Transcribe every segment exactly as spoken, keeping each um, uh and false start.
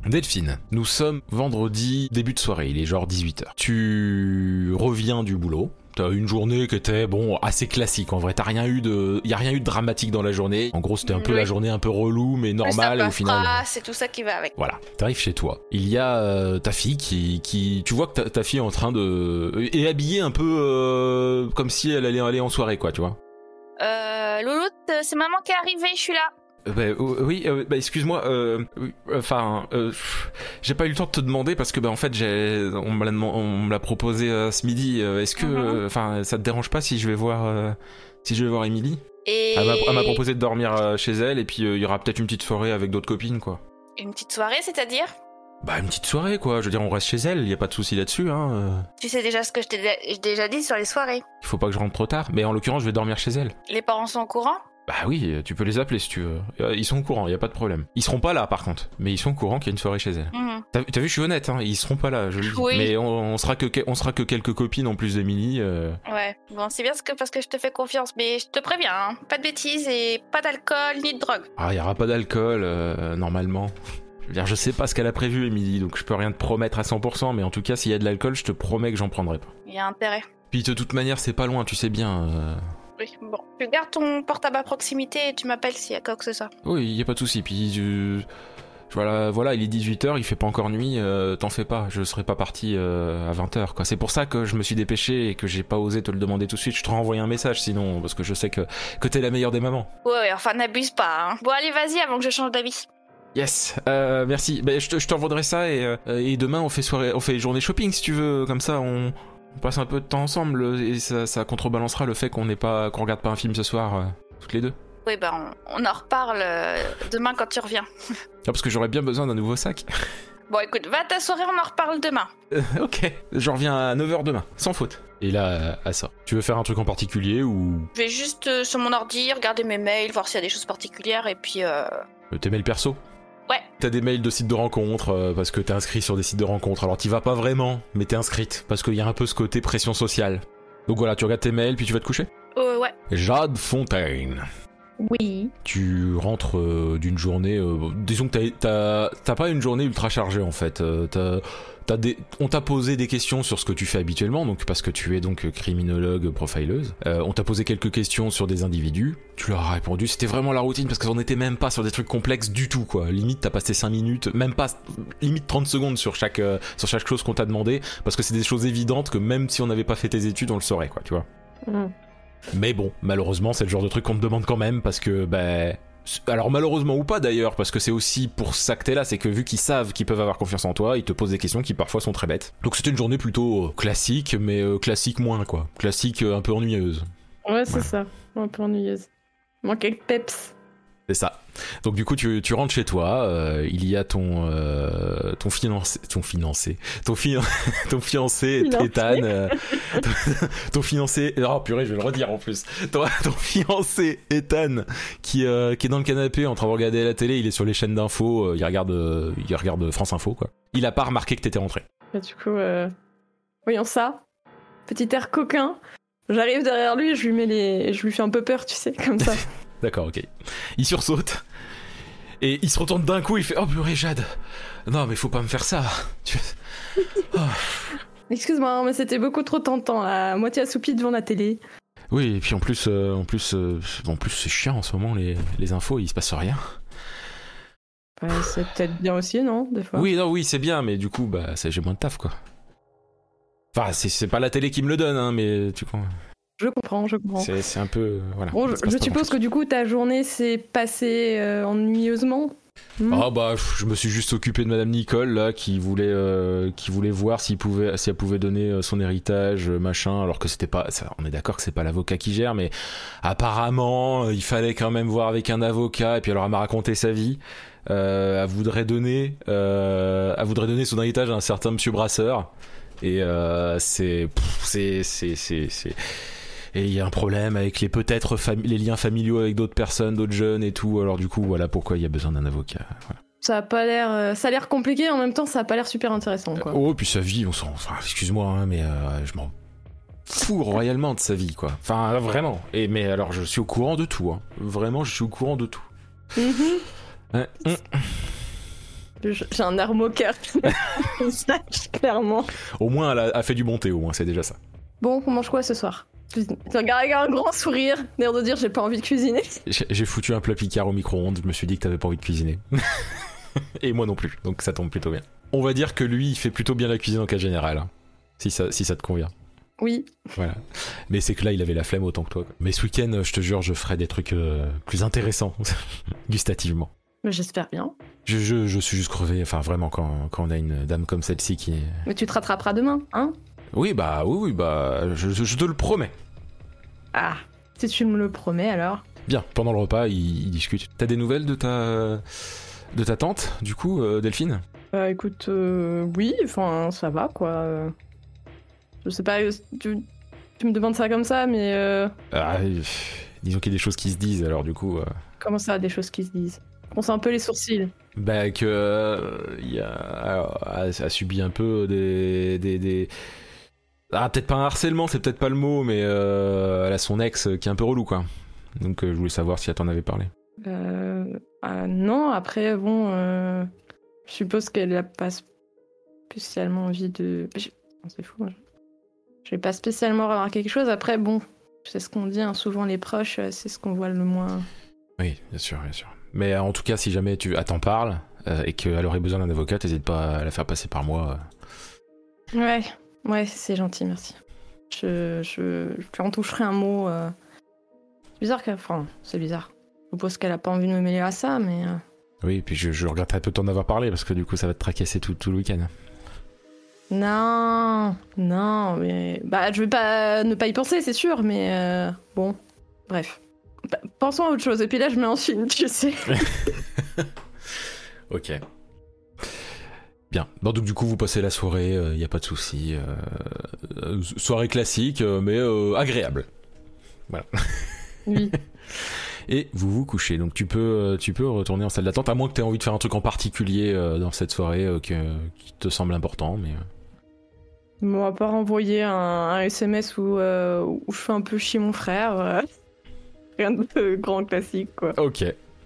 Delphine, nous sommes vendredi, début de soirée, il est genre dix-huit heures. Tu reviens du boulot. T'as une journée qui était, bon, assez classique. En vrai, t'as rien eu de... Y a rien eu de dramatique dans la journée. En gros, c'était un peu oui. la journée un peu relou, mais normale, et au final... C'est tout ça qui va avec. Voilà, t'arrives chez toi. Il y a euh, ta fille qui, qui... Tu vois que ta, ta fille est en train de... est habillée un peu euh, comme si elle allait aller en soirée, quoi, tu vois. Euh, Louloute, c'est maman qui est arrivée, je suis là. Euh, bah, euh, oui, euh, bah, excuse-moi, euh, enfin, euh, j'ai pas eu le temps de te demander parce que bah, en fait, j'ai, on me l'a, on me l'a proposé euh, ce midi. Euh, est-ce que, enfin, mm-hmm. ça te dérange pas si je vais voir, euh, si je vais voir Émilie ? Et... Elle m'a, elle m'a proposé de dormir euh, chez elle et puis il euh, y aura peut-être une petite soirée avec d'autres copines, quoi. Une petite soirée, c'est-à-dire ? Bah une petite soirée, quoi. Je veux dire, on reste chez elle, y a pas de souci là-dessus, hein. Euh... Tu sais déjà ce que je t'ai dé- déjà dit sur les soirées. Il faut pas que je rentre trop tard, mais en l'occurrence, je vais dormir chez elle. Les parents sont au courant ? Bah oui, tu peux les appeler si tu veux. Ils sont au courant, y a pas de problème. Ils seront pas là par contre, mais ils sont au courant qu'il y a une soirée chez elle. Mmh. T'as, t'as vu, je suis honnête, hein, ils seront pas là, je le dis. Oui. Mais on, on, sera que, on sera que quelques copines en plus d'Émilie. Euh... Ouais, bon, c'est bien ce que, parce que je te fais confiance, mais je te préviens, hein, pas de bêtises et pas d'alcool ni de drogue. Ah, y aura pas d'alcool, euh, normalement. Je veux dire, je sais pas ce qu'elle a prévu, Émilie, donc je peux rien te promettre à cent pour cent, mais en tout cas, s'il y a de l'alcool, je te promets que j'en prendrai pas. Il y a intérêt. Puis de toute manière, c'est pas loin, tu sais bien. Euh... Oui, bon. Tu gardes ton portable à proximité et tu m'appelles s'il y a quoi que ce soit. Oui, y a pas de souci. Puis je... voilà, voilà, il est dix-huit heures, il fait pas encore nuit, euh, t'en fais pas, je serais pas parti euh, à vingt heures, quoi. C'est pour ça que je me suis dépêché et que j'ai pas osé te le demander tout de suite. Je te renvoie un message sinon, parce que je sais que, que t'es la meilleure des mamans. Ouais, ouais, enfin n'abuse pas, hein. Bon, allez, vas-y avant que je change d'avis. Yes, euh, merci. Ben, je, te, je t'envoierai ça et, euh, et demain on fait soirée, on fait journée shopping si tu veux, comme ça on... On passe un peu de temps ensemble et ça, ça contrebalancera le fait qu'on n'est pas, qu'on regarde pas un film ce soir, euh, toutes les deux. Oui, bah on, on en reparle euh, demain quand tu reviens. Ah, parce que j'aurais bien besoin d'un nouveau sac. Bon, écoute, va à ta soirée, on en reparle demain. Euh, ok, je reviens à neuf heures demain, sans faute. Et là, à ça. Tu veux faire un truc en particulier ou... Je vais juste euh, sur mon ordi, regarder mes mails, voir s'il y a des choses particulières et puis... Euh... Tes mails perso ? Ouais. T'as des mails de sites de rencontres euh, parce que t'es inscrit sur des sites de rencontres. Alors t'y vas pas vraiment, mais t'es inscrite parce qu'il y a un peu ce côté pression sociale. Donc voilà, tu regardes tes mails puis tu vas te coucher. Euh, ouais. Jade Fontaine. Oui. Tu rentres euh, d'une journée... Euh, disons que t'as, t'as, t'as pas une journée ultra chargée en fait. Euh, t'as, t'as des, on t'a posé des questions sur ce que tu fais habituellement, donc parce que tu es donc criminologue, profileuse. Euh, on t'a posé quelques questions sur des individus. Tu leur as répondu. C'était vraiment la routine parce qu'on était même pas sur des trucs complexes du tout, quoi. Limite, t'as passé cinq minutes, même pas... Limite trente secondes sur chaque, euh, sur chaque chose qu'on t'a demandé parce que c'est des choses évidentes que même si on n'avait pas fait tes études, on le saurait, quoi, tu vois. Mm. Mais bon, malheureusement, c'est le genre de truc qu'on te demande quand même parce que, bah... Alors malheureusement ou pas d'ailleurs, parce que c'est aussi pour ça que t'es là, c'est que vu qu'ils savent qu'ils peuvent avoir confiance en toi, ils te posent des questions qui parfois sont très bêtes. Donc c'était une journée plutôt euh, classique, mais euh, classique moins, quoi. Classique euh, un peu ennuyeuse. Ouais, c'est voilà. Ça, un peu ennuyeuse. Manque de peps. C'est ça. Donc du coup tu, tu rentres chez toi, euh, il y a ton euh, ton fiancé, ton financé, ton, fi- ton fiancé Ethan, euh, ton, ton fiancé, oh purée je vais le redire en plus, ton, ton fiancé Ethan qui euh, qui est dans le canapé en train de regarder la télé, il est sur les chaînes d'infos, euh, il regarde euh, il regarde France Info quoi. Il a pas remarqué que t'étais rentré. Et du coup, euh, voyons ça, petit air coquin, j'arrive derrière lui, je lui mets les, je lui fais un peu peur, tu sais, comme ça. D'accord, ok. Il sursaute. Et il se retourne d'un coup, il fait « Oh purée, Jade, non mais faut pas me faire ça. » tu... oh. Excuse-moi, mais c'était beaucoup trop tentant, à moitié assoupi devant la télé. Oui, et puis en plus, euh, en plus, euh, en plus c'est chiant en ce moment, les, les infos, il se passe rien. Ouais, c'est peut-être bien aussi, non, des fois. Oui, non, oui, c'est bien, mais du coup, bah, c'est, j'ai moins de taf, quoi. Enfin, c'est, c'est pas la télé qui me le donne, hein, mais tu comprends. Je comprends, je comprends. C'est, c'est un peu... Euh, voilà. Bon, je, je suppose que du coup, ta journée s'est passée euh, ennuyeusement. Hmm. Ah bah, je me suis juste occupé de Madame Nicole, là, qui voulait, euh, qui voulait voir s'il pouvait, si elle pouvait donner son héritage, machin, alors que c'était pas... Ça, on est d'accord que c'est pas l'avocat qui gère, mais apparemment, il fallait quand même voir avec un avocat, et puis alors elle m'a raconté sa vie. Euh, elle voudrait donner... Euh, elle voudrait donner son héritage à un certain monsieur Brasseur, et euh, c'est... Pff, c'est... c'est... c'est, c'est... Et il y a un problème avec les peut-être fami- les liens familiaux avec d'autres personnes, d'autres jeunes et tout. Alors du coup, voilà pourquoi il y a besoin d'un avocat. Voilà. Ça a pas l'air, euh, ça a l'air compliqué. En même temps, ça a pas l'air super intéressant, quoi. Euh, oh, puis sa vie, on s'en, enfin, excuse-moi, hein, mais euh, je m'en fous royalement de sa vie, quoi. Enfin, vraiment. Et mais alors, je suis au courant de tout. Hein. Vraiment, je suis au courant de tout. Mm-hmm. Ouais. Mm. J'ai un air moqueur. Clairement. Au moins, elle a, a fait du bon thé, au moins, c'est déjà ça. Bon, on mange quoi ce soir? Tu regardes avec un grand sourire, l'air de dire j'ai pas envie de cuisiner. J'ai, j'ai foutu un plat Picard au micro-ondes, je me suis dit que t'avais pas envie de cuisiner. Et moi non plus, donc ça tombe plutôt bien. On va dire que lui, il fait plutôt bien la cuisine en cas général, hein, si, ça, si ça te convient. Oui. Voilà. Mais c'est que là, il avait la flemme autant que toi, quoi. Mais ce week-end, je te jure, je ferai des trucs euh, plus intéressants, gustativement. Mais j'espère bien. Je, je, je suis juste crevé, enfin vraiment, quand, quand on a une dame comme celle-ci qui est... Mais tu te rattraperas demain, hein? Oui, bah, oui, oui, bah, je, je, je te le promets. Ah, si tu me le promets alors. Bien, pendant le repas, ils, ils discutent. T'as des nouvelles de ta... de ta tante, du coup, euh, Delphine? Bah écoute, euh, oui, enfin, ça va, quoi. Euh, Je sais pas, tu, tu me demandes ça comme ça, mais... Euh... Ah, pff, disons qu'il y a des choses qui se disent, alors du coup... Euh... Comment ça, des choses qui se disent? On sait un peu les sourcils. Bah que... Euh, y a, alors, elle a subi un peu des... des, des... Ah, peut-être pas un harcèlement, c'est peut-être pas le mot, mais euh, elle a son ex qui est un peu relou, quoi. Donc euh, je voulais savoir si elle t'en avait parlé. Euh... Ah, non, après, bon... Euh... Je suppose qu'elle a pas spécialement envie de... C'est fou, hein. Je vais pas spécialement remarquer quelque chose. Après, bon, c'est ce qu'on dit, hein, souvent les proches, c'est ce qu'on voit le moins. Oui, bien sûr, bien sûr. Mais en tout cas, si jamais tu elle t'en parle euh, et qu'elle aurait besoin d'un avocat, t'hésites pas à la faire passer par moi. Euh. Ouais, ouais, c'est gentil, merci. Je, je, je lui en toucherai un mot. Euh... C'est bizarre qu'elle... Enfin, c'est bizarre. Je suppose qu'elle a pas envie de me mêler à ça, mais... Euh... Oui, et puis je, je regrette un peu de t'en avoir parlé, parce que du coup, ça va te tracasser tout, tout le week-end. Non, non, mais... Bah, je vais pas ne pas y penser, c'est sûr, mais... Euh... Bon, bref. Bah, pensons à autre chose, et puis là, je mets en film, tu sais. Ok. Bien. Bon, donc du coup, vous passez la soirée, il euh, n'y a pas de souci. Euh, euh, soirée classique, euh, mais euh, agréable. Voilà. Oui. Et vous vous couchez. Donc tu peux, tu peux retourner en salle d'attente, à moins que tu aies envie de faire un truc en particulier euh, dans cette soirée euh, que, qui te semble important, mais... Bon, à part envoyer un, un S M S où, euh, où je fais un peu chier mon frère. Euh... Rien de grand classique, quoi. Ok.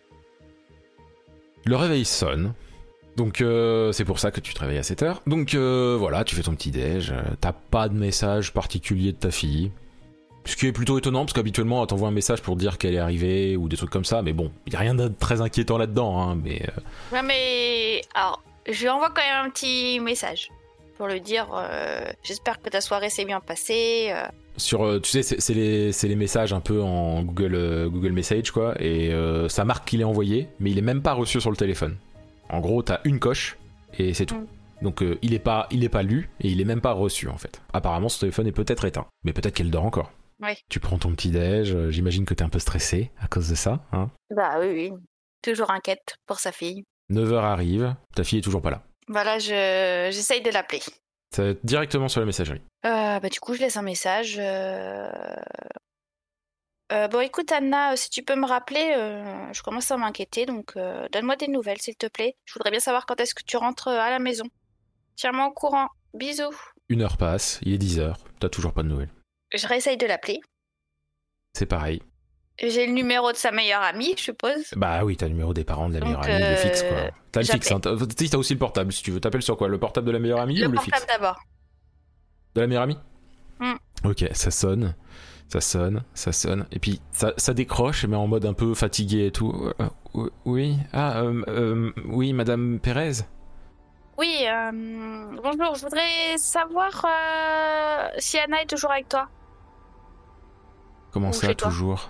Le réveil sonne. Donc euh, c'est pour ça que tu te réveilles à sept heures. Donc euh, voilà, tu fais ton petit déj. T'as pas de message particulier de ta fille. Ce qui est plutôt étonnant, parce qu'habituellement, elle t'envoie un message pour dire qu'elle est arrivée, ou des trucs comme ça. Mais bon, il y a rien de très inquiétant là-dedans, hein, mais... Euh... Ouais, mais... Alors, je lui envoie quand même un petit message. Pour lui dire, euh, j'espère que ta soirée s'est bien passée. Euh... Sur, euh, tu sais, c'est, c'est, les, c'est les messages un peu en Google, euh, Google Message, quoi. Et euh, ça marque qu'il est envoyé, mais il est même pas reçu sur le téléphone. En gros, t'as une coche, et c'est tout. Mm. Donc euh, il est pas, il est pas lu, et il est même pas reçu, en fait. Apparemment, son téléphone est peut-être éteint. Mais peut-être qu'elle dort encore. Oui. Tu prends ton petit déj, euh, j'imagine que t'es un peu stressé à cause de ça, hein. Bah oui, oui. Toujours inquiète pour sa fille. neuf heures arrive, ta fille est toujours pas là. Voilà, je... j'essaye de l'appeler. Ça va être directement sur la messagerie. Euh, bah du coup, je laisse un message. Euh... Euh, bon, écoute, Anna, si tu peux me rappeler, euh, je commence à m'inquiéter, donc euh, donne-moi des nouvelles, s'il te plaît. Je voudrais bien savoir quand est-ce que tu rentres à la maison. Tiens-moi au courant. Bisous. Une heure passe, il est dix heures, t'as toujours pas de nouvelles. Je réessaye de l'appeler. C'est pareil. J'ai le numéro de sa meilleure amie, je suppose. Bah oui, t'as le numéro des parents de la meilleure donc, amie, euh... le fixe, quoi. T'as le j'appelle. fixe, hein. T'as, t'as aussi le portable, si tu veux. T'appelles sur quoi? Le portable de la meilleure amie le ou le fixe? Le portable d'abord. De la meilleure amie? Mm. Ok, ça sonne, ça sonne, ça sonne. Et puis, ça, ça décroche, mais en mode un peu fatigué et tout. Euh, oui, ah, euh, euh, oui, Madame Pérez? Oui, euh, bonjour, je voudrais savoir euh, si Anna est toujours avec toi. Comment Ou ça, toujours?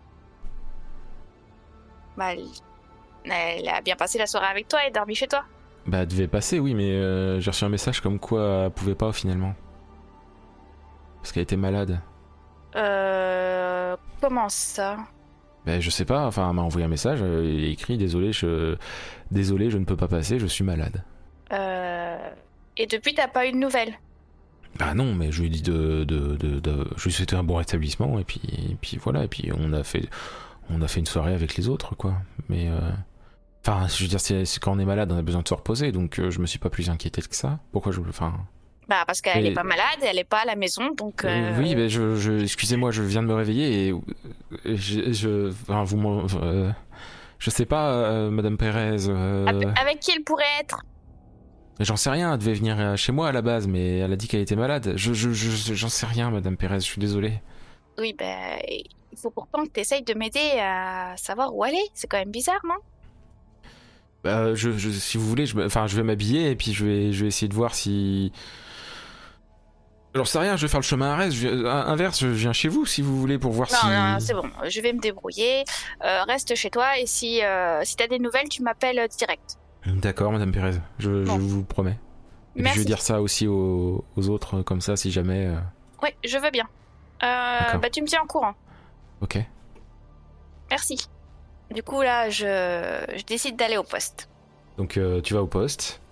Bah, elle... elle a bien passé la soirée avec toi et dormi chez toi. Bah, elle devait passer, oui, mais euh, j'ai reçu un message comme quoi elle pouvait pas, finalement. Parce qu'elle était malade. Euh... Comment ça? Ben, je sais pas, enfin, elle m'a envoyé un message, euh, il est écrit, désolé, je... désolé, je ne peux pas passer, je suis malade. Euh... Et depuis, t'as pas eu de nouvelles? Bah non, mais je lui ai dit de... de, de, de... Je lui ai souhaité un bon rétablissement, et puis, et puis voilà, et puis on a fait... On a fait une soirée avec les autres, quoi. Mais... Euh... Enfin, je veux dire, c'est, c'est quand on est malade, on a besoin de se reposer, donc euh, je me suis pas plus inquiété que ça. Pourquoi je... Enfin... Bah parce qu'elle et... est pas malade, elle est pas à la maison, donc... Euh... Oui, mais je, je, excusez-moi, je viens de me réveiller et je... je enfin, vous m'en... Euh... Je sais pas, euh, Madame Pérez. Euh... Avec qui elle pourrait être? J'en sais rien, elle devait venir chez moi à la base, mais elle a dit qu'elle était malade. Je, je, je, j'en sais rien, Madame Pérez, je suis désolé. Oui, ben, il faut pourtant que tu essayes de m'aider à savoir où elle est. C'est quand même bizarre, non? Bah, je, je, si vous voulez, je, enfin, je vais m'habiller et puis je vais, je vais essayer de voir si... J'en sais rien, je vais faire le chemin inverse, je, inverse, je viens chez vous si vous voulez pour voir non, si... Non, non, c'est bon, je vais me débrouiller. Euh, reste chez toi et si, euh, si t'as des nouvelles, tu m'appelles direct. D'accord, Madame Pérez, je, bon. je vous promets. Et puis je vais dire ça aussi aux, aux autres, comme ça, si jamais... Euh... Oui, je veux bien. Euh, bah, tu me tiens au courant. Ok. Merci. Du coup, là, je, je décide d'aller au poste. Donc, euh, tu vas au poste.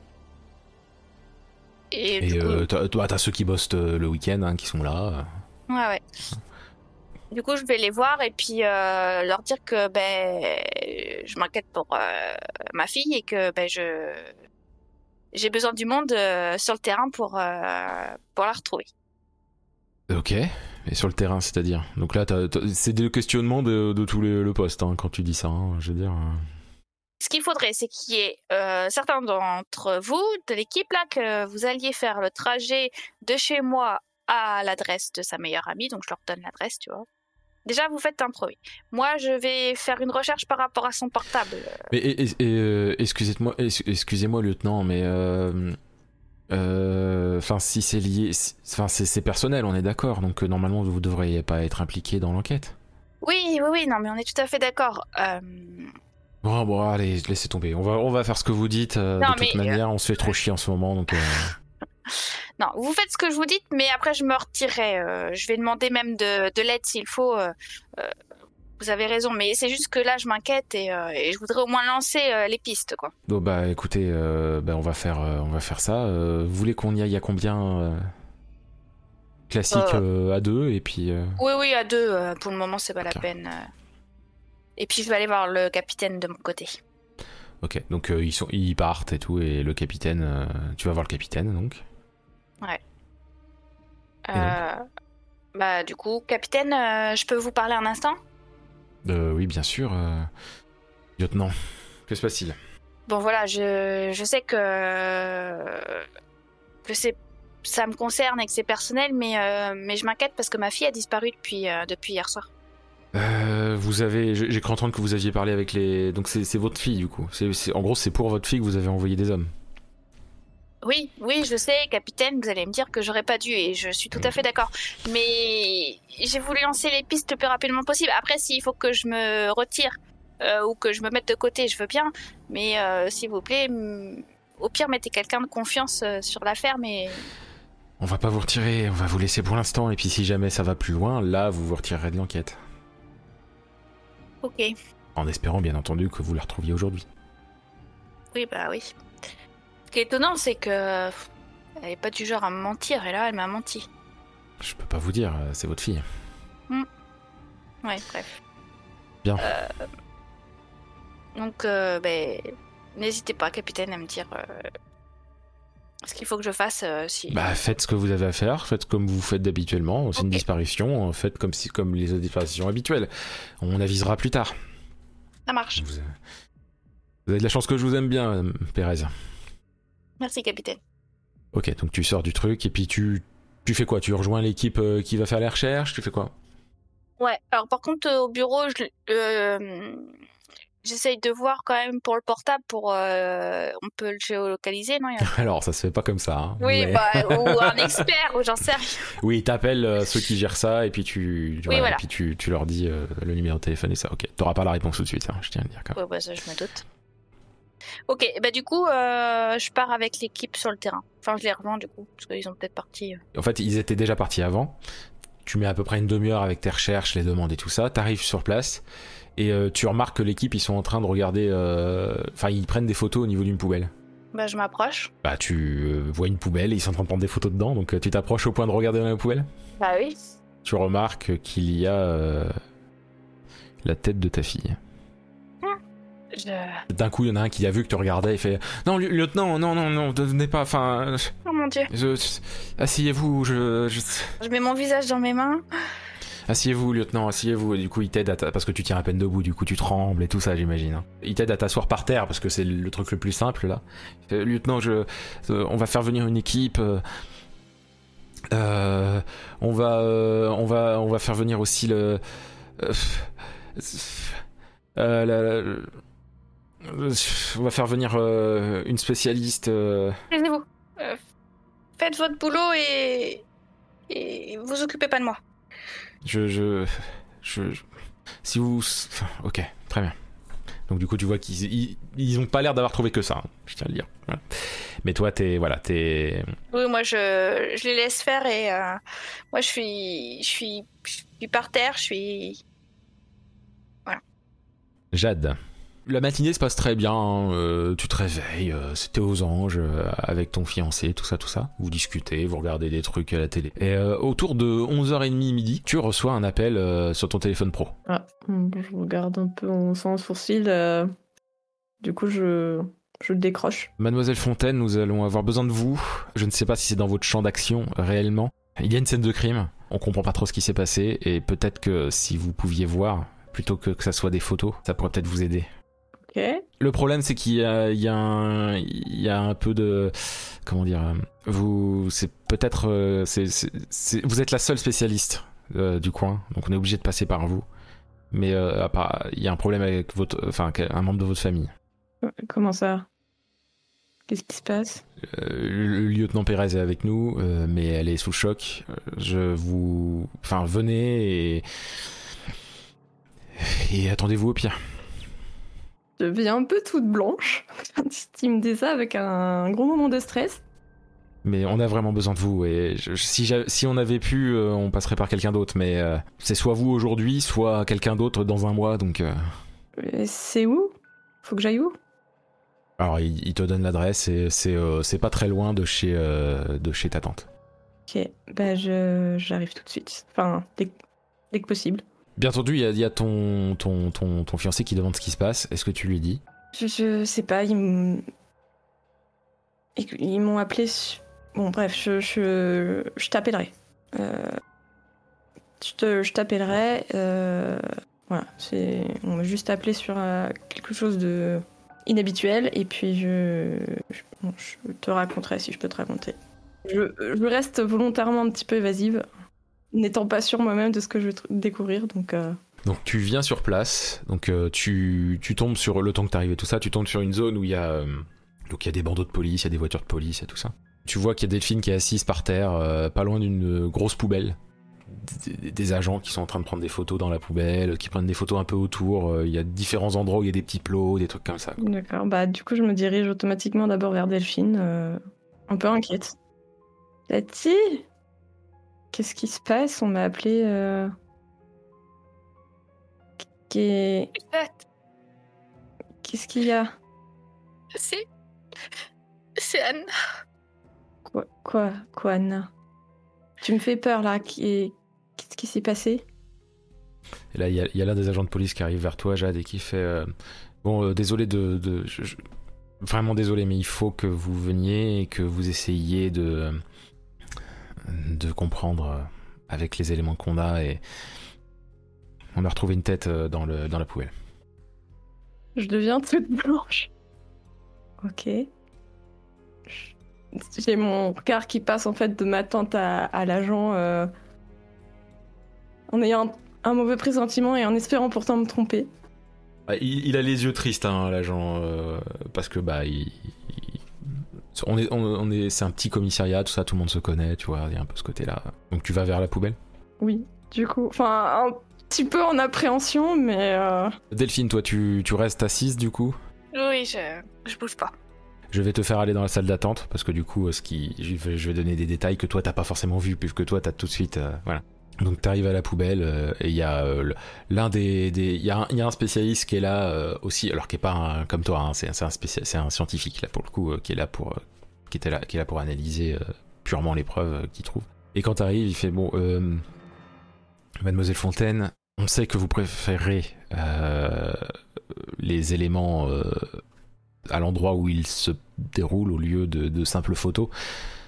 Et, Et coup... euh, t'as, toi, t'as ceux qui bossent le week-end, hein, qui sont là. Ouais, ouais. Du coup, je vais les voir et puis euh, leur dire que ben, je m'inquiète pour euh, ma fille et que ben, je... j'ai besoin du monde euh, sur le terrain pour, euh, pour la retrouver. Ok. Et sur le terrain, c'est-à-dire? Donc là, t'as, t'as, c'est des questionnements de, de tout les, le poste, hein, quand tu dis ça, hein, je veux dire... Ce qu'il faudrait, c'est qu'il y ait euh, certains d'entre vous, de l'équipe, là, que vous alliez faire le trajet de chez moi à l'adresse de sa meilleure amie, donc je leur donne l'adresse, tu vois. Déjà, vous faites un premier. Moi, je vais faire une recherche par rapport à son portable. Mais et, et, et, euh, excusez-moi, excusez-moi, lieutenant, mais... Euh... Enfin, euh, si c'est lié, enfin si, c'est, c'est personnel, on est d'accord. Donc euh, normalement, vous devriez pas être impliqué dans l'enquête. Oui, oui, oui, non, mais on est tout à fait d'accord. Euh... Bon, bon, allez, laissez tomber. On va, on va faire ce que vous dites. Euh, non, de toute mais, manière, euh... on se fait trop chier en ce moment, donc. Euh... non, vous faites ce que je vous dis, mais après je me retirerai. Euh, je vais demander même de, de l'aide s'il faut. Euh, euh, vous avez raison, mais c'est juste que là, je m'inquiète et, euh, et je voudrais au moins lancer euh, les pistes, quoi. Bon, bah, écoutez, euh, bah, on va faire, euh, on va faire ça. Euh, vous voulez qu'on y aille à combien euh... Classique euh... Euh, à deux, et puis... Euh... Oui, oui, à deux. Euh, pour le moment, c'est pas okay. la peine. Euh... Et puis, je vais aller voir le capitaine de mon côté. Ok, donc euh, ils, sont, ils partent et tout, et le capitaine... Euh, tu vas voir le capitaine, donc? Ouais. Euh, bah, du coup, capitaine, euh, je peux vous parler un instant? Euh, oui, bien sûr. Euh... Lieutenant, que se passe-t-il? Bon, voilà, je, je sais que, que c'est, ça me concerne et que c'est personnel, mais, euh, mais je m'inquiète parce que ma fille a disparu depuis, euh, depuis hier soir. Euh, vous avez... J'ai cru entendre que vous aviez parlé avec les... Donc c'est, c'est votre fille, du coup. C'est, c'est... En gros, c'est pour votre fille que vous avez envoyé des hommes. Oui, oui, je sais, capitaine, vous allez me dire que j'aurais pas dû et je suis tout à fait d'accord. Mais j'ai voulu lancer les pistes le plus rapidement possible. Après, s'il faut que je me retire euh, ou que je me mette de côté, je veux bien. Mais euh, s'il vous plaît, m- au pire, mettez quelqu'un de confiance euh, sur l'affaire, mais... On va pas vous retirer, on va vous laisser pour l'instant. Et puis si jamais ça va plus loin, là, vous vous retirerez de l'enquête. Ok. En espérant, bien entendu, que vous la retrouviez aujourd'hui. Oui, bah oui. Ce qui est étonnant, c'est que elle est pas du genre à me mentir, et là, elle m'a menti. Je peux pas vous dire, c'est votre fille. Mmh. Ouais, bref. Bien. Euh... Donc, euh, ben, n'hésitez pas, capitaine, à me dire euh, ce qu'il faut que je fasse. Euh, si... Bah, faites ce que vous avez à faire, faites comme vous faites d'habituellement. C'est okay. Une disparition, faites comme, si, comme les disparitions habituelles. On avisera plus tard. Ça marche. Vous avez, vous avez de la chance que je vous aime bien, Madame Pérez. Merci, capitaine. Ok, donc tu sors du truc et puis tu, tu fais quoi? Tu rejoins l'équipe euh, qui va faire les recherches? Tu fais quoi? Ouais, alors par contre, euh, au bureau, je, euh, j'essaye de voir quand même pour le portable, pour euh, on peut le géolocaliser, non? A... Alors, ça se fait pas comme ça. Hein, oui, mais... bah, ou un expert, ou j'en sais rien. Oui, t'appelles euh, ceux qui gèrent ça et puis tu, tu, oui, voilà, voilà. et puis tu, tu leur dis euh, le numéro de téléphone et ça. Ok, t'auras pas la réponse tout de suite, hein, je tiens à le dire. Quand même. Ouais, bah ça, je me doute. Ok, bah du coup, euh, je pars avec l'équipe sur le terrain. Enfin, je les rejoins du coup, parce qu'ils ont peut-être parti. En fait, ils étaient déjà partis avant. Tu mets à peu près une demi-heure avec tes recherches, les demandes et tout ça. T'arrives sur place et euh, tu remarques que l'équipe, ils sont en train de regarder... Enfin, euh, ils prennent des photos au niveau d'une poubelle. Bah, je m'approche. Bah, tu euh, vois une poubelle et ils sont en train de prendre des photos dedans. Donc, euh, tu t'approches au point de regarder dans la poubelle. Bah oui. Tu remarques qu'il y a euh, la tête de ta fille. Je... D'un coup, il y en a un qui a vu que tu regardais et fait « Non, lieutenant, non, non, non, ne pas, enfin... » Oh mon Dieu. Je, je, asseyez-vous, je, je... Je mets mon visage dans mes mains. Asseyez-vous, lieutenant, asseyez-vous. Et du coup, il t'aide à ta... parce que tu tiens à peine debout, du coup, tu trembles et tout ça, j'imagine. Hein. Il t'aide à t'asseoir par terre parce que c'est le truc le plus simple là. Euh, lieutenant, je, euh, on va faire venir une équipe. Euh... Euh, on va, euh, on va, on va faire venir aussi le. Euh, euh, la, la, la, on va faire venir euh, une spécialiste. Euh... Taisez-vous. Euh, faites votre boulot et et vous occupez pas de moi. Je, je, je, je... si vous, ok, très bien. Donc du coup, tu vois qu'ils, ils, ils ont pas l'air d'avoir trouvé que ça. Hein, je tiens à le dire. Voilà. Mais toi, t'es, voilà, t'es. Oui, moi, je, je les laisse faire et euh, moi, je suis, je suis, je suis par terre, je suis. Voilà. Jade. La matinée se passe très bien. Hein, euh, tu te réveilles, euh, c'était aux anges euh, avec ton fiancé, tout ça, tout ça. Vous discutez, vous regardez des trucs à la télé. Et euh, autour de onze heures trente midi, tu reçois un appel euh, sur ton téléphone pro. Ah, je regarde un peu en sens sourcil. Euh... Du coup, je. Je le décroche. Mademoiselle Fontaine, nous allons avoir besoin de vous. Je ne sais pas si c'est dans votre champ d'action réellement. Il y a une scène de crime. On comprend pas trop ce qui s'est passé et peut-être que si vous pouviez voir, plutôt que que ça soit des photos, ça pourrait peut-être vous aider. Ok. Le problème, c'est qu'il y a, il y a, un, il y a un peu de, comment dire, vous, c'est peut-être, c'est, c'est, c'est, vous êtes la seule spécialiste euh, du coin, donc on est obligé de passer par vous. Mais euh, à part, il y a un problème avec votre, enfin, un membre de votre famille. Comment ça? Qu'est-ce qui se passe? euh, Le lieutenant Pérez est avec nous, euh, mais elle est sous le choc. Je vous... Enfin, venez et... Et attendez-vous au pire. Je deviens un peu toute blanche. Tu me dis ça avec un gros moment de stress. Mais on a vraiment besoin de vous. Et je, si, si on avait pu, euh, on passerait par quelqu'un d'autre. Mais euh, c'est soit vous aujourd'hui, soit quelqu'un d'autre dans un mois. Donc. Euh... C'est où? Faut que j'aille où? Alors, il, il te donne l'adresse et c'est, euh, c'est pas très loin de chez, euh, de chez ta tante. Ok, bah je, j'arrive tout de suite. Enfin, dès, dès que possible. Bien entendu, il y a, il y a ton, ton, ton, ton fiancé qui demande ce qui se passe. Est-ce que tu lui dis? Je, je sais pas, ils m'ont... Ils m'ont appelé... Su... Bon, bref, je, je, je t'appellerai. Euh, je, te, je t'appellerai. Euh, voilà, c'est... On m'a juste appelé sur euh, quelque chose de... inhabituel, et puis je, je, bon, je te raconterai si je peux te raconter. Je, je reste volontairement un petit peu évasive, n'étant pas sûre moi-même de ce que je vais t- découvrir, donc... Euh... Donc tu viens sur place, donc euh, tu, tu tombes sur, le temps que t'arrives et tout ça, tu tombes sur une zone où il y a... Euh, donc il y a des bandeaux de police, il y a des voitures de police et tout ça. Tu vois qu'il y a Delphine qui est assise par terre, euh, pas loin d'une grosse poubelle. Des, des agents qui sont en train de prendre des photos dans la poubelle, qui prennent des photos un peu autour. Il euh, y a différents endroits où il y a des petits plots, des trucs comme ça. Quoi. D'accord, bah du coup je me dirige automatiquement d'abord vers Delphine, euh, un peu inquiète. Tati, qu'est-ce qui se passe? On m'a appelé... Euh... Qu'est... Qu'est-ce qu'il y a? C'est... C'est Anne. Quoi? Quoi, quoi Anna? Tu me fais peur là, qui... qu'est-ce qui s'est passé? Et là, il y, y a l'un des agents de police qui arrive vers toi, Jade, et qui fait... Euh, bon, euh, désolé de... de je, je, vraiment désolé, mais il faut que vous veniez et que vous essayiez de... de comprendre avec les éléments qu'on a, et... On a retrouvé une tête dans, le, dans la poubelle. Je deviens toute blanche. Ok. J'ai mon regard qui passe en fait de ma tante à, à l'agent euh, en ayant un, un mauvais pressentiment et en espérant pourtant me tromper. Il, il a les yeux tristes, hein, l'agent, euh, parce que bah, il, il, on est, on, on est, c'est un petit commissariat, tout ça, tout le monde se connaît, tu vois, il y a un peu ce côté-là. Donc tu vas vers la poubelle? Oui, du coup, enfin un petit peu en appréhension, mais. Euh... Delphine, toi, tu, tu restes assise du coup? Oui, je, je bouge pas. Je vais te faire aller dans la salle d'attente, parce que du coup, ce qui, je, vais, je vais donner des détails que toi t'as pas forcément vu, puisque toi t'as tout de suite, euh, voilà. Donc t'arrives à la poubelle euh, et il y a euh, l'un des, des, il y a un, y a un spécialiste qui est là euh, aussi, alors qui est pas un, comme toi, hein, c'est, c'est un spécial, c'est un scientifique là pour le coup, euh, qui est là pour, euh, qui était là, qui est là pour analyser euh, purement les preuves euh, qu'il trouve. Et quand t'arrives, il fait bon, euh, Mademoiselle Fontaine, on sait que vous préférez euh, les éléments euh, à l'endroit où ils se déroulent au lieu de, de simples photos.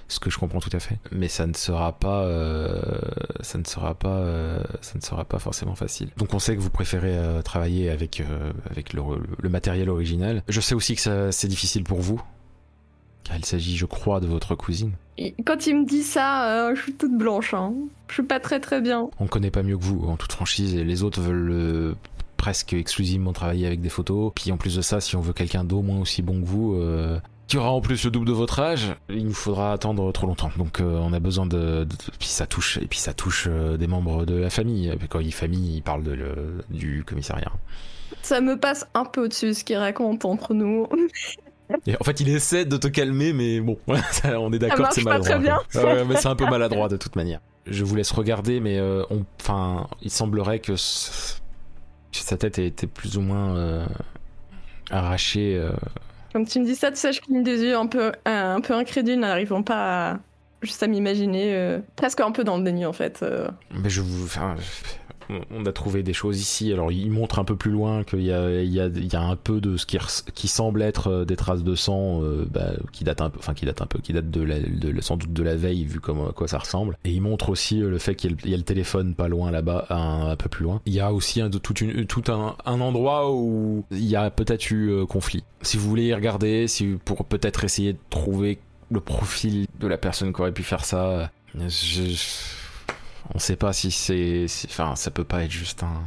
ce que je comprends tout à fait. Mais ça ne sera pas, euh, ça ne sera pas, euh, ça ne sera pas forcément facile. Donc on sait que vous préférez euh, travailler avec euh, avec le, le matériel original. Je sais aussi que ça, c'est difficile pour vous, car il s'agit, je crois, de votre cousine. Et quand il me dit ça, euh, je suis toute blanche. Hein. Je suis pas très très bien. On ne connaît pas mieux que vous, en toute franchise, et les autres veulent euh, presque exclusivement travailler avec des photos. Puis en plus de ça, si on veut quelqu'un d'au moins aussi bon que vous, euh, qui aura en plus le double de votre âge, il nous faudra attendre trop longtemps. Donc euh, on a besoin de, de... Puis ça touche, et puis ça touche euh, des membres de la famille. Quand il dit famille, il parle de le, du commissariat. Ça me passe un peu au-dessus ce qu'il raconte entre nous. Et en fait, il essaie de te calmer, mais bon, ça, on est d'accord que c'est maladroit. Ça marche pas très bien. Ouais, mais c'est un peu maladroit de toute manière. Je vous laisse regarder, mais euh, on, enfin, il semblerait que c- sa tête ait été plus ou moins euh, arrachée. Euh... Comme tu me dis ça, tu sais, je cligne des yeux un peu, un peu incrédule, n'arrivant pas à, juste à m'imaginer, euh, presque un peu dans le déni en fait. Euh. Mais je vous, enfin, on a trouvé des choses ici. Alors, il montre un peu plus loin qu'il y a, il y a, il y a un peu de ce qui, res, qui semble être des traces de sang, euh, bah, qui datent un peu, enfin, qui datent un peu, qui datent de la, de, sans doute de la veille, vu comme à quoi ça ressemble. Et il montre aussi le fait qu'il y a le, il y a le téléphone pas loin là-bas, un, un peu plus loin. Il y a aussi un, tout, une, tout un, un endroit où il y a peut-être eu euh, conflit. Si vous voulez y regarder, si pour peut-être essayer de trouver le profil de la personne qui aurait pu faire ça, je, je on sait pas si c'est... Enfin, ça peut pas être juste un...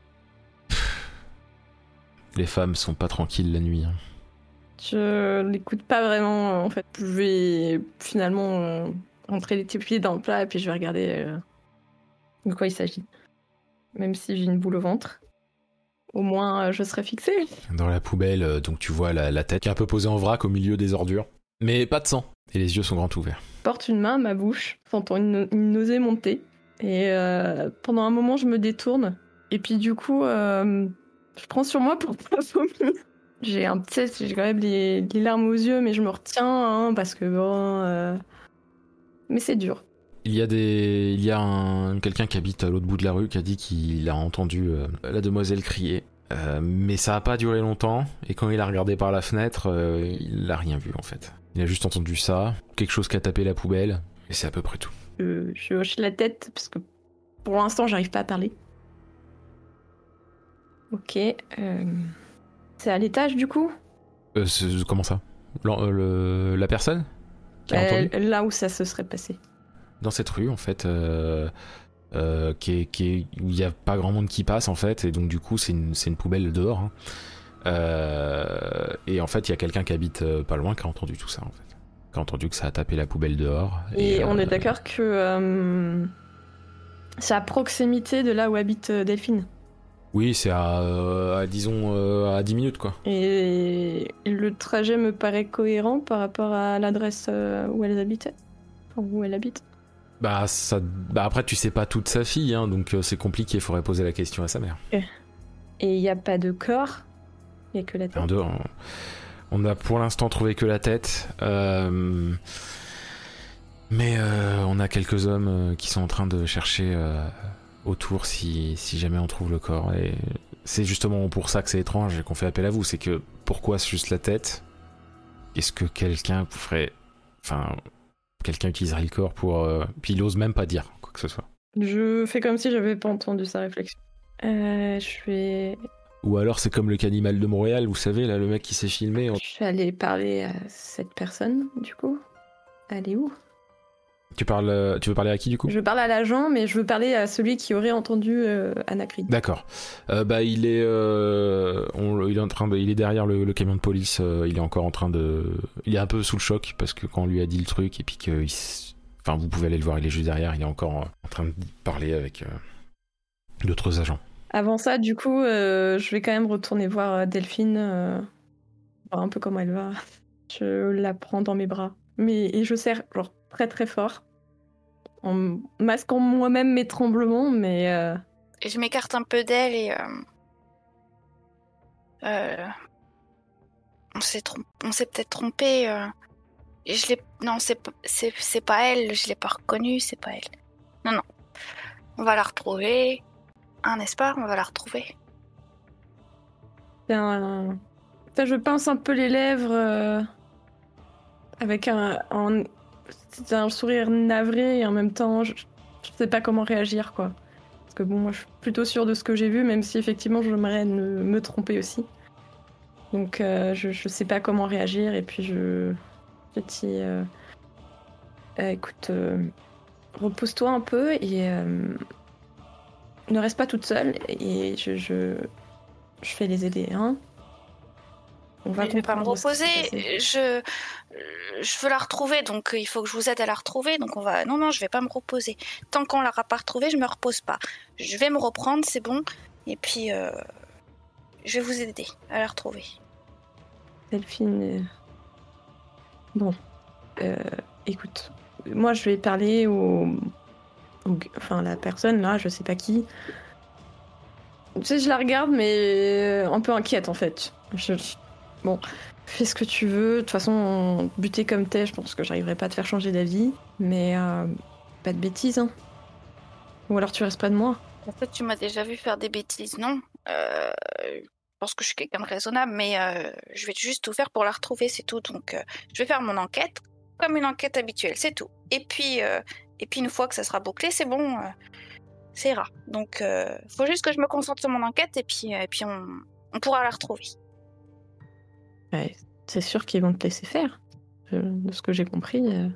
Les femmes sont pas tranquilles la nuit. Hein. Je l'écoute pas vraiment, en fait. Je vais finalement euh, rentrer les pieds dans le plat et puis je vais regarder euh, de quoi il s'agit. Même si j'ai une boule au ventre. Au moins, euh, je serai fixée. Dans la poubelle, euh, donc tu vois la, la tête qui est un peu posée en vrac au milieu des ordures. Mais pas de sang. Et les yeux sont grands ouverts. Je porte une main à ma bouche, sentant une, une nausée monter. Et euh, pendant un moment, je me détourne. Et puis du coup, euh, je prends sur moi pour pas vomir. J'ai un petit, j'ai quand même les, les larmes aux yeux, mais je me retiens hein, parce que bon, euh... mais c'est dur. Il y a des, il y a un quelqu'un qui habite à l'autre bout de la rue qui a dit qu'il a entendu euh, la demoiselle crier, euh, mais ça a pas duré longtemps. Et quand il a regardé par la fenêtre, euh, il a rien vu en fait. Il a juste entendu ça, quelque chose qui a tapé la poubelle, et c'est à peu près tout. Je, je hoche la tête parce que pour l'instant, j'arrive pas à parler. Ok. Euh... C'est à l'étage du coup euh, c'est, Comment ça le, le, La personne qui a euh, entendu là où ça se serait passé. Dans cette rue en fait, euh, euh, qui est, qui est, où il n'y a pas grand monde qui passe en fait, et donc du coup c'est une, c'est une poubelle dehors. Hein. Euh, et en fait il y a quelqu'un qui habite pas loin qui a entendu tout ça en fait. Qui a entendu que ça a tapé la poubelle dehors. Et, et on euh, est d'accord que euh, c'est à proximité de là où habite Delphine. Oui, c'est à, euh, à disons euh, à dix minutes quoi. Et le trajet me paraît cohérent par rapport à l'adresse euh, où elle habitait, enfin, où elle habite. Bah ça, bah après tu sais pas toute sa fille, hein, donc euh, c'est compliqué. Il faudrait poser la question à sa mère. Et il y a pas de corps, il y a que la tête. En dehors, on, on a pour l'instant trouvé que la tête, euh, mais euh, on a quelques hommes euh, qui sont en train de chercher. Euh, autour si, si jamais on trouve le corps, et c'est justement pour ça que c'est étrange et qu'on fait appel à vous. C'est que pourquoi c'est juste la tête? Est-ce que quelqu'un ferait, enfin quelqu'un utiliserait le corps pour euh... puis il ose même pas dire quoi que ce soit. Je fais comme si j'avais pas entendu sa réflexion. Euh, je vais ou alors c'est comme le Canimal de Montréal, vous savez là, le mec qui s'est filmé. On... je vais aller parler à cette personne du coup. Elle est où? Tu parles, tu veux parler à qui du coup? Je parle à l'agent, mais je veux parler à celui qui aurait entendu euh, Anacrid. D'accord. Euh, bah il est, euh, on, il est en train de, il est derrière le, le camion de police. Euh, il est encore en train de, il est un peu sous le choc parce que quand on lui a dit le truc et puis que, il, enfin vous pouvez aller le voir, il est juste derrière. Il est encore en train de parler avec euh, d'autres agents. Avant ça, du coup, euh, je vais quand même retourner voir Delphine, euh, voir un peu comment elle va. Je la prends dans mes bras, mais et je serre genre très très fort. En masquant moi-même mes tremblements, mais... Euh... Et je m'écarte un peu d'elle et... Euh... Euh... On s'est trom... on s'est peut-être trompé. Euh... Et je l'ai... Non, c'est... c'est c'est pas elle, je l'ai pas reconnue, c'est pas elle. Non, non. On va la retrouver. Un espoir, on va la retrouver. Un... Ça, je pince un peu les lèvres euh... avec un... un... c'est un sourire navré et en même temps, je, je sais pas comment réagir, quoi. Parce que bon, moi, je suis plutôt sûre de ce que j'ai vu, même si effectivement, j'aimerais me, me tromper aussi. Donc, euh, je, je sais pas comment réagir et puis je, je dis, euh, euh, écoute, euh, repose-toi un peu et euh, ne reste pas toute seule et je, je, je vais les aider, hein. On va Je vais pas me comprendre ce qui s'est reposer. passé. Je, je veux la retrouver, donc euh, il faut que je vous aide à la retrouver. Donc on va. Non, non, je vais pas me reposer. Tant qu'on l'aura pas retrouvée, je me repose pas. Je vais me reprendre, c'est bon. Et puis, euh, je vais vous aider à la retrouver. Delphine. euh, Bon, euh, écoute, moi je vais parler au, au- enfin la personne là, je sais pas qui. Tu sais, je la regarde, mais euh, un peu inquiète en fait. Je- Bon, fais ce que tu veux. De toute façon, buté comme t'es, je pense que j'arriverai pas à te faire changer d'avis. Mais euh, pas de bêtises, hein. Ou alors tu restes près de moi. En fait, tu m'as déjà vu faire des bêtises, non euh, Je pense que je suis quelqu'un de raisonnable, mais euh, je vais juste tout faire pour la retrouver, c'est tout. Donc, euh, je vais faire mon enquête comme une enquête habituelle, c'est tout. Et puis, euh, et puis une fois que ça sera bouclé, c'est bon, euh, c'est rare. Donc, euh, faut juste que je me concentre sur mon enquête et puis, euh, et puis on, on pourra la retrouver. Ouais, c'est sûr qu'ils vont te laisser faire. Je- de ce que j'ai compris. euh,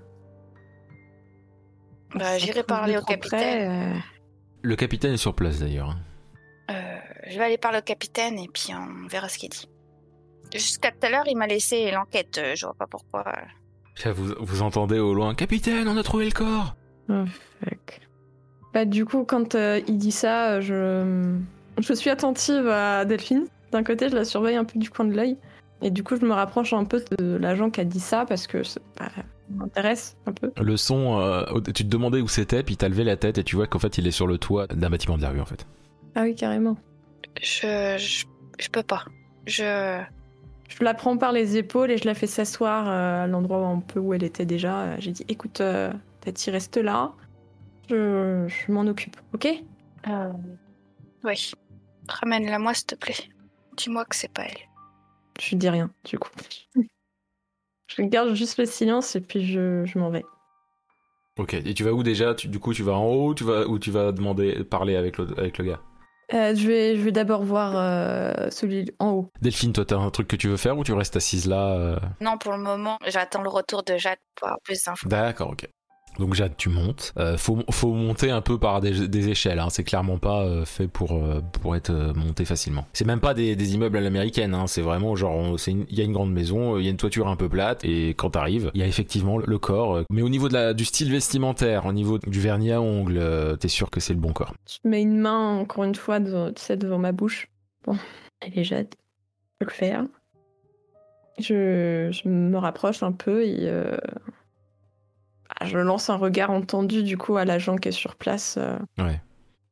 Bah, ça j'irai trouve parler de au trop capitaine. près, euh, Le capitaine est sur place d'ailleurs. Euh, je vais aller parler au capitaine et puis on verra ce qu'il dit. Jusqu'à tout à l'heure, il m'a laissé l'enquête. euh, Je vois pas pourquoi. Là, Vous, vous entendez au loin, capitaine, on a trouvé le corps. Oh fuck. Bah du coup quand euh, il dit ça, je... je suis attentive à Delphine. D'un côté je la surveille un peu du coin de l'œil. Et du coup je me rapproche un peu de l'agent qui a dit ça parce que ça bah, m'intéresse un peu. Le son, euh, tu te demandais où c'était, puis t'as levé la tête et tu vois qu'en fait il est sur le toit d'un bâtiment de la rue en fait. Ah oui carrément. Je, je, je peux pas. Je, Je la prends par les épaules et je la fais s'asseoir euh, à l'endroit un peu où elle était déjà. Euh, J'ai dit écoute, euh, Tati reste là. Je, je m'en occupe, ok? euh... oui. Ramène-la moi, s'il te plaît. Dis-moi que c'est pas elle. Je dis rien, du coup. Je garde juste le silence et puis je, je m'en vais. Ok, et tu vas où déjà? Tu- Du coup tu vas en haut, tu vas, ou tu vas demander, parler avec le, avec le gars? Euh, je vais, je vais d'abord voir euh, celui en haut. Delphine, toi t'as un truc que tu veux faire ou tu restes assise là euh Non, pour le moment, j'attends le retour de Jade pour avoir plus d'infos. D'accord, ok. Donc Jade, tu montes. Euh, faut, faut monter un peu par des, des échelles, hein. C'est clairement pas euh, fait pour, euh, pour être euh, monté facilement. C'est même pas des, des immeubles à l'américaine, hein. C'est vraiment genre, on- c'est une- il y a une grande maison, il y a une toiture un peu plate, et quand t'arrives, il y a effectivement le corps. euh, Mais au niveau de la, du style vestimentaire, au niveau du vernis à ongles, euh, t'es sûr que c'est le bon corps. Je mets une main encore une fois devant, tu sais, devant ma bouche. Bon, elle est Jade. Je peux le faire. Je, je me rapproche un peu et euh, ah, je lance un regard entendu du coup à l'agent qui est sur place. euh, Ouais.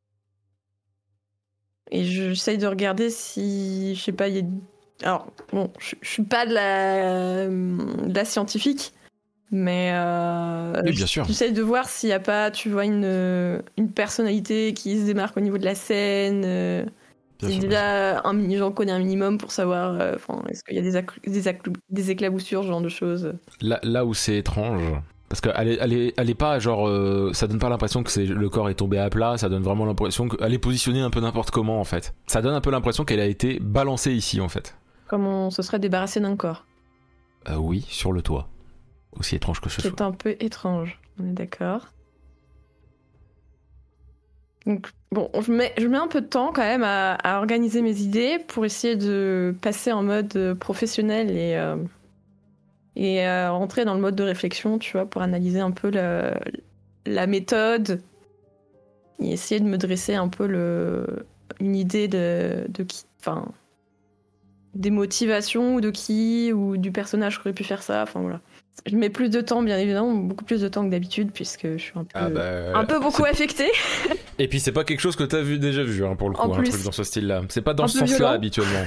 Et j'essaye de regarder si, je sais pas, il y a... Alors, bon, je, je suis pas de la, de la scientifique, mais euh, Oui, bien sûr. j'essaye de voir s'il y a pas, tu vois, une, une personnalité qui se démarque au niveau de la scène. euh, Bien si sûr, déjà un mini, j'en connais un minimum pour savoir, euh, enfin, est-ce qu'il y a des, accru- des, acclu- des éclaboussures, ce genre de choses. Là, là où c'est étrange, parce qu'elle est, elle est, elle est pas genre, euh, ça donne pas l'impression que c'est, le corps est tombé à plat, ça donne vraiment l'impression qu'elle est positionnée un peu n'importe comment en fait. Ça donne un peu l'impression qu'elle a été balancée ici en fait. Comme on se serait débarrassé d'un corps. Euh, oui, sur le toit. Aussi étrange que ce soit. C'est un peu étrange, on est d'accord. Donc, bon, je mets, je mets un peu de temps quand même à, à organiser mes idées pour essayer de passer en mode euh, professionnel et, euh, et euh, rentrer dans le mode de réflexion, tu vois, pour analyser un peu la, la méthode et essayer de me dresser un peu le, une idée de, de qui, enfin, des motivations ou de qui ou du personnage qui aurait pu faire ça, enfin voilà. Je mets plus de temps, bien évidemment, beaucoup plus de temps que d'habitude, puisque je suis un peu, Ah bah, un peu beaucoup c'est- affectée. Et puis c'est pas quelque chose que t'as vu déjà vu hein, pour le coup, En un plus. truc dans ce style-là. C'est pas dans Un ce peu sens-là violent. habituellement.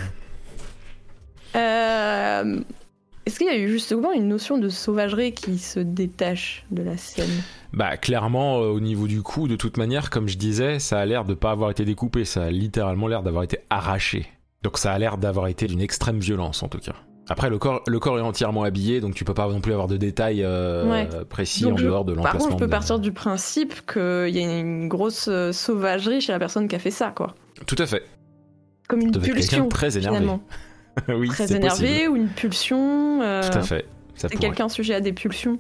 Euh, Est-ce qu'il y a eu justement une notion de sauvagerie qui se détache de la scène? Bah clairement euh, au niveau du coup, de toute manière, comme je disais, ça a l'air de pas avoir été découpé, ça a littéralement l'air d'avoir été arraché. Donc ça a l'air d'avoir été d'une extrême violence en tout cas. Après, le corps, le corps est entièrement habillé, donc tu peux pas non plus avoir de détails euh, Ouais. précis Donc en je- dehors de Par l'emplacement. contre, je peux de- partir du principe qu'il y a une grosse euh, sauvagerie chez la personne qui a fait ça, quoi. Tout à fait. Comme une Devait être quelqu'un pulsion, de très énervé. finalement. oui, Très c'est énervé possible. ou une pulsion. euh, Tout à fait. Ça C'est pourrait. quelqu'un sujet à des pulsions.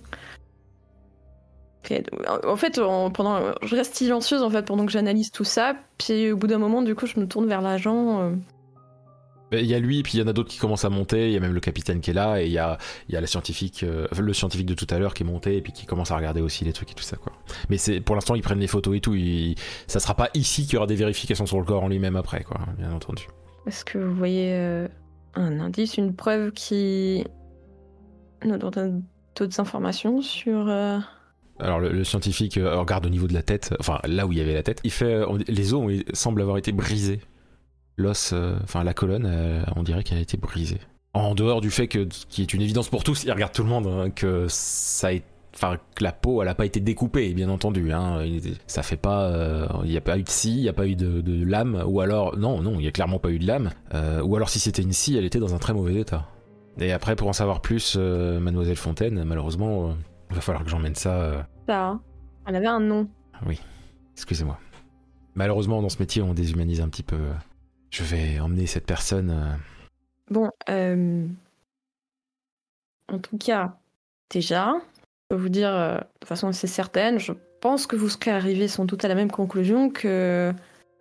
Et, en fait, en- pendant, je reste silencieuse en fait pendant que j'analyse tout ça. Puis au bout d'un moment, du coup, je me tourne vers l'agent. euh, Il y a lui, puis il y en a d'autres qui commencent à monter. Il y a même le capitaine qui est là, et il y a, il y a la scientifique, euh, enfin, le scientifique de tout à l'heure qui est monté, et puis qui commence à regarder aussi les trucs et tout ça, quoi. Mais c'est, pour l'instant, ils prennent les photos et tout. Ils, ça sera pas ici qu'il y aura des vérifications sur le corps en lui-même après, quoi, bien entendu. Est-ce que vous voyez euh, un indice, une preuve qui nous donne d'autres informations sur. euh, Alors le, le scientifique euh, regarde au niveau de la tête, enfin là où il y avait la tête. Il fait, euh, on- les os ont- semblent avoir été brisés. L'os, euh, enfin la colonne, euh, on dirait qu'elle a été brisée. En dehors du fait que, qui est une évidence pour tous, il regarde tout le monde, hein, que ça a été, enfin que la peau, elle a pas été découpée, bien entendu. Hein, Il- ça fait pas, euh, il n'y a pas eu de scie, il n'y a pas eu de, de lame, ou alors non, non, il y a clairement pas eu de lame. Euh, ou alors si c'était une scie, elle était dans un très mauvais état. Et après, pour en savoir plus, euh, Mademoiselle Fontaine, malheureusement, euh, il va falloir que j'emmène ça. euh, Ça, hein. Elle avait un nom. Excusez-moi. Malheureusement, dans ce métier, on déshumanise un petit peu. Je vais emmener cette personne. euh, Bon, euh, en tout cas, déjà, je peux vous dire, euh, de façon assez certaine, je pense que vous serez arrivés sans doute à la même conclusion que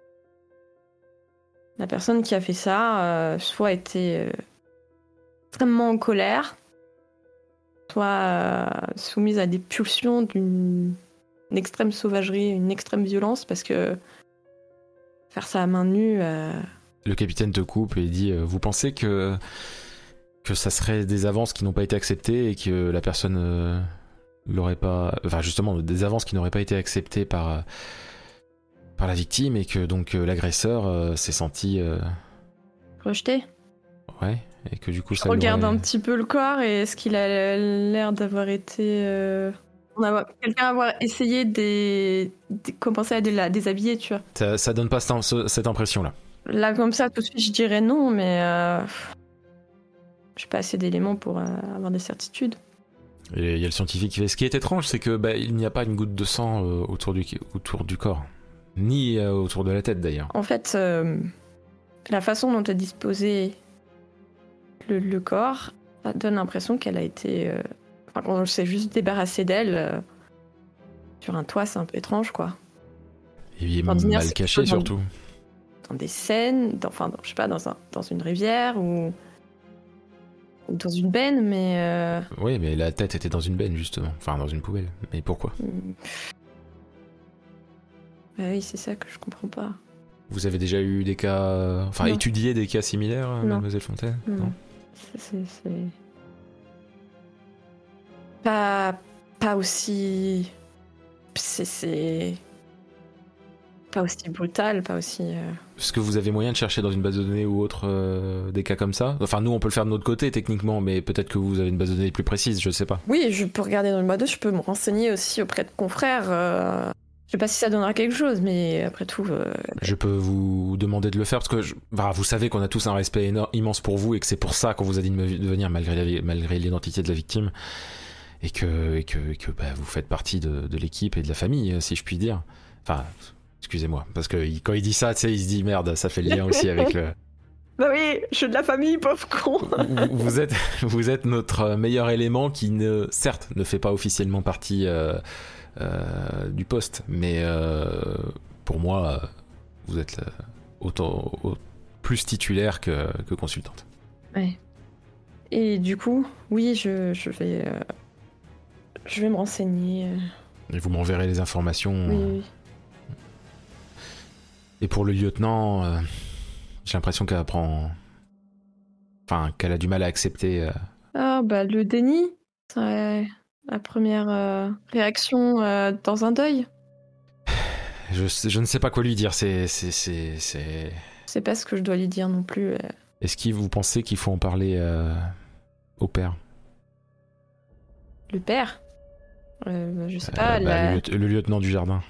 la personne qui a fait ça, euh, soit était euh, extrêmement en colère, soit euh, soumise à des pulsions d'une une extrême sauvagerie, une extrême violence, parce que faire ça à main nue, euh, Le capitaine te coupe et dit euh, vous pensez que que ça serait des avances qui n'ont pas été acceptées et que la personne euh, l'aurait pas, enfin justement des avances qui n'auraient pas été acceptées par euh, par la victime et que donc euh, l'agresseur euh, s'est senti euh, rejetée. ouais et que du coup Je ça regarde l'aurait- un petit peu le corps et est-ce qu'il a l'air d'avoir été. Euh... on a- Quelqu'un avoir essayé de des... des- commencer à la déshabiller, tu vois. ça, ça donne pas cette, cette impression là. Là, comme ça, tout de suite, je dirais non, mais. Euh... J'ai pas assez d'éléments pour euh, avoir des certitudes. Et il y a le scientifique qui fait. Ce qui est étrange, c'est que bah, il n'y a pas une goutte de sang euh, autour du autour du corps, ni euh, autour de la tête d'ailleurs. En fait, euh, la façon dont est disposé le, le corps, ça donne l'impression qu'elle a été. Euh... Enfin, qu'on s'est juste débarrassé d'elle euh, sur un toit, c'est un peu étrange, quoi. Et il est Ordinaire, mal c'est caché plutôt dans- surtout. Dans des scènes, dans, enfin, dans- je sais pas, dans, un, dans une rivière ou, ou dans une benne, mais. Euh... Oui, mais la tête était dans une benne justement, enfin dans une poubelle. Mais pourquoi? hmm. Bah oui, c'est ça que je comprends pas. Vous avez déjà eu des cas, euh, enfin Non. étudié des cas similaires, euh, Non. Mademoiselle Fontaine? Non. C'est- C'est. c'est- Pas, pas aussi. C'est. c'est- Pas aussi brutal, pas aussi. euh, Est-ce que vous avez moyen de chercher dans une base de données ou autre euh, des cas comme ça? Enfin, nous on peut le faire de notre côté techniquement, mais peut-être que vous avez une base de données plus précise, je sais pas. Oui, je peux regarder dans le mode, je peux me renseigner aussi auprès de confrères. euh, Je sais pas si ça donnera quelque chose, mais après tout. euh, Je peux vous demander de le faire parce que je... bah, vous savez qu'on a tous un respect énorme, immense pour vous et que c'est pour ça qu'on vous a dit de, me- de venir malgré, la vi- malgré l'identité de la victime et que, et que, et que bah, vous faites partie de, de l'équipe et de la famille, si je puis dire. Enfin, excusez-moi, parce que il- quand il dit ça, tu sais, il se dit merde, ça fait le lien aussi avec le. Bah oui, je suis de la famille, pauvre con. vous, vous êtes, vous êtes notre meilleur élément qui ne, certes, ne fait pas officiellement partie euh, euh, du poste, mais euh, pour moi, euh, vous êtes euh, autant, au- plus titulaire que, que consultante. Ouais. Et du coup, oui, je, je vais. euh, Je vais me renseigner. euh, Et vous m'enverrez les informations. Oui, oui. Et pour le lieutenant, euh, j'ai l'impression qu'elle prend, enfin, qu'elle a du mal à accepter. euh, Ah, bah le déni, c'est la première euh, réaction euh, dans un deuil. Je, sais- je ne sais pas quoi lui dire. C'est, c'est, c'est, c'est... Je sais pas ce que je dois lui dire non plus. euh. Est-ce que vous pensez qu'il faut en parler euh, au père? Le père euh, Je sais Euh, pas, bah, la- le, lieutenant- le lieutenant du jardin.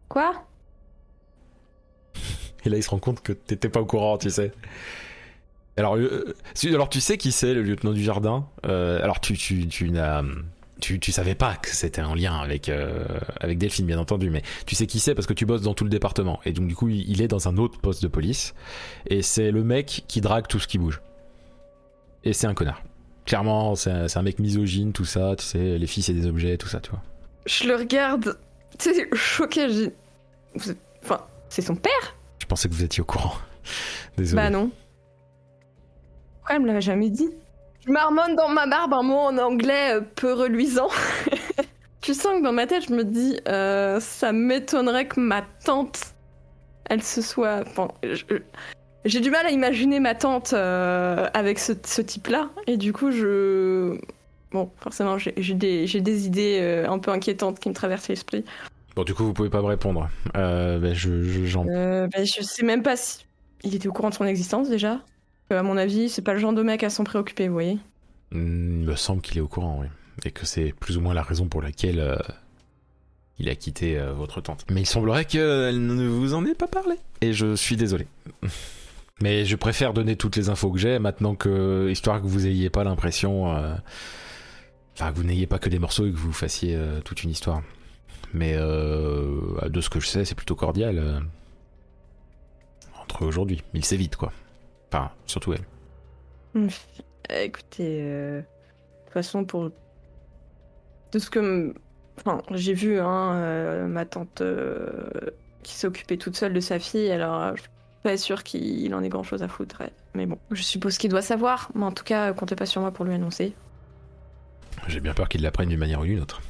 Quoi? Et là, il se rend compte que t'étais pas au courant, tu sais. Alors, euh, alors tu sais qui c'est, le lieutenant du jardin. euh, Alors tu, tu, tu n'as... Tu, tu savais pas que c'était en lien avec, euh, avec Delphine, bien entendu, mais tu sais qui c'est parce que tu bosses dans tout le département. Et donc, du coup, il est dans un autre poste de police. Et c'est le mec qui drague tout ce qui bouge. Et c'est un connard. Clairement, c'est un, c'est un mec misogyne, tout ça, tu sais, les filles, c'est des objets, tout ça, tu vois. Je le regarde, tu sais, choqué, je dis... Vous êtes... Enfin, c'est son père? Je pensais que vous étiez au courant. Désolé. Bah non. Pourquoi elle me l'avait jamais dit? Je marmonne dans ma barbe un mot en anglais euh, peu reluisant. Tu sens que dans ma tête, je me dis, euh, ça m'étonnerait que ma tante, elle se soit... Enfin, je... j'ai du mal à imaginer ma tante euh, avec ce, ce type-là. Et du coup, je... Bon, forcément, j'ai, j'ai, des, j'ai des idées euh, un peu inquiétantes qui me traversent l'esprit. Bon, du coup, vous pouvez pas me répondre. Euh, ben, je, je, j'en... Euh, bah, je sais même pas si... Il était au courant de son existence, déjà. Euh, à mon avis, c'est pas le genre de mec à s'en préoccuper, vous voyez. Il me semble qu'il est au courant, oui. Et que c'est plus ou moins la raison pour laquelle euh, il a quitté euh, votre tante. Mais il semblerait qu'elle ne vous en ait pas parlé. Et je suis désolé. Mais je préfère donner toutes les infos que j'ai maintenant que... Histoire que vous ayez pas l'impression... Euh... Enfin, que vous n'ayez pas que des morceaux et que vous fassiez euh, toute une histoire. Mais euh, de ce que je sais, c'est plutôt cordial. Euh, entre aujourd'hui. Il s'évite, quoi. Enfin, surtout elle. Euh, écoutez, euh, de toute façon, pour... De ce que... m- Enfin, j'ai vu, hein, euh, ma tante euh, qui s'occupait toute seule de sa fille, alors euh, je suis pas sûre qu'il en ait grand-chose à foutre. Ouais. Mais bon, je suppose qu'il doit savoir. Mais en tout cas, euh, comptez pas sur moi pour lui annoncer. J'ai bien peur qu'il l'apprenne d'une manière ou d'une autre.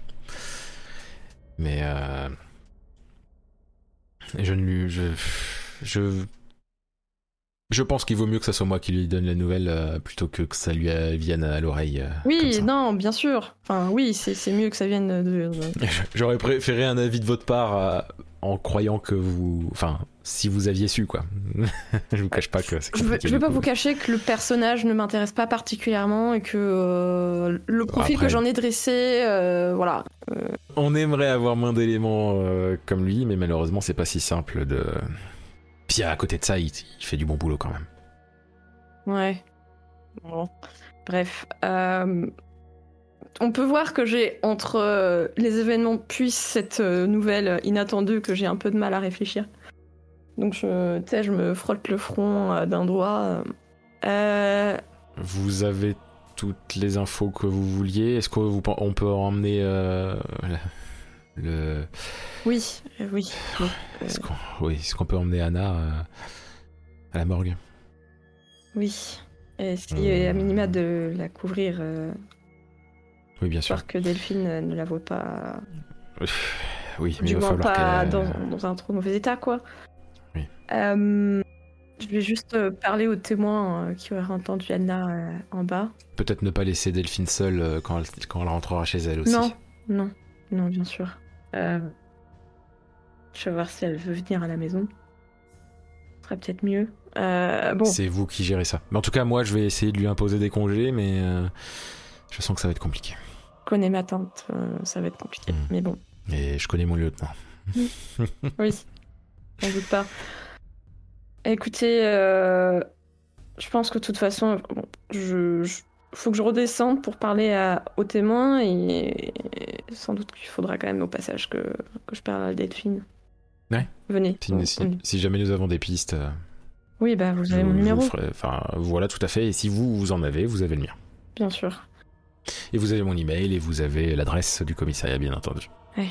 Mais euh... je ne lui... Je... Je... Je pense qu'il vaut mieux que ça soit moi qui lui donne la nouvelle euh, plutôt que que ça lui euh, vienne à l'oreille. Euh, Oui, non, bien sûr. Enfin, oui, c'est, c'est mieux que ça vienne de... de- J'aurais préféré un avis de votre part euh, en croyant que vous... Enfin, si vous aviez su, quoi. Je vous cache pas que c'est Je vais, compliqué. je vais du pas coup. vous cacher que le personnage ne m'intéresse pas particulièrement et que euh, le profil Après- que j'en ai dressé, euh, voilà. On aimerait avoir moins d'éléments euh, comme lui, mais malheureusement, c'est pas si simple de... Puis à côté de ça, il, il fait du bon boulot quand même. Ouais. Bon. Bref. euh, On peut voir que j'ai, entre euh, les événements puis cette euh, nouvelle inattendue, que j'ai un peu de mal à réfléchir. Donc, je, tu sais, je me frotte le front euh, d'un doigt. Euh... Vous avez toutes les infos que vous vouliez. Est-ce qu'on on peut emmener euh, le... Oui, euh, oui. oui. Est-ce qu'on, oui, est-ce qu'on peut emmener Anna euh, à la morgue? Oui. Essayer à minima de la couvrir, euh, Oui, bien sûr. histoire que Delphine euh, ne la voit pas. Oui, mais Du il va moins falloir pas qu'elle... dans, dans un trop mauvais état, quoi. Oui. Euh, je vais juste euh, parler aux témoins euh, qui auraient entendu Anna euh, en bas. Peut-être ne pas laisser Delphine seule euh, quand, elle, quand elle rentrera chez elle aussi. Non, non, non, bien sûr. Euh, je vais voir si elle veut venir à la maison. Ce serait peut-être mieux. Euh, bon. C'est vous qui gérez ça. Mais en tout cas, moi, je vais essayer de lui imposer des congés, mais euh, je sens que ça va être compliqué. Je connais ma tante, euh, ça va être compliqué. Mm. Mais bon, Et je connais mon lieutenant. oui, j'en doute pas. Écoutez, euh, je pense que de toute façon, bon, je, je- faut que je redescende pour parler à, aux témoins et, et sans doute qu'il faudra quand même au passage que, que je parle à Delphine. Ouais. Venez. Si, on- si- on- si jamais nous avons des pistes, euh, Oui, bah vous je, avez mon je vous numéro, ferai- Enfin, voilà, tout à fait. Et si vous, vous en avez, vous avez le mien. bien sûr. Et vous avez mon email et vous avez l'adresse du commissariat, bien entendu. Ouais.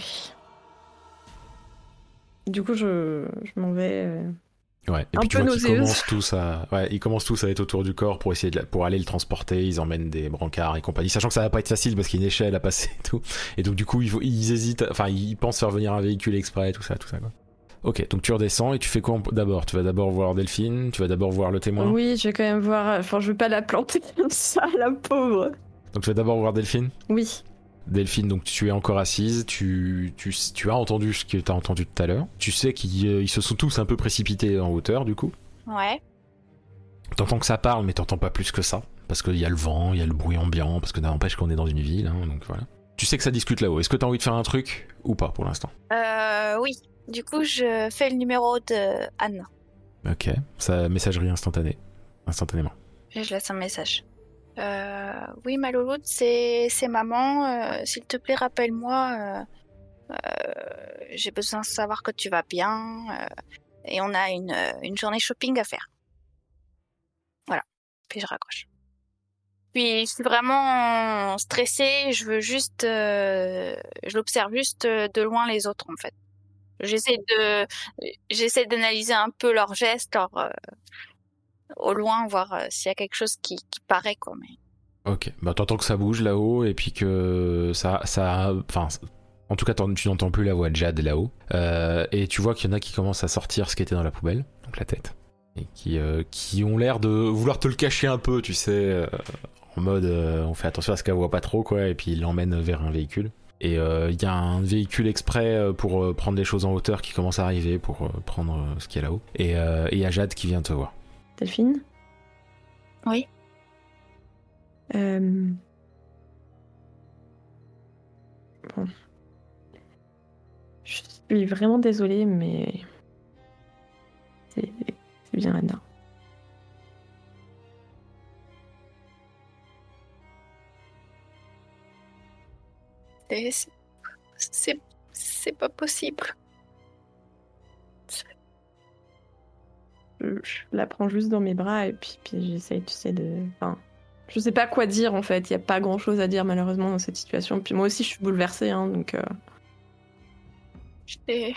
Du coup, je, je m'en vais. euh, Ouais. Et Un puis tu peu vois qu'ils nauséeuse. commencent tous à, ouais, ils commencent tous à être autour du corps pour essayer de la- pour aller le transporter. Ils emmènent des brancards et compagnie, sachant que ça va pas être facile parce qu'il y a une échelle à passer et tout. Et donc du coup, il faut, ils hésitent, enfin, ils pensent faire venir un véhicule exprès, tout ça, tout ça quoi. Ok, donc tu redescends et tu fais quoi en- d'abord? Tu vas d'abord voir Delphine, tu vas d'abord voir le témoin. Oui, je vais quand même voir. Enfin, je vais pas la planter comme ça, la pauvre. Donc tu vas d'abord voir Delphine. Oui. Delphine, donc tu es encore assise, tu, tu, tu as entendu ce que tu as entendu tout à l'heure. Tu sais qu'ils euh, ils se sont tous un peu précipités en hauteur du coup. Ouais. T'entends que ça parle, mais t'entends pas plus que ça. Parce qu'il y a le vent, il y a le bruit ambiant, parce que n'empêche qu'on est dans une ville, hein, donc voilà. Tu sais que ça discute là-haut. Est-ce que t'as envie de faire un truc ou pas pour l'instant? Euh, oui. Du coup, je fais le numéro de Anne. Ok, ça, messagerie instantanée. instantanément. Et je laisse un message. Euh, oui, ma louloute, c'est, c'est maman. Euh, s'il te plaît, rappelle-moi. Euh, euh, j'ai besoin de savoir que tu vas bien. Euh, et on a une, une journée shopping à faire. Voilà. Puis je raccroche. Puis je suis vraiment stressée. Je veux juste... Euh, je l'observe juste de loin les autres, en fait. J'essaie de, j'essaie d'analyser un peu leurs gestes, leur, euh, au loin, voir euh, s'il y a quelque chose qui, qui paraît, quoi. Mais... Ok, bah t'entends que ça bouge là-haut et puis que ça, ça, enfin, en tout cas tu n'entends plus la voix de Jade là-haut euh, et tu vois qu'il y en a qui commencent à sortir ce qui était dans la poubelle, donc la tête, et qui, euh, qui ont l'air de vouloir te le cacher un peu, tu sais, euh, en mode euh, on fait attention à ce qu'elle voit pas trop, quoi, et puis ils l'emmènent vers un véhicule. Et il euh, y a un véhicule exprès pour euh, prendre les choses en hauteur qui commence à arriver pour euh, prendre euh, ce qu'il y a là-haut. Et il euh, y a Jade qui vient te voir. Delphine ? Oui. Euh... Bon. Je suis vraiment désolée, mais c'est, c'est bien Anna. Et c'est... c'est... c'est pas possible. Je, je la prends juste dans mes bras et puis, puis j'essaye, tu sais, de... Enfin, je sais pas quoi dire, en fait. Il y a pas grand-chose à dire, malheureusement, dans cette situation. Puis moi aussi, je suis bouleversée, hein, donc... Euh... J'ai...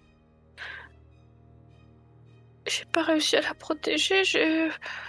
J'ai pas réussi à la protéger, je...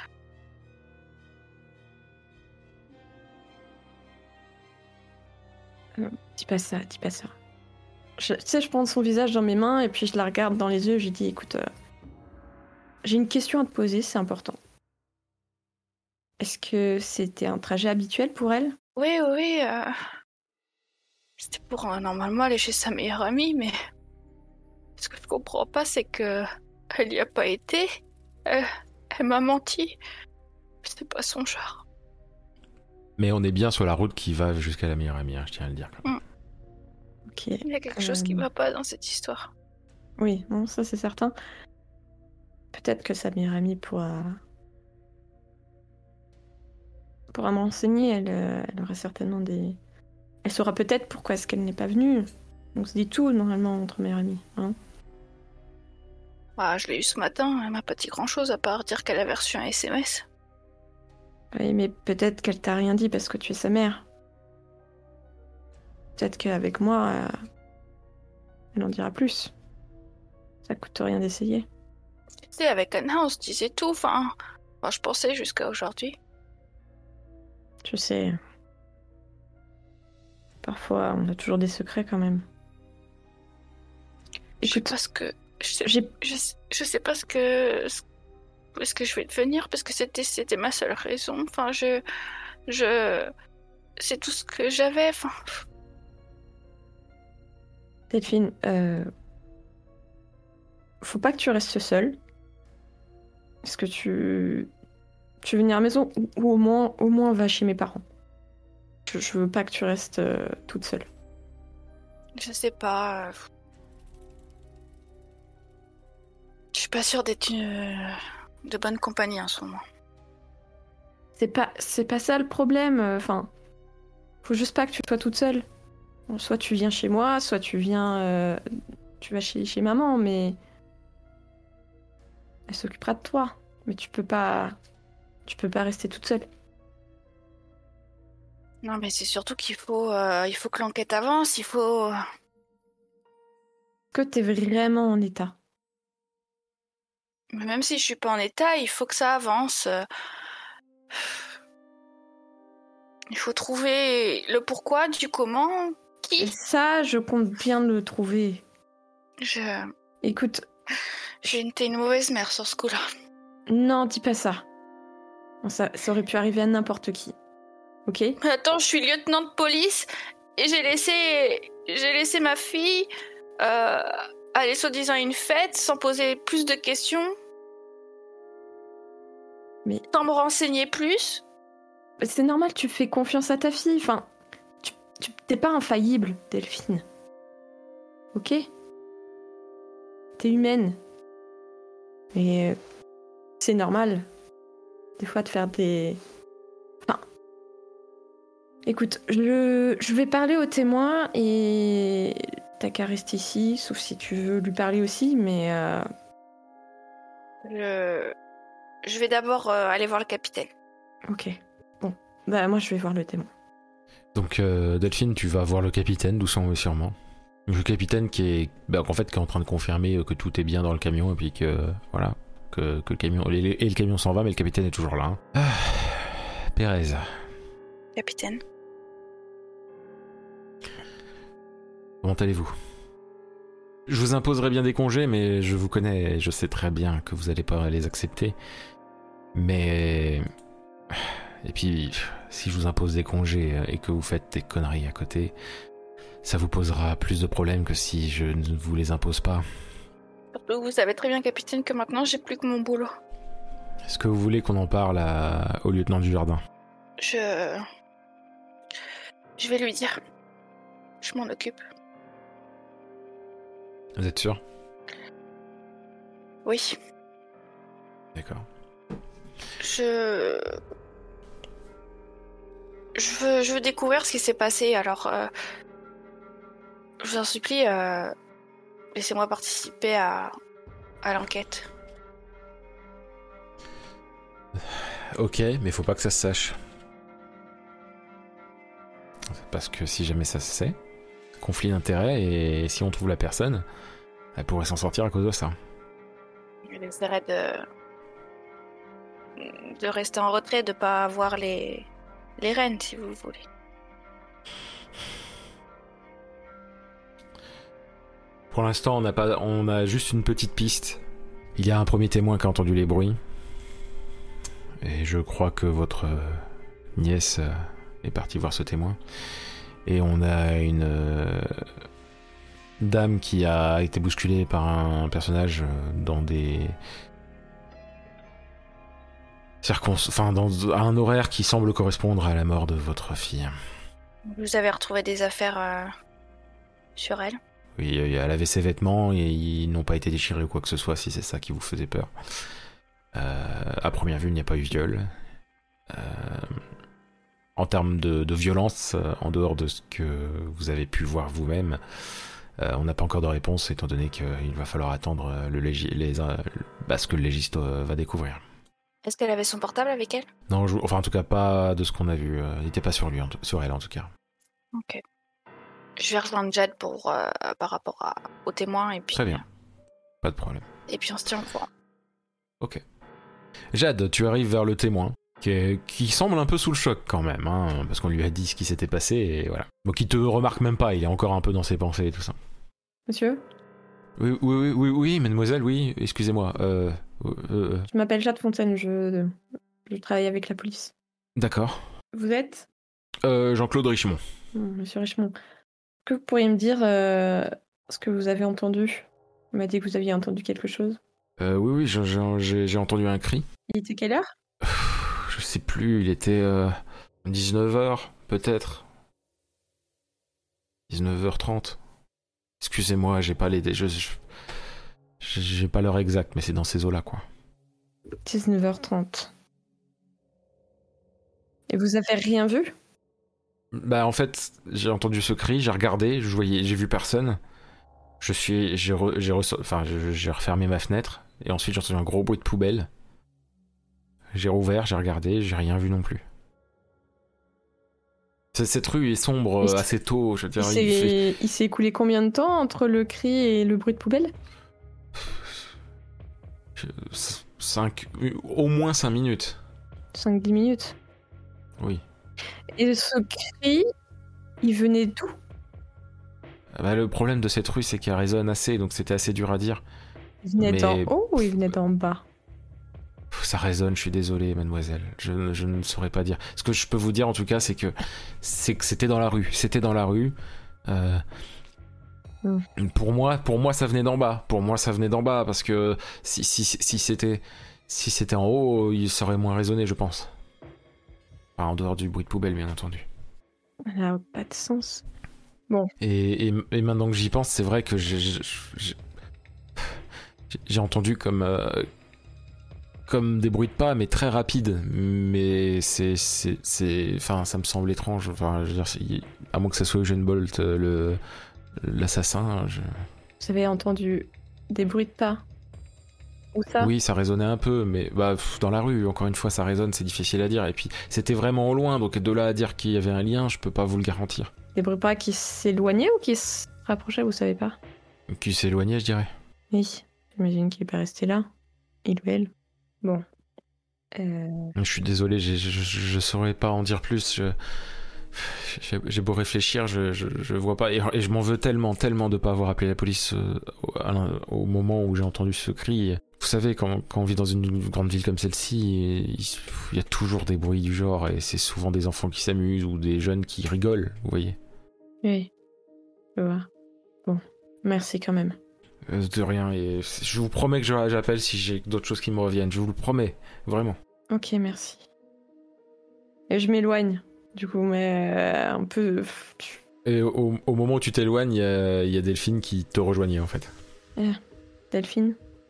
Euh, dis pas ça, dis pas ça. Je, tu sais, je prends son visage dans mes mains et puis je la regarde dans les yeux et je lui dis, écoute, euh, j'ai une question à te poser, c'est important. Est-ce que c'était un trajet habituel pour elle ? Oui, oui, euh... c'était pour euh, normalement aller chez sa meilleure amie, mais... Ce que je comprends pas, c'est que... Elle y a pas été. Elle, elle m'a menti. C'était pas son genre. Mais on est bien sur la route qui va jusqu'à la meilleure amie, hein, je tiens à le dire. Mm. Ok. Il y a quelque euh... chose qui va pas dans cette histoire. Oui, non, ça c'est certain. Peut-être que sa meilleure amie pourra... pourra me renseigner, elle, euh, elle aura certainement des... Elle saura peut-être pourquoi est-ce qu'elle n'est pas venue. On se dit tout, normalement, entre meilleures amies, hein. Bah, je l'ai eu ce matin, elle m'a pas dit grand-chose à part dire qu'elle avait reçu un S M S. Oui, mais peut-être qu'elle t'a rien dit parce que tu es sa mère. Peut-être qu'avec moi, euh, elle en dira plus. Ça coûte rien d'essayer. Tu sais, avec Anna, on se disait tout, enfin... enfin je pensais jusqu'à aujourd'hui. Je sais. Parfois, on a toujours des secrets quand même. Je sais Écoute, pas ce que... Je sais, j'ai... je, je sais pas ce que... ce que je vais devenir, parce que c'était, c'était ma seule raison. Enfin, je... Je... C'est tout ce que j'avais, enfin... Delphine, euh... faut pas que tu restes seule. Est-ce que tu... Tu veux venir à la maison ou, ou au moins, au moins va chez mes parents. Je, je veux pas que tu restes euh, toute seule. Je sais pas... Je suis pas sûre d'être une... de bonne compagnie en ce moment. C'est pas, c'est pas ça le problème. Enfin, faut juste pas que tu sois toute seule. Bon, soit tu viens chez moi, soit tu viens, euh, tu vas chez, chez maman, mais elle s'occupera de toi. Mais tu peux pas, tu peux pas rester toute seule. Non, mais c'est surtout qu'il faut, euh, il faut que l'enquête avance. Il faut. Que t'es vraiment en état. Mais même si je suis pas en état, il faut que ça avance. Il faut trouver le pourquoi, du comment, qui. Et ça, je compte bien le trouver. Je. Écoute. J'ai été une mauvaise mère sur ce coup-là. Non, dis pas ça. Bon, ça, ça aurait pu arriver à n'importe qui. Ok ? Mais attends, je suis lieutenant de police et j'ai laissé, j'ai laissé ma fille euh, aller soi-disant à une fête sans poser plus de questions. Mais sans me renseigner plus. C'est normal, tu fais confiance à ta fille. Enfin, tu, tu t'es pas infaillible, Delphine. Ok ? T'es humaine. Et euh, c'est normal. des fois de faire des... Enfin... Écoute, je, je vais parler au témoin et t'as qu'à rester ici, sauf si tu veux lui parler aussi, mais... Euh... Je... je vais d'abord euh, aller voir le capitaine. Ok, bon. Bah moi je vais voir le témoin. Donc euh, Delphine, tu vas voir le capitaine, doucement mais sûrement. Le capitaine qui est, bah, en fait, qui est en train de confirmer que tout est bien dans le camion et puis que voilà, que, que le camion et le camion s'en va, mais le capitaine est toujours là. Ah, Pérez. Capitaine. Comment allez-vous? Je vous imposerai bien des congés, mais je vous connais et je sais très bien que vous allez pas les accepter. Mais et puis, si je vous impose des congés et que vous faites des conneries à côté, ça vous posera plus de problèmes que si je ne vous les impose pas. Surtout que vous savez très bien, capitaine, que maintenant j'ai plus que mon boulot. Est-ce que vous voulez qu'on en parle à... au lieutenant du jardin? Je... Je vais lui dire. Je m'en occupe. Vous êtes sûr? Oui. D'accord. Je... Je veux, je veux découvrir ce qui s'est passé, alors... Euh... Je vous en supplie, euh... laissez-moi participer à, à l'enquête. Ok, mais faut pas que ça se sache. Parce que si jamais ça se sait, conflit d'intérêts, et si on trouve la personne, elle pourrait s'en sortir à cause de ça. J'essaierai de... de rester en retrait, de pas avoir les... les rênes, si vous voulez. Pour l'instant, on n'a pas, on a juste une petite piste. Il y a un premier témoin qui a entendu les bruits. Et je crois que votre nièce est partie voir ce témoin. Et on a une euh, dame qui a été bousculée par un personnage dans des circons... enfin, dans un horaire qui semble correspondre à la mort de votre fille. Vous avez retrouvé des affaires euh, sur elle? Oui, elle avait ses vêtements et ils n'ont pas été déchirés ou quoi que ce soit, si c'est ça qui vous faisait peur. Euh, à première vue, il n'y a pas eu viol. Euh, en termes de, de violence, en dehors de ce que vous avez pu voir vous-même, euh, on n'a pas encore de réponse, étant donné qu'il va falloir attendre le légi- les, euh, bah, ce que le légiste euh, va découvrir. Est-ce qu'elle avait son portable avec elle? Non, je, enfin en tout cas pas de ce qu'on a vu. Euh, il n'était pas sur lui, en, sur elle en tout cas. Ok. Je vais rejoindre Jade pour, euh, par rapport à, au témoin et puis... Très bien, pas de problème. Et puis on se tient au courant. Ok. Jade, tu arrives vers le témoin, qui, est, qui semble un peu sous le choc quand même, hein, parce qu'on lui a dit ce qui s'était passé, et voilà. Donc il te remarque même pas, il est encore un peu dans ses pensées et tout ça. Monsieur? Oui, oui, oui, oui, oui mademoiselle, oui, excusez-moi. Euh, euh, Je m'appelle Jade Fontaine, je, je travaille avec la police. D'accord. Vous êtes? euh, Jean-Claude Richemont. Monsieur Richemont. Est-ce que vous pourriez me dire euh, ce que vous avez entendu? On m'a dit que vous aviez entendu quelque chose. Euh, oui, oui, j'ai, j'ai entendu un cri. Il était quelle heure? Je sais plus, il était euh, dix-neuf heures, peut-être. dix-neuf heures trente. Excusez-moi, j'ai pas les... Je, je, j'ai pas l'heure exacte, mais c'est dans ces eaux-là, quoi. dix-neuf heures trente. Et vous avez rien vu? Bah en fait, j'ai entendu ce cri, j'ai regardé, je voyais, j'ai vu personne. Je suis, j'ai, re, j'ai, re, enfin, j'ai refermé ma fenêtre et ensuite j'ai entendu un gros bruit de poubelle. J'ai rouvert, j'ai regardé, j'ai rien vu non plus. Cette rue est sombre il assez tôt, je veux dire. Il s'est, il, fait... il s'est écoulé combien de temps entre le cri et le bruit de poubelle? cinq, au moins cinq minutes. cinq dix minutes. Oui. Et ce cri, il venait d'où? Bah, le problème de cette rue, c'est qu'elle résonne assez, donc c'était assez dur à dire. Il venait Mais... d'en haut ou il venait d'en bas? Ça résonne, je suis désolé, mademoiselle. Je, je ne saurais pas dire. Ce que je peux vous dire, en tout cas, c'est que, c'est que c'était dans la rue. C'était dans la rue. Euh... Mm. Pour moi, pour moi, ça venait d'en bas. Pour moi, ça venait d'en bas, parce que si, si, si, c'était, si c'était en haut, il serait moins résonné, je pense. Enfin, en dehors du bruit de poubelle, bien entendu. Ça n'a pas de sens. Bon. Et, et, et maintenant que j'y pense, c'est vrai que j'ai, j'ai, j'ai entendu comme, euh, comme des bruits de pas, mais très rapides. Mais c'est, c'est, c'est, enfin, ça me semble étrange. Enfin, je veux dire, c'est... à moins que ça soit Eugene Bolt, le l'assassin. Je... Vous avez entendu des bruits de pas? Où ça? Oui, ça résonnait un peu, mais bah, pff, dans la rue, encore une fois, ça résonne, c'est difficile à dire. Et puis, c'était vraiment au loin, donc de là à dire qu'il y avait un lien, je peux pas vous le garantir. Des bruits de pas qui s'éloignaient ou qui se rapprochaient, vous savez pas? Qui s'éloignait, je dirais. Oui, j'imagine qu'il est pas resté là. Il ou elle. Bon. Euh... Je suis désolé, j'ai, je, je, je saurais pas en dire plus. Je... J'ai, j'ai beau réfléchir, je, je, je vois pas. Et, et je m'en veux tellement, tellement de pas avoir appelé la police euh, au, au moment où j'ai entendu ce cri. Vous savez, quand, quand on vit dans une grande ville comme celle-ci, il, il y a toujours des bruits du genre, et c'est souvent des enfants qui s'amusent ou des jeunes qui rigolent, vous voyez. Oui, je vois. Bon, merci quand même. Euh, de rien, et je vous promets que j'appelle si j'ai d'autres choses qui me reviennent, je vous le promets, vraiment. Ok, merci. Et je m'éloigne, du coup, mais euh, un peu... Et au, au moment où tu t'éloignes, il y a, y a Delphine qui te rejoignait, en fait. Eh, Delphine?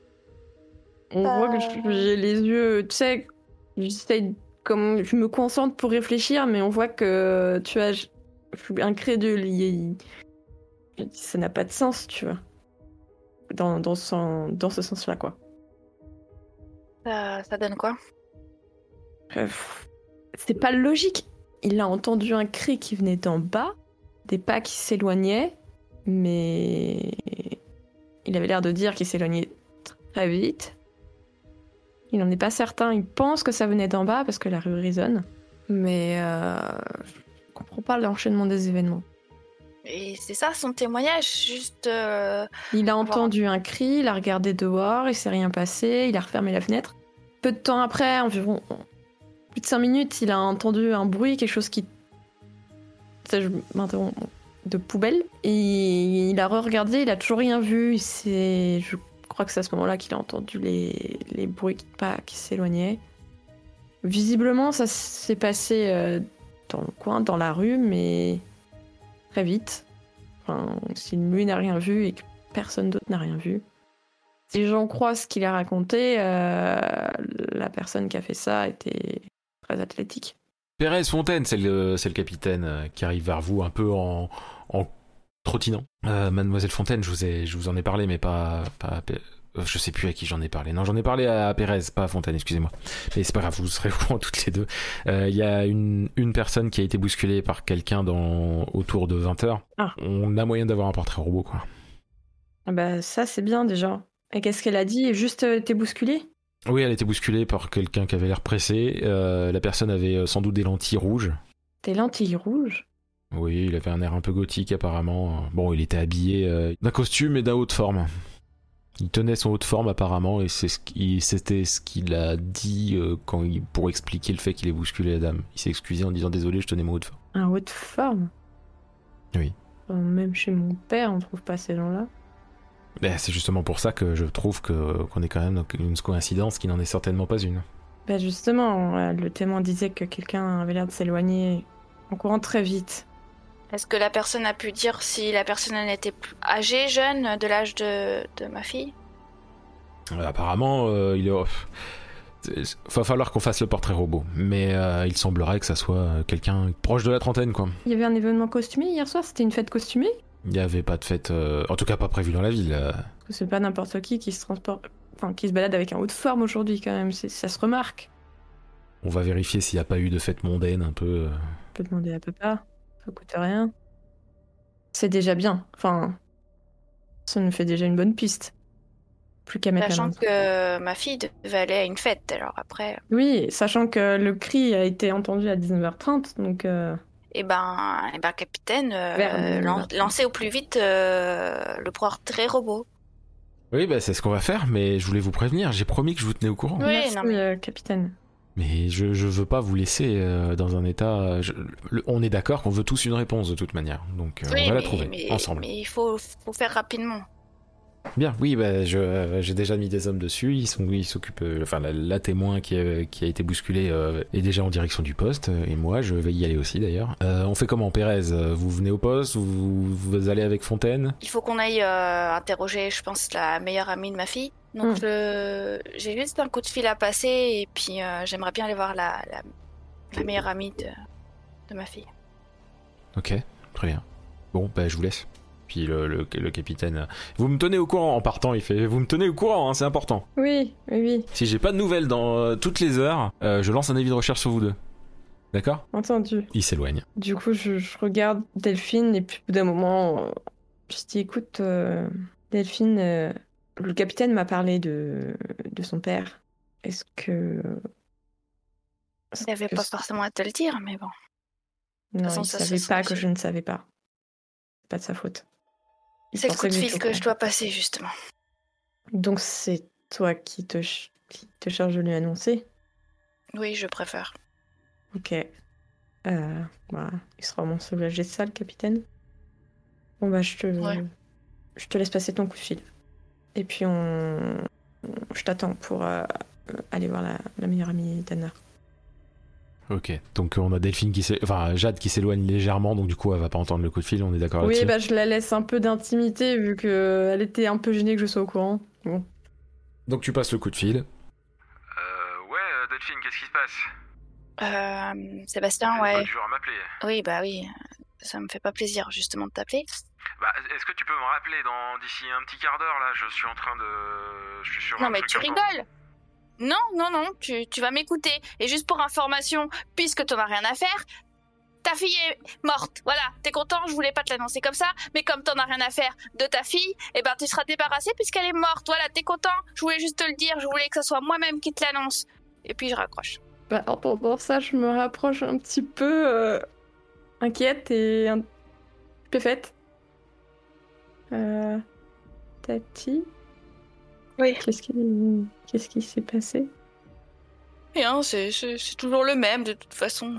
On Euh... voit que j'ai les yeux, tu sais, j'essaye, comme je me concentre pour réfléchir, mais on voit que tu as, je suis incrédule, il, il, ça n'a pas de sens, tu vois, dans, dans, son, dans ce sens-là, quoi. Ça, ça donne quoi? euh, C'est pas logique. Il a entendu un cri qui venait d'en bas, des pas qui s'éloignaient, mais il avait l'air de dire qu'il s'éloignait très vite. Il n'en est pas certain, il pense que ça venait d'en bas parce que la rue résonne. Mais euh, je comprends pas l'enchaînement des événements. Et c'est ça son témoignage, juste... Euh... Il a entendu un cri, il a regardé dehors, il s'est rien passé, il a refermé la fenêtre. Peu de temps après, environ plus de cinq minutes, il a entendu un bruit, quelque chose qui... Ça, je m'interromps, de poubelle. Et il a re-regardé, il a toujours rien vu, il s'est... Je... Je crois que c'est à ce moment-là qu'il a entendu les, les bruits de pas qui s'éloignaient. Visiblement, ça s'est passé euh, dans le coin, dans la rue, mais très vite. Enfin, si lui n'a rien vu et que personne d'autre n'a rien vu. Si j'en crois ce qu'il a raconté, euh, la personne qui a fait ça était très athlétique. Pérez Fontaine, c'est le, c'est le capitaine euh, qui arrive vers vous un peu en... en... trottinant. Euh, Mademoiselle Fontaine, je vous, ai, je vous en ai parlé, mais pas... pas euh, je sais plus à qui j'en ai parlé. Non, j'en ai parlé à Pérez, pas à Fontaine, excusez-moi. Mais c'est pas grave, vous serez au courant toutes les deux. Il euh, y a une, une personne qui a été bousculée par quelqu'un dans, autour de vingt heures. Ah. On a moyen d'avoir un portrait robot, quoi. Ah bah ça, c'est bien, déjà. Et qu'est-ce qu'elle a dit? Juste euh, été bousculée? Oui, elle a été bousculée par quelqu'un qui avait l'air pressé. Euh, la personne avait sans doute des lentilles rouges. Des lentilles rouges? Oui, il avait un air un peu gothique apparemment. Bon, il était habillé euh, d'un costume et d'un haut de forme. Il tenait son haut de forme apparemment et c'est ce qui, c'était ce qu'il a dit euh, quand il, pour expliquer le fait qu'il ait bousculé la dame. Il s'est excusé en disant désolé, je tenais mon haut de forme. Un haut de forme? Oui. Enfin, même chez mon père, on trouve pas ces gens-là. Ben, c'est justement pour ça que je trouve que, qu'on est quand même dans une coïncidence qui n'en est certainement pas une. Ben justement, le témoin disait que quelqu'un avait l'air de s'éloigner en courant très vite. Est-ce que la personne a pu dire si la personne elle était plus âgée, jeune, de l'âge de, de ma fille? euh, Apparemment, euh, il est... va falloir qu'on fasse le portrait robot, mais euh, il semblerait que ça soit quelqu'un proche de la trentaine, quoi. Il y avait un événement costumé hier soir? C'était une fête costumée? Il n'y avait pas de fête, euh... en tout cas pas prévue dans la ville. Euh... Parce que c'est pas n'importe qui qui se transporte, enfin qui se balade avec un haut de forme aujourd'hui quand même. C'est... ça se remarque. On va vérifier s'il n'y a pas eu de fête mondaine un peu. Euh... On peut demander à papa. Ça coûte rien. C'est déjà bien. Enfin, ça nous fait déjà une bonne piste. Plus qu'à mettre Sachant la que ma fille devait aller à une fête, alors après... Oui, sachant que le cri a été entendu à dix-neuf heures trente, donc... Euh... Eh ben, eh ben capitaine, euh, Vers... lan- lancez au plus vite euh, le portrait robot. Oui, bah c'est ce qu'on va faire, mais je voulais vous prévenir, j'ai promis que je vous tenais au courant. Oui, Merci, non, mais... euh, capitaine. Mais je, je veux pas vous laisser euh, dans un état... Je, le, on est d'accord qu'on veut tous une réponse de toute manière, donc euh, oui, on va mais, la trouver, mais, ensemble. Mais il faut, faut faire rapidement. Bien, oui, bah, je, euh, j'ai déjà mis des hommes dessus, ils sont, ils s'occupent... Euh, enfin, la, la témoin qui a, qui a été bousculée euh, est déjà en direction du poste, euh, et moi, je vais y aller aussi, d'ailleurs. Euh, on fait comment, Pérez? Vous venez au poste? Vous, vous allez avec Fontaine? Il faut qu'on aille euh, interroger, je pense, la meilleure amie de ma fille. Donc Mm. je- j'ai juste un coup de fil à passer et puis euh, j'aimerais bien aller voir la, la, la meilleure amie de, de ma fille. Ok, très bien. Bon, bah je vous laisse. Puis le, le, le capitaine... Vous me tenez au courant en partant, il fait... Vous me tenez au courant, hein, c'est important. Oui, oui, oui, Si j'ai pas de nouvelles dans euh, toutes les heures, euh, je lance un avis de recherche sur vous deux. D'accord ? entendu. Il s'éloigne. Du coup, je, je regarde Delphine et puis au bout d'un moment, euh, je dis écoute, euh, Delphine, euh, le capitaine m'a parlé de, de son père. Est-ce que. est-ce Il n'avait que pas c- forcément à te le dire, mais bon. Non, façon, il ça, savait ça pas se que fait. je ne savais pas. C'est pas de sa faute. Il C'est le pensait coup de j'étais fil au que je courant. dois passer, justement. Donc c'est toi qui te, ch- qui te charge de lui annoncer. Oui, je préfère. Ok. Euh, bah, il sera vraiment soulagé de ça, le capitaine. Bon bah je te, Ouais. je te laisse passer ton coup de fil. Et puis on, je t'attends pour euh, aller voir la, la meilleure amie d'Anna. Ok, donc on a Delphine qui s'é... Enfin, Jade qui s'éloigne légèrement, donc du coup elle va pas entendre le coup de fil, on est d'accord Oui, là-dessus. bah je la laisse un peu d'intimité vu que elle était un peu gênée que je sois au courant. Bon. Donc tu passes le coup de fil. Euh, ouais, euh, Delphine, qu'est-ce qui se passe? Euh, Sébastien, T'es pas ouais. du genre à m'appeler. Oui, bah oui. Ça me fait pas plaisir, justement, de t'appeler. Bah, est-ce que tu peux me rappeler dans d'ici un petit quart d'heure, là? Je suis en train de... Je suis sur Non, un mais truc tu important. rigoles. Non, non, non, tu, tu vas m'écouter. Et juste pour information, puisque t'en as rien à faire, ta fille est morte. Voilà, t'es content, je voulais pas te l'annoncer comme ça, mais comme t'en as rien à faire de ta fille, eh ben tu seras débarrassé puisqu'elle est morte. Voilà, t'es content, je voulais juste te le dire, je voulais que ce soit moi-même qui te l'annonce. Et puis je raccroche. Bah, en entendant ça, je me rapproche un petit peu euh, inquiète et un... stupéfaite. Euh... Tati, Oui. qu'est-ce qui, qu'est-ce qui s'est passé? Rien, c'est, c'est, c'est toujours le même de toute façon.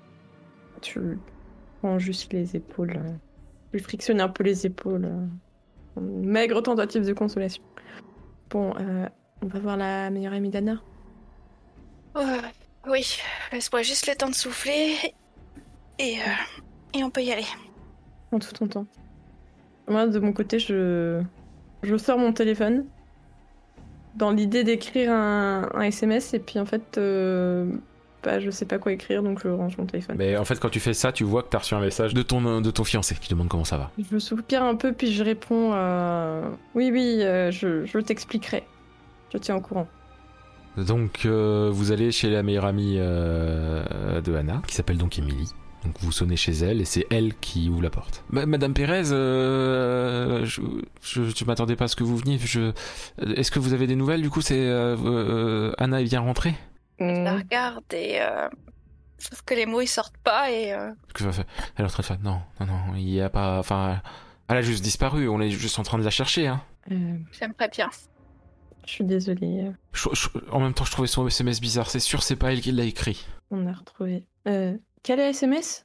Tu prends juste les épaules. euh, Tu frictionnes un peu les épaules. euh, Une maigre tentative de consolation. Bon, euh, on va voir la meilleure amie d'Anna. Euh, oui, laisse-moi juste le temps de souffler. Et, euh, et on peut y aller. En tout ton temps. Moi, de mon côté, je, je sors mon téléphone dans l'idée d'écrire un, un S M S et puis en fait, euh, bah, je sais pas quoi écrire donc je range mon téléphone. Mais en fait quand tu fais ça, tu vois que t'as reçu un message de ton, de ton fiancé qui demande comment ça va. Je soupire un peu puis je réponds euh, oui, oui, euh, je, je t'expliquerai. Je tiens au courant. Donc euh, vous allez chez la meilleure amie euh, de Anna, qui s'appelle donc Emily. Donc vous sonnez chez elle et c'est elle qui ouvre la porte. Ma- Madame Pérez, euh, je, je, je m'attendais pas à ce que vous veniez. Je, est-ce que vous avez des nouvelles du coup? C'est euh, euh, Anna est bien rentrée? Je la regarde et... Euh... Sauf que les mots ils sortent pas et... Euh... Elle est en train de faire non, non, non, il y a pas. Enfin, elle a juste disparu. On est juste en train de la chercher, hein. Euh, J'aimerais bien. je suis désolée, Je- je- en même temps, je trouvais son S M S bizarre. C'est sûr, c'est pas elle qui l'a écrit. on a retrouvé. Euh, quel est S M S?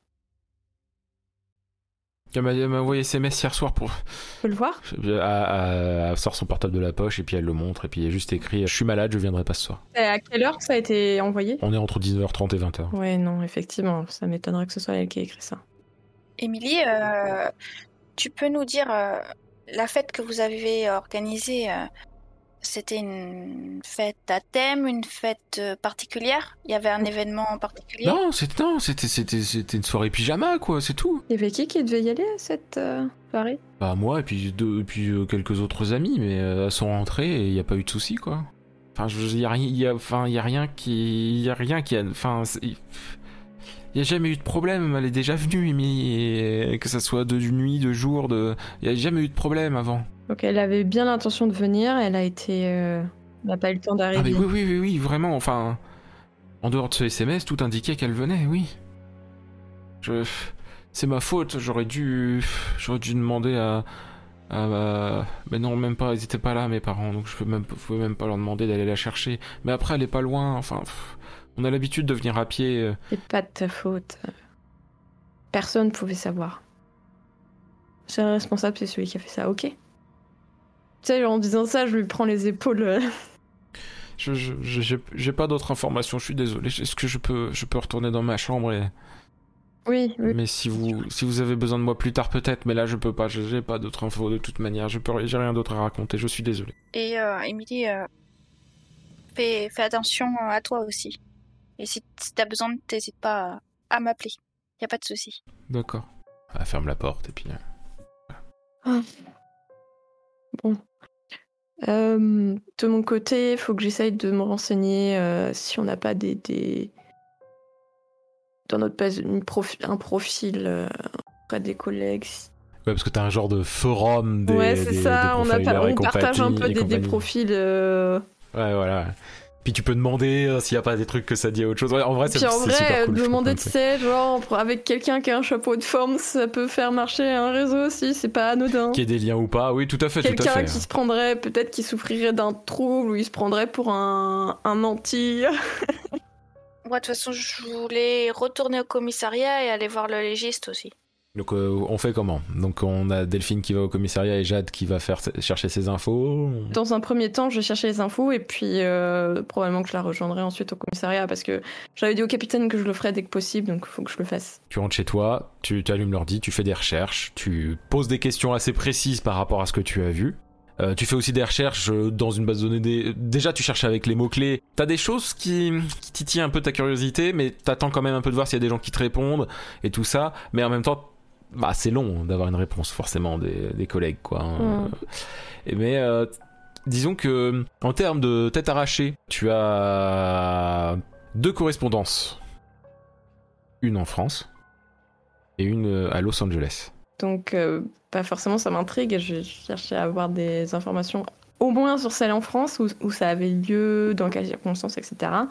Elle m'a, elle m'a envoyé S M S hier soir pour. Je peux le voir? Elle, elle- elle sort son portable de la poche et puis elle le montre et puis il y a juste écrit je suis malade, je viendrai pas ce soir. Et à quelle heure ça a été envoyé? On est entre dix-neuf heures trente et vingt heures. Ouais, non, effectivement, ça m'étonnerait que ce soit elle qui ait écrit ça. Émilie, euh, tu peux nous dire euh, la fête que vous avez organisée, euh, c'était une fête à thème, une fête euh, particulière? Il y avait un événement particulier? Non, c'était, non c'était, c'était, c'était une soirée pyjama quoi, c'est tout. Il y avait qui qui devait y aller à cette euh, soirée? Bah moi et puis, deux, et puis euh, quelques autres amis, mais euh, elles sont rentrées et il n'y a pas eu de soucis quoi. Enfin, il y a rien, y a, enfin, y a rien qui, y a rien qui a, enfin, il y a jamais eu de problème. Elle est déjà venue, Amy, et que ça soit de nuit, de jour, de, il y a jamais eu de problème avant. Donc elle avait bien l'intention de venir, elle a été... euh, Elle n'a pas eu le temps d'arriver. Ah mais oui, oui, oui, oui, vraiment, enfin, en dehors de ce S M S, tout indiquait qu'elle venait, oui. Je, c'est ma faute. J'aurais dû, j'aurais dû demander à. à mais non, même pas. Ils étaient pas là, mes parents, donc je peux même, pouvais même pas leur demander d'aller la chercher. Mais après, elle est pas loin. Enfin, pff, on a l'habitude de venir à pied. C'est pas de ta faute. Personne ne pouvait savoir. C'est le responsable, c'est celui qui a fait ça, ok? Tu sais, en disant ça, je lui prends les épaules. Je, je, j'ai, j'ai pas d'autres informations. Je suis désolé. Est-ce que je peux, je peux retourner dans ma chambre et Oui, oui. Mais si vous, si vous avez besoin de moi plus tard, peut-être, mais là je peux pas, je- j'ai pas d'autres infos de toute manière, je peux, j'ai rien d'autre à raconter, je suis désolé. Et euh, Émilie, euh, fais, fais attention à toi aussi. Et si, si t'as besoin, t'hésites pas à, à m'appeler. Y a pas de souci. D'accord. Ah, ferme la porte et puis... euh, Ah. Bon. Euh, de mon côté, il faut que j'essaye de me renseigner euh, si on n'a pas des, des... dans notre base une profi- un profil euh, auprès des collègues. Ouais, parce que t'as un genre de forum des, ouais, c'est des, ça, des on, a pas- profilers et on partage un compagnie- peu et des, des compagnie. profils. euh, Ouais, voilà. Puis tu peux demander euh, s'il y a pas des trucs que ça dit à autre chose. Ouais, en vrai, c'est, Puis en c'est vrai, super cool. je demander, trouve, tu sais, genre, pour- avec quelqu'un qui a un chapeau de forme, ça peut faire marcher un réseau aussi, c'est pas anodin. Qu'il y ait des liens ou pas, oui, tout à fait, tout à Quelqu'un fait. qui se prendrait, peut-être qui souffrirait d'un trouble, ou il se prendrait pour un, un anti. Moi, de toute façon, je voulais retourner au commissariat et aller voir le légiste aussi. Donc euh, on fait comment? Donc on a Delphine qui va au commissariat et Jade qui va faire chercher ses infos. Dans un premier temps, je vais chercher les infos et puis euh, probablement que je la rejoindrai ensuite au commissariat parce que j'avais dit au capitaine que je le ferais dès que possible, donc il faut que je le fasse. Tu rentres chez toi, tu allumes l'ordi, tu fais des recherches, tu poses des questions assez précises par rapport à ce que tu as vu. Euh, tu fais aussi des recherches dans une base de données. Des... Déjà, tu cherches avec les mots-clés. T'as des choses qui, qui titillent un peu ta curiosité, mais t'attends quand même un peu de voir s'il y a des gens qui te répondent et tout ça. Mais en même temps, bah, c'est long d'avoir une réponse forcément des, des collègues, quoi. Hein. Mm. Et mais euh, disons que en termes de tête arrachée, tu as deux correspondances. Une en France et une à Los Angeles. Donc, euh, pas forcément, ça m'intrigue. Je vais chercher à avoir des informations, au moins sur celle en France, où, où ça avait lieu, dans quelles circonstances, et cetera.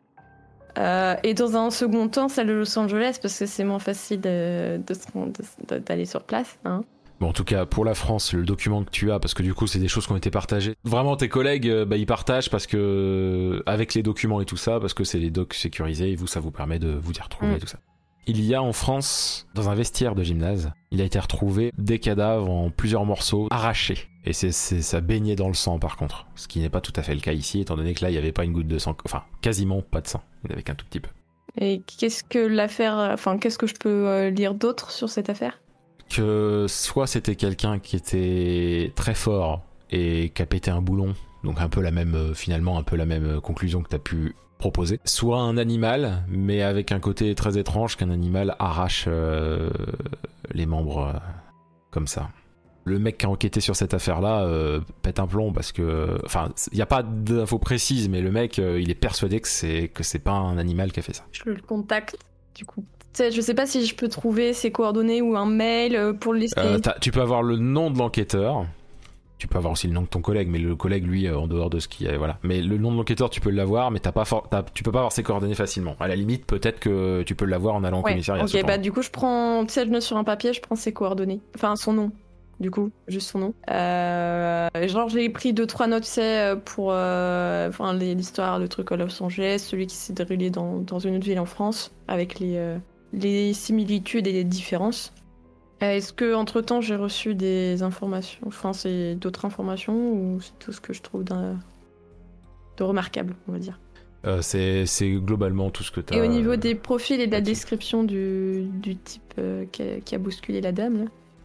Euh, et dans un second temps, celle de Los Angeles, parce que c'est moins facile de, de, de, de, d'aller sur place. Hein. Bon, en tout cas, pour la France, le document que tu as, parce que du coup, c'est des choses qui ont été partagées. Vraiment, tes collègues, bah, ils partagent parce que, avec les documents et tout ça, parce que c'est les docs sécurisés et vous, ça vous permet de vous y retrouver Mm. et tout ça. Il y a en France, dans un vestiaire de gymnase, il a été retrouvé des cadavres en plusieurs morceaux arrachés. Et c'est, c'est, ça baignait dans le sang par contre. Ce qui n'est pas tout à fait le cas ici, étant donné que là, il n'y avait pas une goutte de sang. Enfin, quasiment pas de sang. Il n'y avait qu'un tout petit peu. Et qu'est-ce que l'affaire, enfin, qu'est-ce que je peux euh, lire d'autre sur cette affaire? Que soit c'était quelqu'un qui était très fort et qui a pété un boulon, donc un peu la même, euh, finalement, un peu la même conclusion que tu as pu proposer, soit un animal, mais avec un côté très étrange qu'un animal arrache euh, les membres euh, comme ça. Le mec qui a enquêté sur cette affaire-là euh, pète un plomb parce que, enfin, il n'y a pas d'infos précises, mais le mec, euh, il est persuadé que c'est que c'est pas un animal qui a fait ça. Je le contacte, du coup. Tu sais, je sais pas si je peux trouver ses coordonnées ou un mail euh, pour le laisser. Euh, tu peux avoir le nom de l'enquêteur. Tu peux avoir aussi le nom de ton collègue, mais le collègue, lui, euh, en dehors de ce qui est, voilà. Mais le nom de l'enquêteur, tu peux l'avoir, mais t'as pas for- t'as, tu peux pas avoir ses coordonnées facilement. À la limite, peut-être que tu peux l'avoir en allant au Ouais, commissariat. ok, bah du coup, je prends, tu sais, je note sur un papier, je prends ses coordonnées. Enfin, son nom, du coup, juste son nom. Euh, genre, j'ai pris deux, trois notes, tu sais, pour euh, enfin, les- l'histoire, le truc à Los Angeles, celui qui s'est déroulé dans, dans une autre ville en France, avec les, euh, les similitudes et les différences. Euh, Est-ce que entre temps j'ai reçu des informations, enfin c'est d'autres informations ou c'est tout ce que je trouve d'un... de remarquable, on va dire. Euh, c'est, c'est globalement tout ce que t'as. Et au niveau des profils et de la ok. description du, du type euh, qui, a, qui a bousculé la dame, là.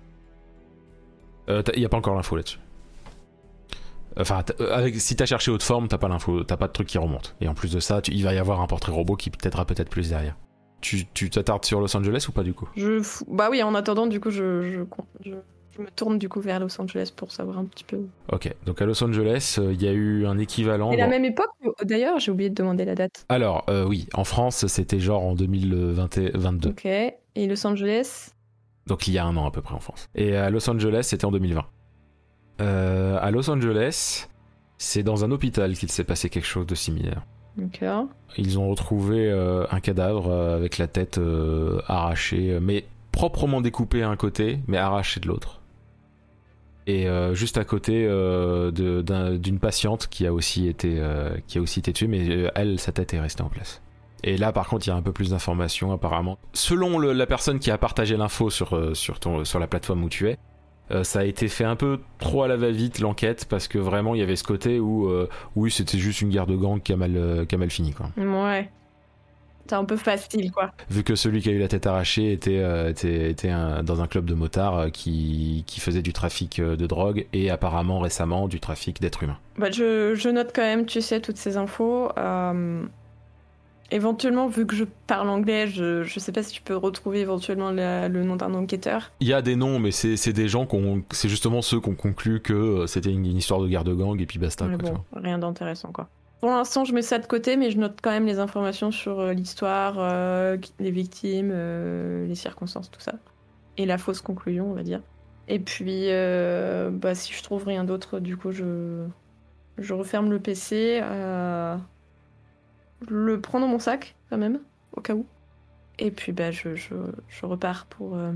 Euh, il y a pas encore l'info là-dessus. Enfin, t'as- euh, avec, si t'as cherché haute forme, t'as pas l'info, t'as pas de truc qui remonte. Et en plus de ça, tu- il va y avoir un portrait robot qui t'aidera peut-être plus derrière. Tu, tu t'attardes sur Los Angeles ou pas du coup? Je fou- Bah oui, en attendant, du coup, je, je, je, je me tourne du coup vers Los Angeles pour savoir un petit peu. Ok, donc à Los Angeles, il euh, y a eu un équivalent. Et la dans- même époque, d'ailleurs, j'ai oublié de demander la date. Alors, euh, oui, en France, c'était genre en deux mille vingt-deux. Ok, et Los Angeles? Donc il y a un an à peu près en France. Et à Los Angeles, c'était en deux mille vingt. Euh, à Los Angeles, c'est dans un hôpital qu'il s'est passé quelque chose de similaire. Ok. Ils ont retrouvé euh, un cadavre euh, avec la tête euh, arrachée, mais proprement découpée à un côté, mais arrachée de l'autre. Et euh, juste à côté euh, de, d'un, d'une patiente qui a aussi été, euh, qui a aussi été tuée, mais euh, elle, sa tête est restée en place. Et là, par contre, il y a un peu plus d'informations apparemment. Selon le, la personne qui a partagé l'info sur, euh, sur, ton, sur la plateforme où tu es, euh, ça a été fait un peu trop à la va-vite l'enquête, parce que vraiment il y avait ce côté où euh, oui, c'était juste une guerre de gang qui a mal, euh, qui a mal fini quoi. Ouais. C'est un peu facile, quoi. Vu que celui qui a eu la tête arrachée était, euh, était, était un, dans un club de motards euh, qui, qui faisait du trafic euh, de drogue et apparemment récemment du trafic d'êtres humains. Bah, je, je note quand même, tu sais, toutes ces infos. Euh, éventuellement, vu que je parle anglais, je, je sais pas si tu peux retrouver éventuellement la- le nom d'un enquêteur. Il y a des noms, mais c'est, c'est des gens qu'on, c'est justement ceux qui ont conclu que euh, c'était une, une histoire de guerre de gang et puis basta. Mais Quoi, tu bon, vois. rien d'intéressant, quoi. Pour l'instant, je mets ça de côté, mais je note quand même les informations sur euh, l'histoire, euh, les victimes, euh, les circonstances, tout ça. Et la fausse conclusion, on va dire. Et puis, euh, bah, si je trouve rien d'autre, du coup, je, je referme le P C. Euh... Le prends dans mon sac, quand même, au cas où. Et puis, bah, je, je, je repars pour euh,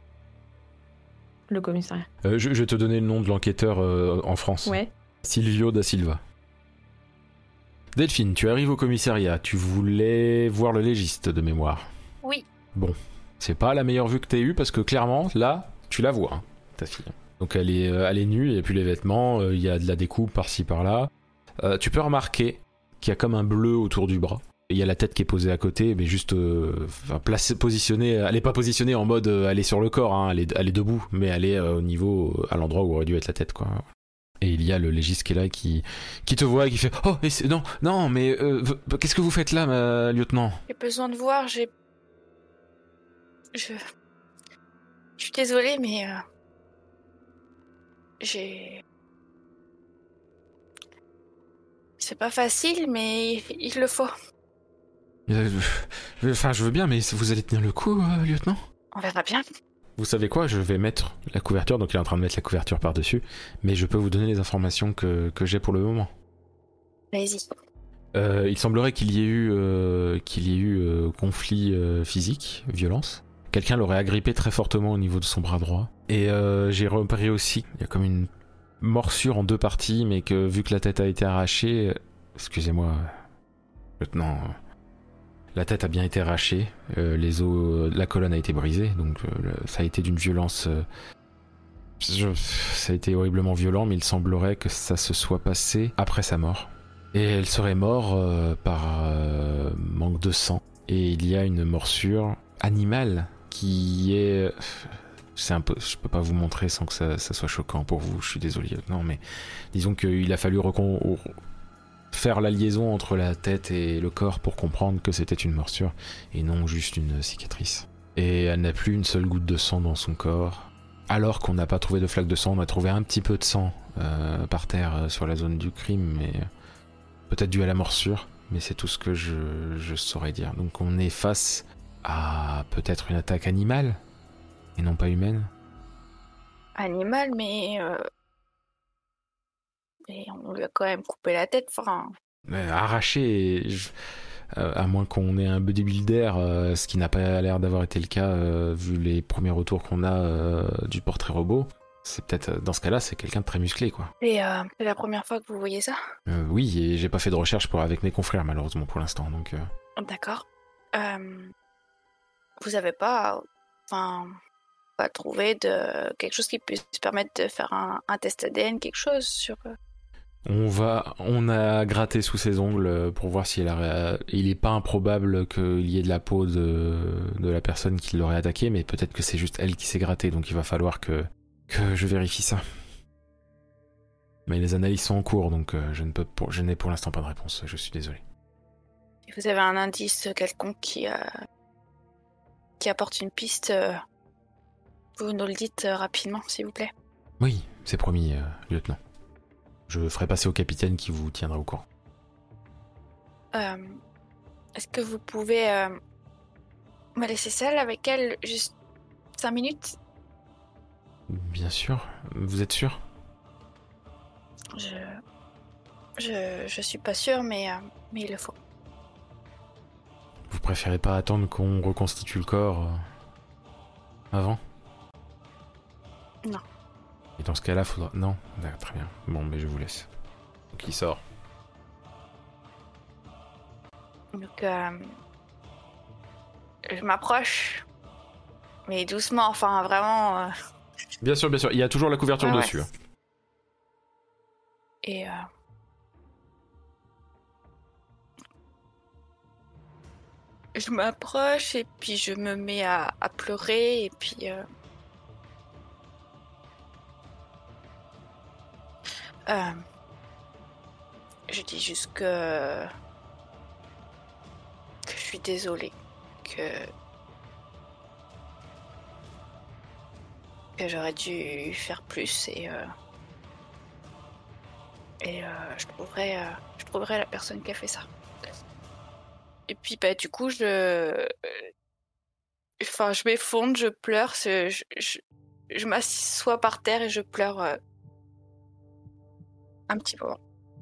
le commissariat. Euh, je, je vais te donner le nom de l'enquêteur euh, en France. Ouais. Silvio da Silva. Delphine, tu arrives au commissariat. Tu voulais voir le légiste de mémoire. Oui. Bon, c'est pas la meilleure vue que t'aies eue parce que clairement, là, tu la vois, hein, ta fille. Donc elle est, euh, elle est nue, il n'y a plus les vêtements, il euh, y a de la découpe par-ci par-là. Euh, tu peux remarquer qu'il y a comme un bleu autour du bras. Il y a la tête qui est posée à côté, mais juste euh, placée, positionnée. Elle n'est pas positionnée en mode euh, elle est sur le corps, hein, elle, est, elle est debout, mais elle est euh, au niveau, à l'endroit où aurait dû être la tête, quoi. Et il y a le légiste qui est là, qui, qui te voit et qui fait « Oh, et c'est, non, non, mais euh, qu'est-ce que vous faites là, ma lieutenant ?» J'ai besoin de voir, j'ai... Je... Je suis désolée, mais... Euh... J'ai... C'est pas facile, mais il le faut. euh, Enfin, je veux bien, mais vous allez tenir le coup, euh, lieutenant ? On verra bien. Vous savez quoi, je vais mettre la couverture, donc il est en train de mettre la couverture par-dessus, mais je peux vous donner les informations que, que j'ai pour le moment. Vas-y. Euh, il semblerait qu'il y ait eu, euh, qu'il y ait eu euh, conflit euh, physique, violence. Quelqu'un l'aurait agrippé très fortement au niveau de son bras droit. Et euh, j'ai repéré aussi, il y a comme une morsure en deux parties, mais que vu que la tête a été arrachée... Excusez-moi, lieutenant... La tête a bien été arrachée, euh, les os, la colonne a été brisée, donc euh, le, ça a été d'une violence... Euh, je, ça a été horriblement violent, mais il semblerait que ça se soit passé après sa mort. Et elle serait morte euh, par euh, manque de sang. Et il y a une morsure animale qui est... C'est un peu... Je peux pas vous montrer sans que ça, ça soit choquant pour vous, je suis désolé, non, mais disons qu'il a fallu recon... faire la liaison entre la tête et le corps pour comprendre que c'était une morsure et non juste une cicatrice. Et elle n'a plus une seule goutte de sang dans son corps. Alors qu'on n'a pas trouvé de flaque de sang, on a trouvé un petit peu de sang euh, par terre euh, sur la zone du crime, mais peut-être dû à la morsure, mais c'est tout ce que je, je saurais dire. Donc on est face à peut-être une attaque animale et non pas humaine. Animal, mais... Euh... Et on lui a quand même coupé la tête, enfin... Euh, arraché, je... euh, à moins qu'on ait un bodybuilder, euh, ce qui n'a pas l'air d'avoir été le cas euh, vu les premiers retours qu'on a euh, du portrait robot. C'est peut-être, dans ce cas-là, c'est quelqu'un de très musclé, quoi. Et euh, c'est la première fois que vous voyez ça ? euh, Oui, et j'ai pas fait de recherche pour, avec mes confrères, malheureusement, pour l'instant, donc... Euh... D'accord. Euh... Vous avez pas... Enfin... pas trouvé de quelque chose qui puisse permettre de faire un, un test A D N, quelque chose sur... On va, on a gratté sous ses ongles pour voir si elle a... Il est pas improbable qu'il y ait de la peau de, de la personne qui l'aurait attaqué, mais peut-être que c'est juste elle qui s'est grattée, donc il va falloir que, que je vérifie ça. Mais les analyses sont en cours, donc je ne peux, pour... je n'ai pour l'instant pas de réponse, je suis désolé. Si vous avez un indice quelconque qui, euh... qui apporte une piste, euh... vous nous le dites rapidement, s'il vous plaît. Oui, c'est promis, euh, lieutenant. Je ferai passer au capitaine qui vous tiendra au courant. Euh, est-ce que vous pouvez euh, me laisser seule avec elle juste cinq minutes ? Bien sûr. Vous êtes sûr ? Je... Je... Je suis pas sûre, mais, euh, mais il le faut. Vous préférez pas attendre qu'on reconstitue le corps euh, avant ? Non. Et dans ce cas-là, faudra... Non ? D'accord, très bien. Bon, mais je vous laisse. Donc il sort. Donc, euh... je m'approche, mais doucement, enfin, vraiment... Euh... Bien sûr, bien sûr. Il y a toujours la couverture ouais, dessus. Ouais. Et... Euh... je m'approche et puis je me mets à, à pleurer et puis... Euh... Euh... Je dis juste que... que je suis désolée, que... que j'aurais dû faire plus et... Euh... Et euh, je trouverai, euh, je trouverai la personne qui a fait ça. Et puis bah du coup je, enfin je m'effondre, je pleure, je, je, je m'assois par terre et je pleure euh, un petit moment.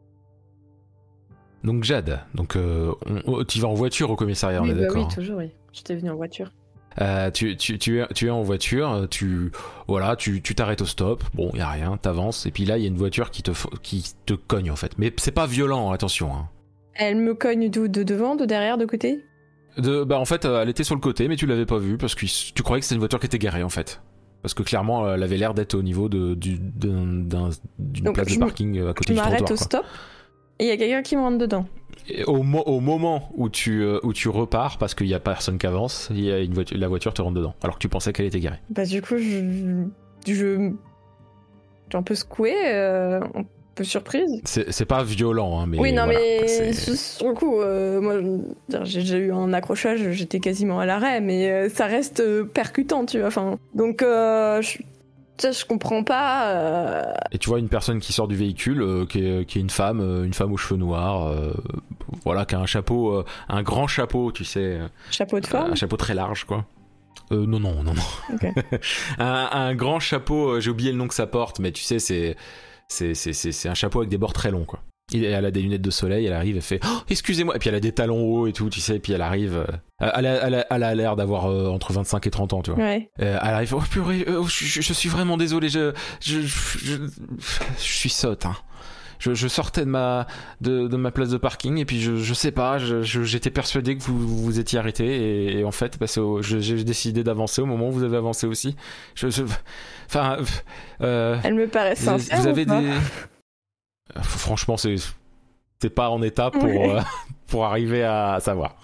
Donc Jade, donc euh, on, tu vas en voiture au commissariat, oui, on est bah d'accord. Oui, toujours oui. J'étais venue en voiture. Euh, tu, tu, tu, es, tu es en voiture, tu voilà, tu, tu t'arrêtes au stop, bon, y a rien, t'avances, et puis là, il y a une voiture qui te, qui te cogne en fait. Mais c'est pas violent, attention. Hein. Elle me cogne d'où ? De devant, de derrière, de côté ? de, Bah en fait, elle était sur le côté, mais tu l'avais pas vue parce que tu croyais que c'était une voiture qui était garée en fait. Parce que clairement, elle avait l'air d'être au niveau de, du, d'un, d'un, d'une Donc, place de parking à côté du trottoir. Je m'arrête au quoi. stop, et il y a quelqu'un qui me rentre dedans. Et au, mo- au moment où tu, euh, où tu repars, parce qu'il y a personne qui avance, il y a une voiture, la voiture te rentre dedans, alors que tu pensais qu'elle était garée. Bah du coup, je, je, je suis un peu secouée, euh, un peu surprise. C'est, c'est pas violent, hein, mais oui, non, voilà, mais c'est... sur le coup, euh, moi, je, j'ai déjà eu un accrochage, j'étais quasiment à l'arrêt, mais euh, ça reste euh, percutant, tu vois. Enfin, donc, euh, je, ça, je comprends pas. Euh... Et tu vois une personne qui sort du véhicule, euh, qui, est, qui est une femme, euh, une femme aux cheveux noirs, euh, voilà, qui a un chapeau, euh, un grand chapeau, tu sais. Chapeau de forme. Un chapeau très large, quoi. Euh, non, non, non, non. Okay. un, un grand chapeau, euh, j'ai oublié le nom que ça porte, mais tu sais, c'est, c'est, c'est, c'est, c'est un chapeau avec des bords très longs, quoi. Elle a des lunettes de soleil, elle arrive, elle fait oh, excusez-moi, et puis elle a des talons hauts et tout, tu sais, et puis elle arrive, euh, elle, a, elle, a, elle a l'air d'avoir euh, entre vingt-cinq et trente ans, tu vois. Ouais. Euh, elle arrive, oh purée, euh, je, je suis vraiment désolé, je, je, je, je, je suis sotte, hein. Je, je sortais de ma, de, de ma place de parking et puis je, je sais pas, je, je, j'étais persuadé que vous vous étiez arrêté et, et en fait, bah, c'est au, je, j'ai décidé d'avancer au moment où vous avez avancé aussi. Je, je, enfin, euh, elle me paraît sincère. Vous, vous avez ou pas des Franchement, c'est c'est pas en état pour ouais. euh, pour arriver à savoir.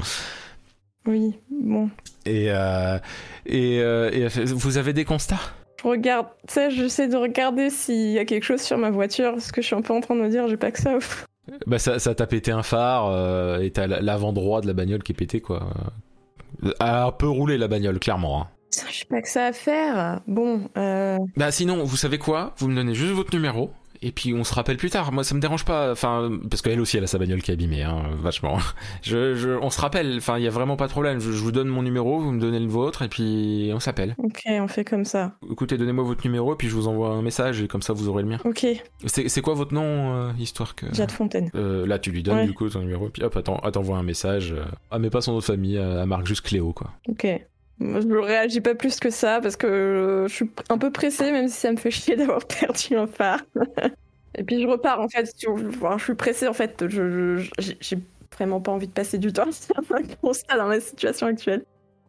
Oui, bon. Et euh, et, euh, et vous avez des constats ? Je regarde, tu sais, j'essaie de regarder s'il y a quelque chose sur ma voiture, parce que je suis un peu en train de me dire, j'ai pas que ça. Bah ça, ça t'a pété un phare euh, et t'as l'avant droit de la bagnole qui est pété quoi. Elle a un peu roulé la bagnole, clairement. Hein. J'ai pas que ça à faire. Bon. Euh... Bah sinon, vous savez quoi ? Vous me donnez juste votre numéro. Et puis on se rappelle plus tard. Moi, ça me dérange pas. Enfin, parce qu'elle aussi, elle a sa bagnole qui est abîmée, hein, vachement. Je, je, on se rappelle. Enfin, il y a vraiment pas de problème. Je, je vous donne mon numéro, vous me donnez le vôtre, et puis on s'appelle. Ok, on fait comme ça. Écoutez, donnez-moi votre numéro, et puis je vous envoie un message, et comme ça, vous aurez le mien. Ok. C'est, c'est quoi votre nom, euh, histoire que. Jade Fontaine. Euh, là, tu lui donnes ouais. du coup ton numéro, et puis hop, attends, t'envoies un message. Euh... Ah, mais pas son nom de famille. Elle marque juste Cléo, quoi. Ok. Je ne réagis pas plus que ça parce que je suis un peu pressée, même si ça me fait chier d'avoir perdu un phare. Et puis je repars en fait. Je suis pressée en fait. Je, je, j'ai vraiment pas envie de passer du temps à faire un constat dans la situation actuelle.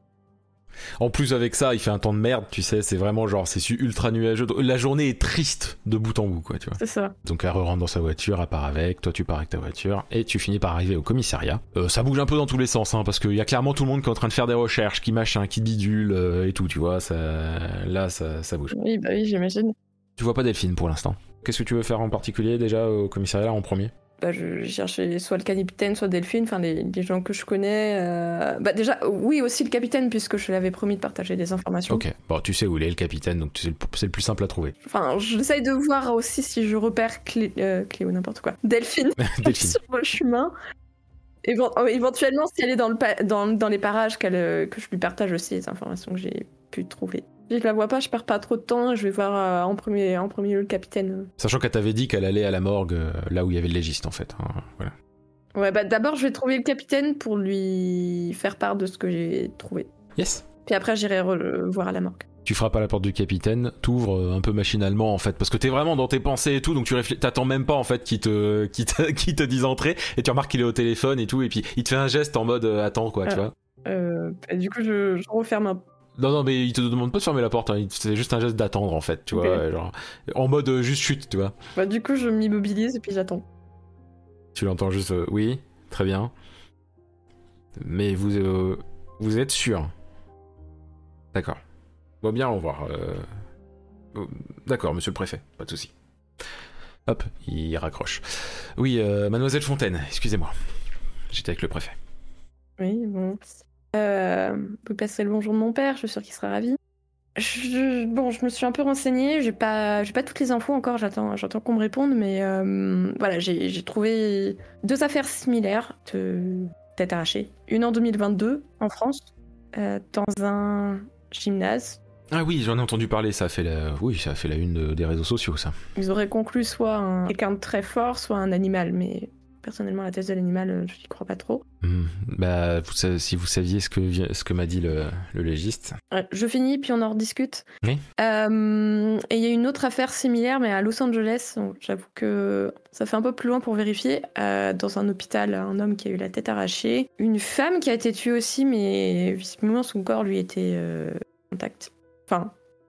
En plus avec ça, il fait un temps de merde, tu sais, c'est vraiment genre, c'est ultra nuageux. La journée est triste de bout en bout, quoi, tu vois. C'est ça. Donc elle rentre dans sa voiture, elle part avec, toi tu pars avec ta voiture, et tu finis par arriver au commissariat. Euh, ça bouge un peu dans tous les sens, hein, parce qu'il y a clairement tout le monde qui est en train de faire des recherches, qui machin, qui bidule, euh, et tout, tu vois, ça... là ça, ça bouge. Oui, bah oui, j'imagine. Tu vois pas Delphine pour l'instant. Qu'est-ce que tu veux faire en particulier déjà au commissariat là, en premier ? Bah, je cherchais soit le capitaine, soit Delphine, enfin les, les gens que je connais. Euh... Bah déjà, oui aussi le capitaine, puisque je l'avais promis de partager des informations. Ok, bon tu sais où il est le capitaine, donc c'est le, c'est le plus simple à trouver. Enfin, j'essaye de voir aussi si je repère Clé... Euh, Cléo, n'importe quoi. Delphine, Delphine. sur le chemin. Évent- éventuellement, si elle est dans, le pa- dans, dans les parages, qu'elle, que je lui partage aussi les informations que j'ai pu trouver. Si je la vois pas, je perds pas trop de temps, je vais voir euh, en, premier, en premier lieu le capitaine. Sachant qu'elle t'avait dit qu'elle allait à la morgue, euh, là où il y avait le légiste en fait. Hein, voilà. Ouais, bah d'abord je vais trouver le capitaine pour lui faire part de ce que j'ai trouvé. Yes. Puis après j'irai re- voir à la morgue. Tu frappes à la porte du capitaine, t'ouvres euh, un peu machinalement en fait, parce que t'es vraiment dans tes pensées et tout, donc tu réfl- t'attends même pas en fait qu'il te, qu'il te, qu'il te dise entrer, et tu remarques qu'il est au téléphone et tout, et puis il te fait un geste en mode euh, attends quoi, ah. tu vois. Euh, et du coup je, je referme un Non, non, mais il te demande pas de fermer la porte, hein. Il te fait juste un geste d'attendre en fait, tu okay. vois, genre, en mode euh, juste chute, tu vois. Bah du coup je m'immobilise et puis j'attends. Tu l'entends juste, euh, oui, très bien. Mais vous, euh, Vous êtes sûr? D'accord. Bon, bien, on va voir. Euh... D'accord, monsieur le préfet, pas de souci. Hop, il raccroche. Oui, euh, mademoiselle Fontaine, excusez-moi. J'étais avec le préfet. Oui, bon. Euh, vous passerez le bonjour de mon père, je suis sûre qu'il sera ravi. Je, bon, je me suis un peu renseignée, j'ai pas, j'ai pas toutes les infos encore, j'attends, j'attends qu'on me réponde, mais euh, voilà, j'ai, j'ai trouvé deux affaires similaires de tête arrachée. Une en deux mille vingt-deux, en France, euh, dans un gymnase. Ah oui, j'en ai entendu parler, ça a fait la, oui, ça a fait la une de- des réseaux sociaux, ça. Ils auraient conclu soit un, quelqu'un de très fort, soit un animal, mais personnellement, la thèse de l'animal, je n'y crois pas trop. Mmh. Bah, vous savez, si vous saviez ce que, vi- ce que m'a dit le, le légiste. Ouais, je finis, puis on en rediscute. Oui. Euh, et il y a une autre affaire similaire, mais à Los Angeles. Donc j'avoue que ça fait un peu plus loin pour vérifier. Euh, dans un hôpital, un homme qui a eu la tête arrachée. Une femme qui a été tuée aussi, mais visiblement son corps lui était euh, intact. Enfin,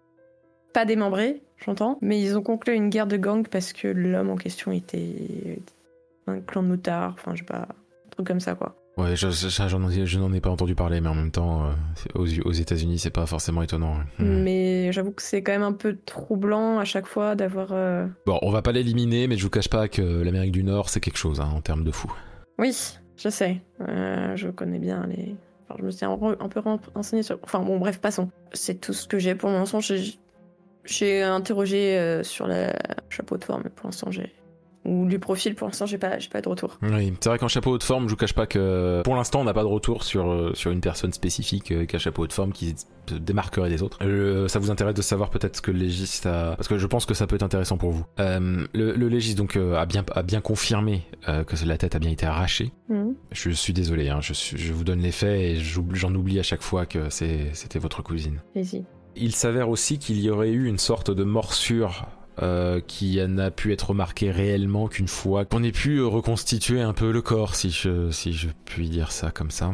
pas démembré, j'entends. Mais ils ont conclu une guerre de gang parce que l'homme en question était un clan de motards. Enfin, je sais pas, un truc comme ça, quoi. Ouais, je, ça, j'en, ai- je n'en ai pas entendu parler, mais en même temps, euh, c'est- aux, aux États-Unis, c'est pas forcément étonnant. Hein. Mmh. Mais j'avoue que c'est quand même un peu troublant à chaque fois d'avoir... euh, Bon, on va pas l'éliminer, mais je vous cache pas que l'Amérique du Nord, c'est quelque chose hein, en termes de fou. Oui, je sais. Euh, je connais bien les... Enfin, je me suis un, un peu renseignée sur... Enfin bon, bref, passons. C'est tout ce que j'ai pour l'instant. J'ai, j'ai interrogé euh, sur le chapeau de forme, mais pour l'instant, j'ai... Ou du profil, pour l'instant, j'ai pas, j'ai pas de retour. Oui, c'est vrai qu'en chapeau haut de forme, je vous cache pas que pour l'instant, on n'a pas de retour sur, euh, sur une personne spécifique euh, avec un chapeau haut de forme qui se démarquerait des autres. Euh, ça vous intéresse de savoir peut-être ce que le légiste a... Parce que je pense que ça peut être intéressant pour vous. Euh, le, le légiste donc euh, a, bien, a bien confirmé euh, que la tête a bien été arrachée. Mmh. Je suis désolé, hein, je, suis, je vous donne les faits et j'oublie- j'en oublie à chaque fois que c'est, c'était votre cousine. Vas-y. Il s'avère aussi qu'il y aurait eu une sorte de morsure euh, qui n'a pu être remarquée réellement qu'une fois qu'on ait pu reconstituer un peu le corps, si je, si je puis dire ça comme ça.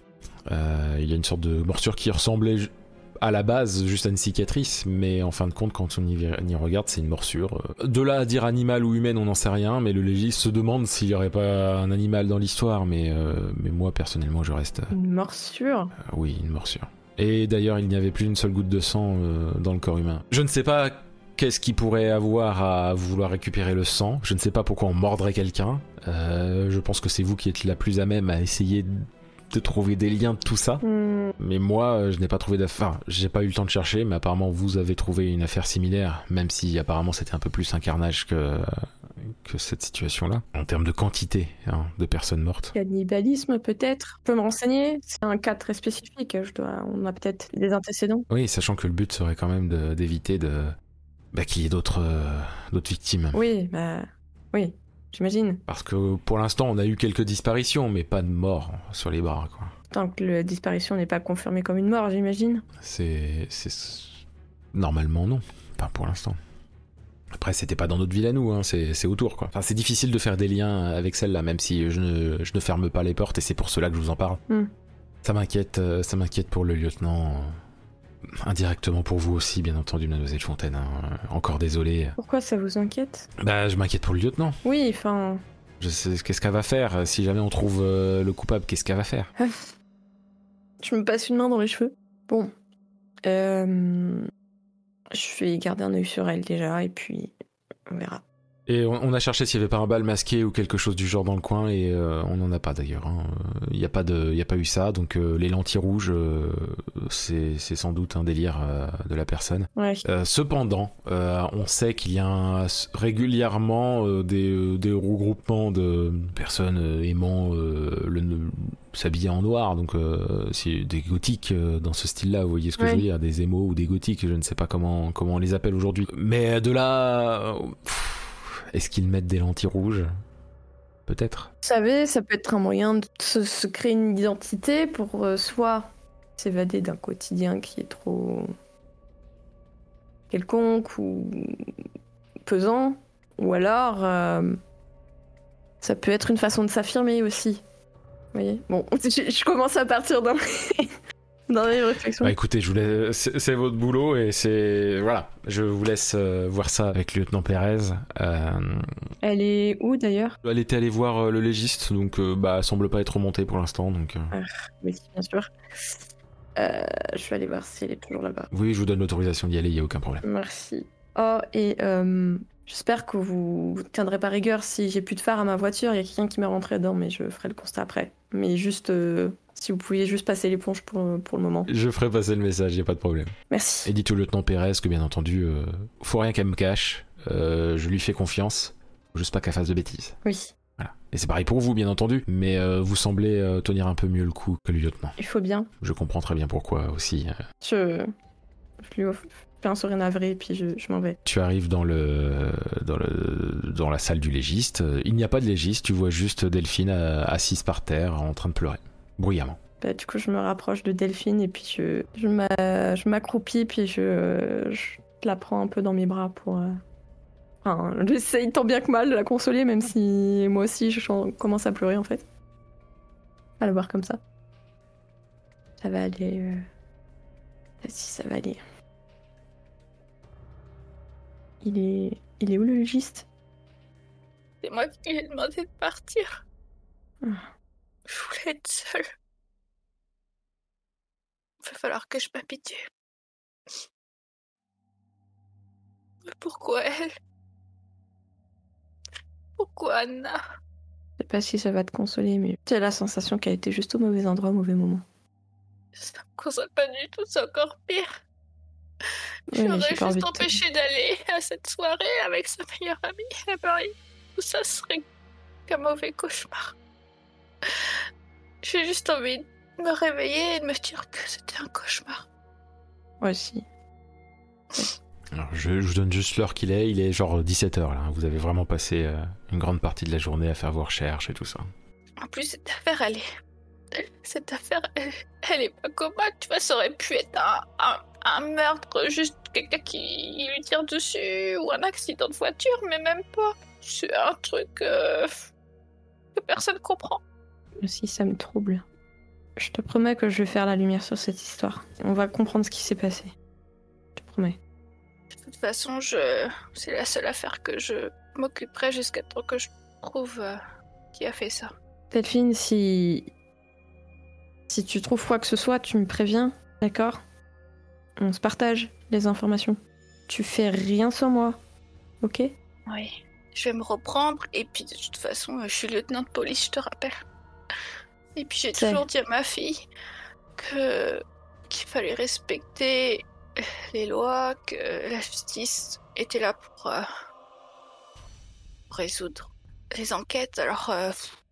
Euh, il y a une sorte de morsure qui ressemblait à la base juste à une cicatrice, mais en fin de compte, quand on y, y regarde, c'est une morsure. De là à dire animal ou humaine, on n'en sait rien, mais le légiste se demande s'il n'y aurait pas un animal dans l'histoire, mais, euh, mais moi, personnellement, je reste... Une morsure Euh, oui, une morsure. Et d'ailleurs, il n'y avait plus une seule goutte de sang euh, dans le corps humain. Je ne sais pas qu'est-ce qui pourrait avoir à vouloir récupérer le sang. Je ne sais pas pourquoi on mordrait quelqu'un. Euh, je pense que c'est vous qui êtes la plus à même à essayer de trouver des liens de tout ça. Mmh. Mais moi, je n'ai pas trouvé d'affaire. Enfin, j'ai pas eu le temps de chercher, mais apparemment, vous avez trouvé une affaire similaire, même si apparemment c'était un peu plus un carnage que, que cette situation-là, en termes de quantité hein, de personnes mortes. Cannibalisme, peut-être. Je peux me renseigner. C'est un cas très spécifique. Je dois... On a peut-être des antécédents. Oui, sachant que le but serait quand même de, d'éviter de, bah, qu'il y ait d'autres, euh, d'autres victimes. Oui, bah... Oui, j'imagine. Parce que pour l'instant, on a eu quelques disparitions, mais pas de morts sur les bras, quoi. Tant que la disparition n'est pas confirmée comme une mort, j'imagine. C'est, c'est... Normalement, non. Pas pour l'instant. Après, c'était pas dans notre ville à nous, hein. c'est, c'est autour, quoi. Enfin, c'est difficile de faire des liens avec celle-là, même si je ne, je ne ferme pas les portes, et c'est pour cela que je vous en parle. Mm. Ça m'inquiète, euh, ça m'inquiète pour le lieutenant... Indirectement pour vous aussi, bien entendu, mademoiselle Fontaine. Hein. Encore désolé. Pourquoi ça vous inquiète? Bah, je m'inquiète pour le lieutenant. Oui, enfin... Je sais qu'est-ce qu'elle va faire. Si jamais on trouve euh, le coupable, qu'est-ce qu'elle va faire? Je me passe une main dans les cheveux. Bon. Euh... Je vais garder un œil sur elle déjà, et puis on verra. Et on, on a cherché s'il n'y avait pas un bal masqué ou quelque chose du genre dans le coin, et euh, on n'en a pas d'ailleurs. Il hein. n'y a, pas de, y a pas eu ça, donc euh, les lentilles rouges, euh, c'est, c'est sans doute un délire euh, de la personne. Ouais. Euh, cependant, euh, on sait qu'il y a un, régulièrement euh, des, euh, des regroupements de personnes euh, aimant euh, le, le, s'habiller en noir, donc euh, c'est des gothiques euh, dans ce style-là, vous voyez ce que ouais. je veux dire, des émos ou des gothiques, je ne sais pas comment, comment on les appelle aujourd'hui. Mais de là... Euh, pff, est-ce qu'ils mettent des lentilles rouges? Peut-être. Vous savez, ça peut être un moyen de se, se créer une identité pour euh, soit s'évader d'un quotidien qui est trop quelconque ou pesant, ou alors euh, ça peut être une façon de s'affirmer aussi. Vous voyez? Bon, je, je commence à partir dans... Dans les réflexions. Bah écoutez, je vous laisse... c'est, c'est votre boulot et c'est... Voilà, je vous laisse euh, voir ça avec le lieutenant Pérez. Euh... Elle est où d'ailleurs? Elle était allée voir euh, le légiste, donc euh, bah elle semble pas être remontée pour l'instant, donc... Euh... Ah, oui, bien sûr. Euh, je vais aller voir si elle est toujours là-bas. Oui, je vous donne l'autorisation d'y aller, il y a aucun problème. Merci. Oh, et euh, j'espère que vous ne tiendrez pas rigueur si j'ai plus de phare à ma voiture. Il y a quelqu'un qui m'est rentré dedans, mais je ferai le constat après. Mais juste... Euh... Si vous pouviez juste passer l'éponge pour, pour le moment. Je ferai passer le message, y a pas de problème. Merci. Et dites au lieutenant Pérez que bien entendu, euh, faut rien qu'elle me cache, euh, je lui fais confiance, faut juste pas qu'elle fasse de bêtises. Oui. Voilà. Et c'est pareil pour vous bien entendu, mais euh, vous semblez euh, tenir un peu mieux le coup que le lieutenant. Il faut bien. Je comprends très bien pourquoi aussi. Euh. Je, je lui offre un sourire navré et puis je, je m'en vais. Tu arrives dans le, dans le dans la salle du légiste, il n'y a pas de légiste, tu vois juste Delphine euh, assise par terre en train de pleurer. Bruyamment. Bah, du coup, je me rapproche de Delphine et puis je, je, m'a, je m'accroupis puis je, je la prends un peu dans mes bras pour... Euh... Enfin, j'essaye tant bien que mal de la consoler, même si moi aussi je commence à pleurer en fait. À la voir comme ça. Ça va aller... Euh... Si, ça va aller. Il est... Il est où le légiste? C'est moi qui lui ai demandé de partir. Ah. Je voulais être seule. Il va falloir que je m'habitue. Mais pourquoi elle? Pourquoi Anna? Je sais pas si ça va te consoler, mais j'ai la sensation qu'elle était juste au mauvais endroit au mauvais moment. Ça me console pas du tout, c'est encore pire. Oui, J'aurais juste juste te... empêché d'aller à cette soirée avec sa meilleure amie à Paris. Tout ça serait qu'un mauvais cauchemar. J'ai juste envie de me réveiller et de me dire que c'était un cauchemar. Moi aussi. Alors, je, je vous donne juste l'heure qu'il est, il est genre dix-sept heures là. Vous avez vraiment passé euh, une grande partie de la journée à faire vos recherches et tout ça. En plus, cette affaire, elle est... Cette affaire, elle, elle est pas commode, tu vois, ça aurait pu être un, un, un meurtre, juste quelqu'un qui lui tire dessus, ou un accident de voiture, mais même pas. C'est un truc euh, que personne comprend. Aussi, ça me trouble. Je te promets que je vais faire la lumière sur cette histoire. On va comprendre ce qui s'est passé. Je te promets. De toute façon, je... c'est la seule affaire que je m'occuperai jusqu'à temps que je trouve euh, qui a fait ça. Delphine, si... Si tu trouves quoi que ce soit, tu me préviens, d'accord? On se partage les informations. Tu fais rien sans moi, ok? Oui. Je vais me reprendre, et puis de toute façon, je suis lieutenant de police, je te rappelle. Et puis j'ai C'est... toujours dit à ma fille que qu'il fallait respecter les lois, que la justice était là pour euh, résoudre les enquêtes. Alors, euh,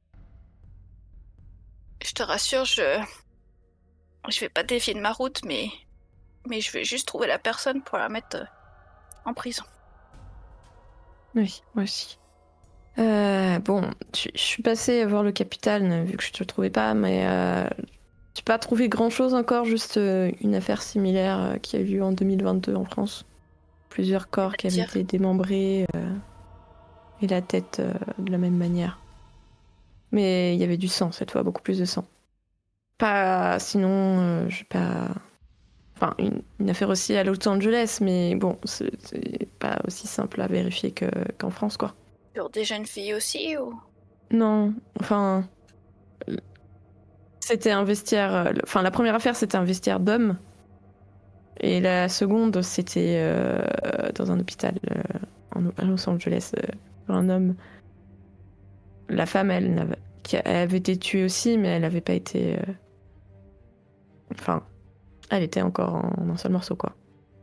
je te rassure, je je vais pas dévier de ma route, mais mais je vais juste trouver la personne pour la mettre en prison. Oui, moi aussi. Euh, bon, je, je suis passée voir le capitaine, vu que je te trouvais pas, mais euh, j'ai pas trouvé grand-chose encore, juste euh, une affaire similaire euh, qui a eu lieu en deux mille vingt-deux en France. Plusieurs corps qui avaient été démembrés euh, et la tête euh, de la même manière. Mais il y avait du sang cette fois, beaucoup plus de sang. Pas, sinon, euh, j'ai pas... Enfin, une, une affaire aussi à Los Angeles, mais bon, c'est, c'est pas aussi simple à vérifier que, qu'en France, quoi. Sur des jeunes filles aussi, ou... Non, enfin... C'était un vestiaire... Enfin, la première affaire, c'était un vestiaire d'hommes. Et la seconde, c'était euh, dans un hôpital euh, en, à Los Angeles. Euh, un homme... La femme, elle, n'avait, qui, elle avait été tuée aussi, mais elle n'avait pas été... Euh... Enfin, elle était encore en, en un seul morceau, quoi.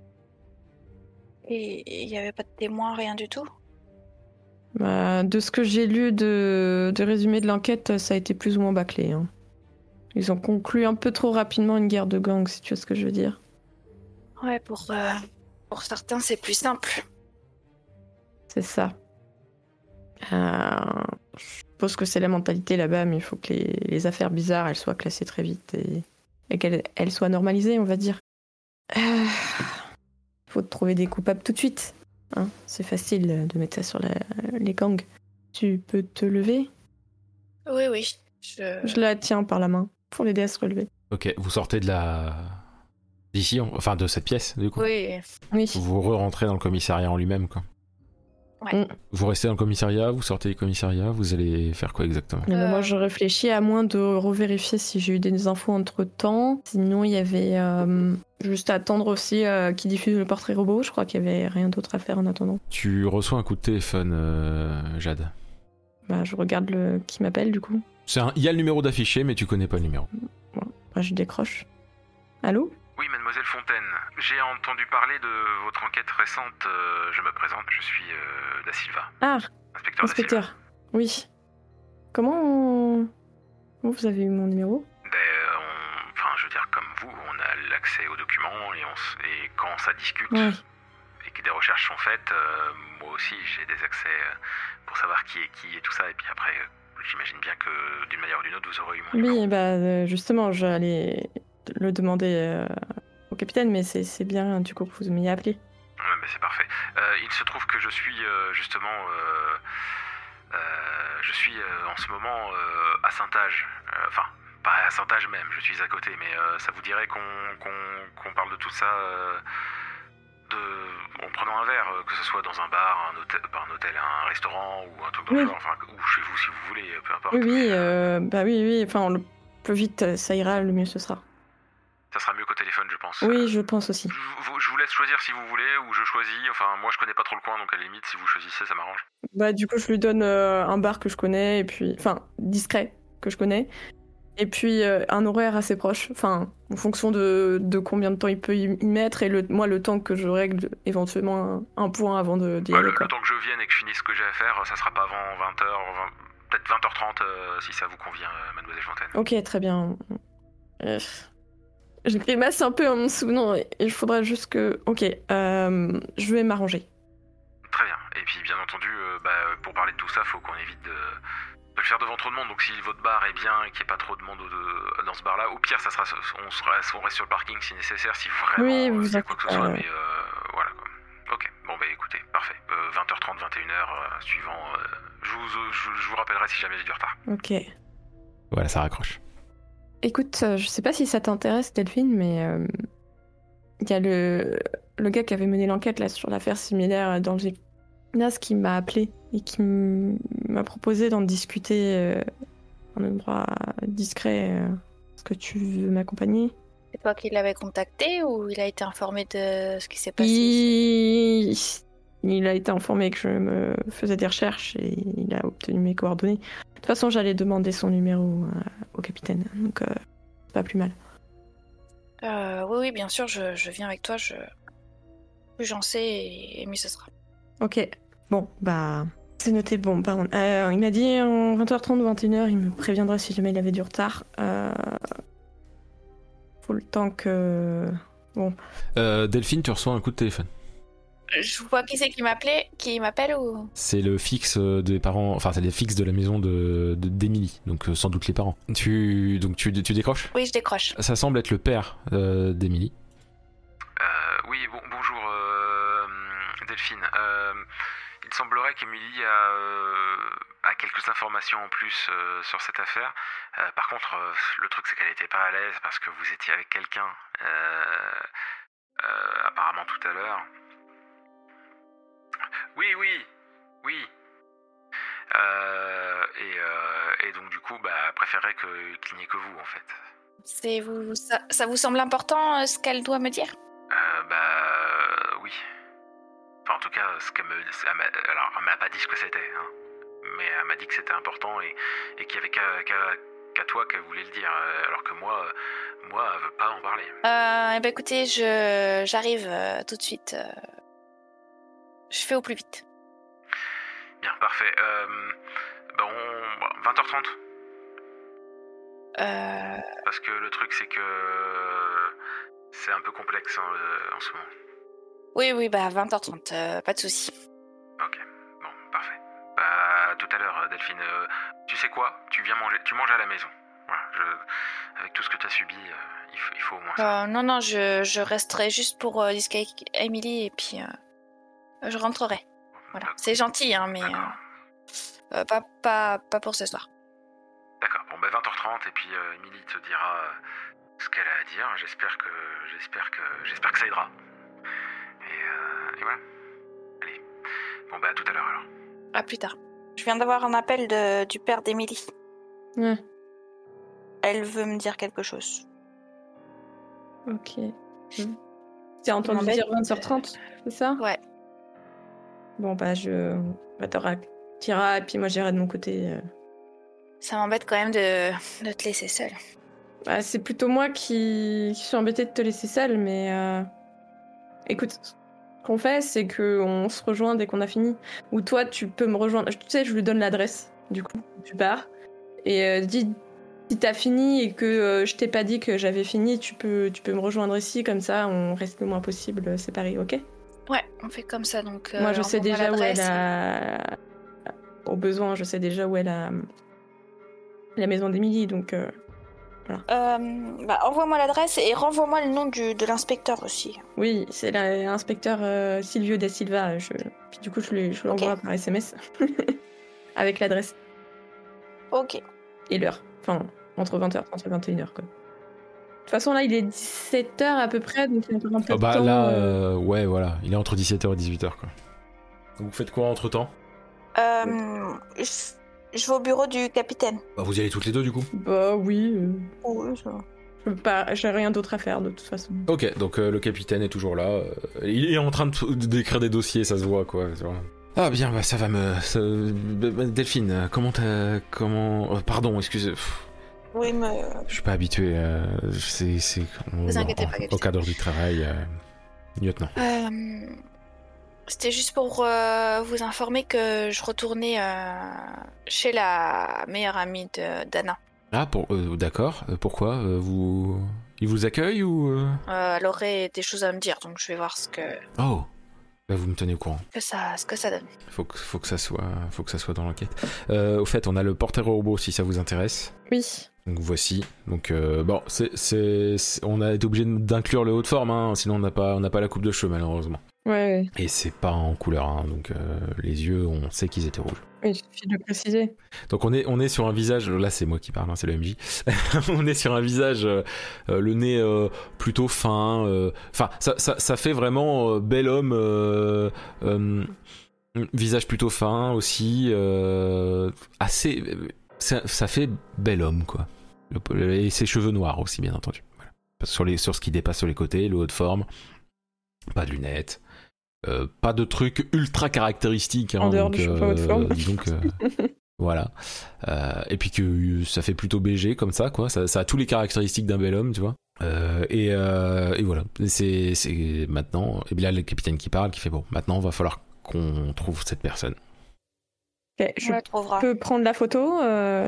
Et il n'y avait pas de témoins, rien du tout? Bah, de ce que j'ai lu de, de résumé de l'enquête, ça a été plus ou moins bâclé. Hein. Ils ont conclu un peu trop rapidement une guerre de gangs, si tu vois ce que je veux dire. Ouais, pour, euh, pour certains, c'est plus simple. C'est ça. Euh, je suppose que c'est la mentalité là-bas, mais il faut que les, les affaires bizarres, elles soient classées très vite et, et qu'elles elles soient normalisées, on va dire. Il euh, faut trouver des coupables tout de suite. Hein, c'est facile de mettre ça sur la, les gangs. Tu peux te lever? Oui, oui. Je... Je la tiens par la main pour l'aider à se relever. Ok, vous sortez de la... d'ici, enfin de cette pièce, du coup. Oui. Oui. Vous re-rentrez dans le commissariat en lui-même, quoi. Ouais. Mm. Vous restez dans le commissariat, vous sortez du commissariat, vous allez faire quoi exactement? Eh ben, Euh. moi, je réfléchis à moins de revérifier si j'ai eu des infos entre temps. Sinon, il y avait euh, juste à attendre aussi euh, qui diffuse le portrait robot. Je crois qu'il y avait rien d'autre à faire en attendant. Tu reçois un coup de téléphone, euh, Jade. Bah, je regarde le qui m'appelle du coup. C'est un... Il y a le numéro d'affiché, mais tu connais pas le numéro. Bon, après, je décroche. Allô? Oui, mademoiselle Fontaine. J'ai entendu parler de votre enquête récente. Euh, je me présente, je suis euh, Da Silva. Ah, Inspecteur Da Silva. inspecteur. Oui. Comment on... Comment vous avez eu mon numéro? Ben, on- enfin, je veux dire, comme vous, on a l'accès aux documents et, on s- et quand ça discute Ouais. et que des recherches sont faites, euh, moi aussi j'ai des accès euh, pour savoir qui est qui et tout ça. Et puis après, euh, j'imagine bien que d'une manière ou d'une autre, vous aurez eu mon numéro. Oui, bah euh, justement, j'allais le demander euh, au capitaine, mais c'est c'est bien du coup que vous m'ayez appelé. Ouais, ben, c'est parfait. Euh, il se trouve que je suis euh, justement, euh, euh, je suis euh, en ce moment euh, à Saint-Age. Euh, Enfin, pas à Saint-Age même, je suis à côté, mais euh, ça vous dirait qu'on qu'on qu'on parle de tout ça euh, de, en prenant un verre, euh, que ce soit dans un bar, un hôtel, pas un hôtel, un restaurant ou un truc dans le Oui. genre, enfin, ou chez vous si vous voulez, peu importe. Oui, oui, mais, euh, euh, bah oui, oui. Enfin, le plus vite ça ira, le mieux ce sera. ça sera mieux qu'au téléphone, je pense. Oui, Euh, je pense aussi. je, vous- je vous laisse choisir si vous voulez, ou je choisis. Enfin, moi je connais pas trop le coin, donc à la limite, si vous choisissez, ça m'arrange. Bah du coup, je lui donne euh, un bar que je connais, et puis, enfin, discret que je connais, et puis euh, un horaire assez proche. Enfin, en fonction de, de combien de temps il peut y y mettre, et le, moi le temps que je règle éventuellement un, un point avant de d'y Bah, aller, le, quoi. le temps que je vienne et que je finisse ce que j'ai à faire, ça sera pas avant vingt heures, peut-être vingt heures trente, euh, si ça vous convient, euh, mademoiselle Fontaine. Ok, très bien. Euh, je grimace un peu en me souvenant, et il faudrait juste que... Ok, euh, je vais m'arranger. Très bien. Et puis, bien entendu, euh, bah, pour parler de tout ça, faut qu'on évite de, de le faire devant trop de monde. Donc, si votre bar est bien et qu'il n'y ait pas trop de monde au- de- dans ce bar-là, au pire, ça sera, on, sera, on reste sur le parking si nécessaire, si vraiment Oui, euh, vous il y a quoi que ce inquiétez soit. pas. Mais euh, voilà, quoi. Ok, bon, bah écoutez, parfait. Euh, vingt heures trente, vingt et une heures, euh, suivant. euh, je, vous, je, je vous rappellerai si jamais j'ai du retard. Ok. Voilà, ça raccroche. Écoute, euh, je sais pas si ça t'intéresse, Delphine, mais euh, il y a le, le gars qui avait mené l'enquête là sur l'affaire similaire dans le gymnase qui m'a appelé et qui m- m'a proposé d'en discuter euh, en un endroit discret. euh. Est-ce que tu veux m'accompagner? C'est toi qui l'avais contacté ou il a été informé de ce qui s'est passé? il... il a été informé que je me faisais des recherches et il a obtenu mes coordonnées. De toute façon, j'allais demander son numéro euh, au capitaine, donc euh, c'est pas plus mal. Euh, oui, oui, bien sûr, je, je viens avec toi. Je... Plus j'en sais, et, et mieux ce sera. Ok, bon, bah, c'est noté. Bon, pardon. Euh, il m'a dit en vingt heures trente ou vingt et une heures, il me préviendra si jamais il avait du retard. Euh... Faut le temps que... Bon, Euh, Delphine, tu reçois un coup de téléphone. Je vois qui c'est qui m'appelait, qui m'appelle ou... C'est le fixe des parents, enfin c'est le fixe de la maison de de- d'Émilie, donc euh, sans doute les parents. Tu donc tu, tu décroches? Oui, je décroche. Ça semble être le père euh, d'Émilie. Euh, oui, bon, bonjour euh, Delphine. Euh, il semblerait qu'Emilie a, euh, a quelques informations en plus euh, sur cette affaire. Euh, par contre, euh, le truc c'est qu'elle n'était pas à l'aise parce que vous étiez avec quelqu'un, euh, euh, apparemment tout à l'heure. Oui, oui, oui. Euh, et, euh, et donc du coup, bah, elle préférait que- qu'il n'y ait que vous en fait. C'est vous, ça, ça vous semble important euh, ce qu'elle doit me dire? Euh, bah euh, oui. Enfin en tout cas, ce qu'elle me, elle m'a- alors elle m'a pas dit ce que c'était, hein. Mais elle m'a dit que c'était important et, et qu'il y avait qu'à, qu'à- qu'à toi qu'elle voulait le dire, euh, alors que moi, euh, moi, elle veut pas en parler. Euh, eh ben écoutez, je, j'arrive euh, tout de suite. euh, Je fais au plus vite. Bien, parfait. Euh, bah on, bon, vingt heures trente. Euh, Parce que le truc c'est que c'est un peu complexe hein, euh, en ce moment. Oui, oui, bah vingt heures trente, euh, pas de souci. Ok, bon, parfait. Bah, tout à l'heure, Delphine, euh, tu sais quoi? Tu viens manger, tu manges à la maison. Voilà, je, avec tout ce que tu as subi, euh, il, faut, il faut au moins ça. Euh, non, non, je, je resterai juste pour euh, discuter avec Emily et puis euh, je rentrerai. Voilà, c'est gentil, hein, mais D'accord. euh, euh, pas, pas, pas pour ce soir. D'accord, bon, bah vingt heures trente, et puis euh, Emily te dira euh, ce qu'elle a à dire. J'espère que, j'espère que, j'espère que ça aidera. Et, euh, et voilà. Allez. Bon bah à tout à l'heure alors. À plus tard. Je viens d'avoir un appel de, du père d'Émilie. Ouais. Elle veut me dire quelque chose. Ok. Mmh. Tu as entendu m'embête. dire vingt heures trente, c'est ça? Ouais. Bon, bah, je. Bah, t'auras Kira, et puis moi, j'irai de mon côté. euh. Ça m'embête quand même de, de te laisser seule. Bah, c'est plutôt moi qui... qui suis embêtée de te laisser seule, mais. euh, Écoute, ce qu'on fait, c'est qu'on se rejoint dès qu'on a fini. Ou toi, tu peux me rejoindre. Tu sais, je lui donne l'adresse, du coup, tu pars. Et euh, dis. Si t'as fini et que euh, je t'ai pas dit que j'avais fini, tu peux, tu peux me rejoindre ici, comme ça on reste le moins possible euh, séparés, ok? Ouais, on fait comme ça donc. euh, Moi je sais envoie-moi déjà où elle l'adresse. a. Au besoin, je sais déjà où elle a. La maison d'Émilie, donc. euh, Euh, bah, envoie-moi l'adresse et renvoie-moi le nom du, de l'inspecteur aussi. Oui, c'est l'inspecteur euh, Silvio da Silva. Je... Puis du coup, je lui- je l'envoie par S M S. Avec l'adresse Ok. et l'heure. Enfin, entre vingt heures trente et vingt et une heures, quoi. De toute façon, là, il est dix-sept heures à peu près, donc il y a encore un peu Ah de bah temps. là, euh, euh, ouais, voilà, il est entre dix-sept heures et dix-huit heures quoi. Donc vous faites quoi entre temps? Euh, je, je vais au bureau du capitaine. Bah vous y allez toutes les deux du coup? Bah oui. euh, Oui, ça va. je peux pas... J'ai rien d'autre à faire, de toute façon. Ok, donc euh, le capitaine est toujours là. euh, il est en train de de d'écrire des dossiers, ça se voit quoi. tu vois. Ah bien, bah ça va me... ça- bah, Delphine, euh, comment t'as... Comment... euh, pardon, excusez... pff, Oui, mais. je suis pas habitué, euh, c'est... c'est... Vous inquiétez en- pas, Au capitaine. cadre du travail, euh, lieutenant. Euh, C'était juste pour euh, vous informer que je retournais euh, chez la meilleure amie de- d'Anna. Ah, pour... euh, d'accord, euh, pourquoi euh, vous... Il vous accueille ou... euh Euh, elle aurait des choses à me dire, donc je vais voir ce que, Oh, bah vous me tenez au courant. que, ça, ce que ça donne. Faut que, faut que ça soit, faut que ça soit dans l'enquête. Euh, au fait, on a le porteur robot si ça vous intéresse. Oui. Donc voici. Donc euh, bon, c'est, c'est, c'est- on a été obligé d'inclure le haut de forme, hein, sinon on n'a pas, on n'a pas la coupe de cheveux malheureusement. Ouais, ouais. Et c'est pas en couleur, hein, donc euh, les yeux, on sait qu'ils étaient rouges. Oui, il suffit de le préciser. Donc on est, on est sur un visage. Là, c'est moi qui parle, hein, c'est le M J. On est sur un visage, euh, euh, le nez euh, plutôt fin. euh, Enfin, ça, ça, ça fait vraiment euh, bel homme. euh, euh, visage plutôt fin aussi, euh, assez. Ça, ça fait bel homme quoi. Le- Et ses cheveux noirs aussi, bien entendu. Voilà. Parce que sur, les, sur ce qui dépasse sur les côtés, le haut de forme, pas de lunettes. Euh, pas de trucs ultra caractéristiques. Hein, En dehors donc, du cheveu haut de forme. donc euh, voilà. Euh, et puis que euh, ça fait plutôt B G comme ça, quoi. Ça, ça a tous les caractéristiques d'un bel homme, tu vois. Euh, et, euh, et voilà. C'est, c'est maintenant. Et bien là, le capitaine qui parle, qui fait bon. Maintenant, va falloir qu'on trouve cette personne. Ok, je On la trouvera. peux prendre la photo euh,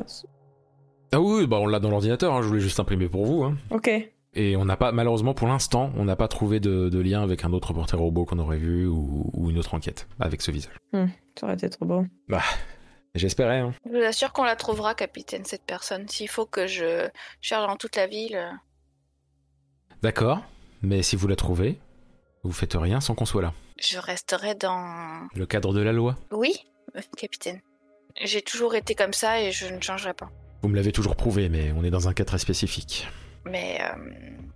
Ah oui, bah on l'a dans l'ordinateur. Hein, je voulais juste imprimer pour vous. Hein. Ok. Et on n'a pas, malheureusement, pour l'instant, on n'a pas trouvé de, de lien avec un autre porteur robot qu'on aurait vu ou, ou une autre enquête avec ce visage. Hmm, ça aurait été trop beau. Bah, j'espérais. Hein. Je vous assure qu'on la trouvera, capitaine, cette personne. S'il faut que je cherche dans toute la ville. euh, D'accord, mais si vous la trouvez, vous faites rien sans qu'on soit là. Je resterai dans... Le cadre de la loi. Oui, euh, capitaine. J'ai toujours été comme ça et je ne changerai pas. Vous me l'avez toujours prouvé, mais on est dans un cas très spécifique. Mais euh,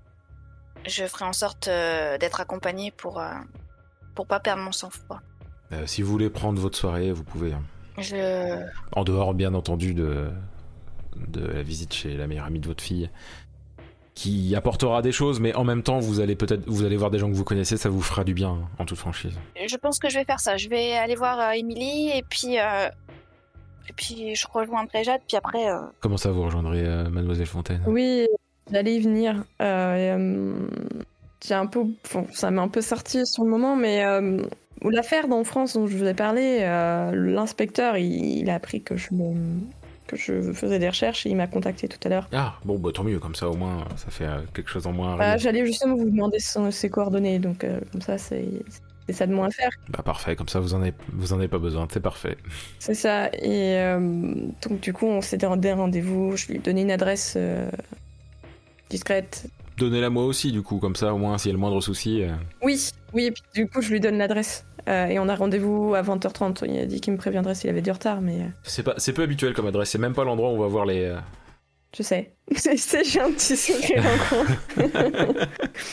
je ferai en sorte euh, d'être accompagnée pour, euh, pour pas perdre mon sang-froid. Euh, si vous voulez prendre votre soirée, vous pouvez. Hein. Je... En dehors, bien entendu, de, de la visite chez la meilleure amie de votre fille, qui apportera des choses, mais en même temps, vous allez peut-être, vous allez voir des gens que vous connaissez, ça vous fera du bien, hein, en toute franchise. je pense que je vais faire ça. Je vais aller voir euh, Émilie et puis... euh, Et puis je rejoindrai Jade, puis après... euh, Comment ça, vous rejoindrez euh, Mademoiselle Fontaine? Oui, j'allais y venir. Euh, et, euh, j'ai un peu, bon, ça m'est un peu sorti sur le moment, mais euh, l'affaire en France dont je vous ai parlé, euh, l'inspecteur, il, il a appris que je, me, que je faisais des recherches et il m'a contacté tout à l'heure. Ah, bon, bah tant mieux, comme ça au moins, ça fait euh, quelque chose en moins. à Bah, régler. j'allais justement vous demander son- ses coordonnées, donc euh, comme ça, c'est c'est ça de moins à faire. Bah parfait, comme ça vous en avez, vous en avez pas besoin, c'est parfait. C'est ça. Et euh, donc du coup, on s'était rendu un rendez-vous. Je lui ai donné une adresse euh, discrète. Donnez-la moi aussi, du coup, comme ça au moins, s'il y a le moindre souci. euh, Oui, oui. Et puis du coup, je lui donne l'adresse. Euh, et on a rendez-vous à vingt heures trente. Il a dit qu'il me préviendrait s'il avait du retard, mais... euh, C'est pas, c'est peu habituel comme adresse, c'est même pas l'endroit où on va voir les, euh, Je sais. Je sais, j'ai un petit sourire en coin.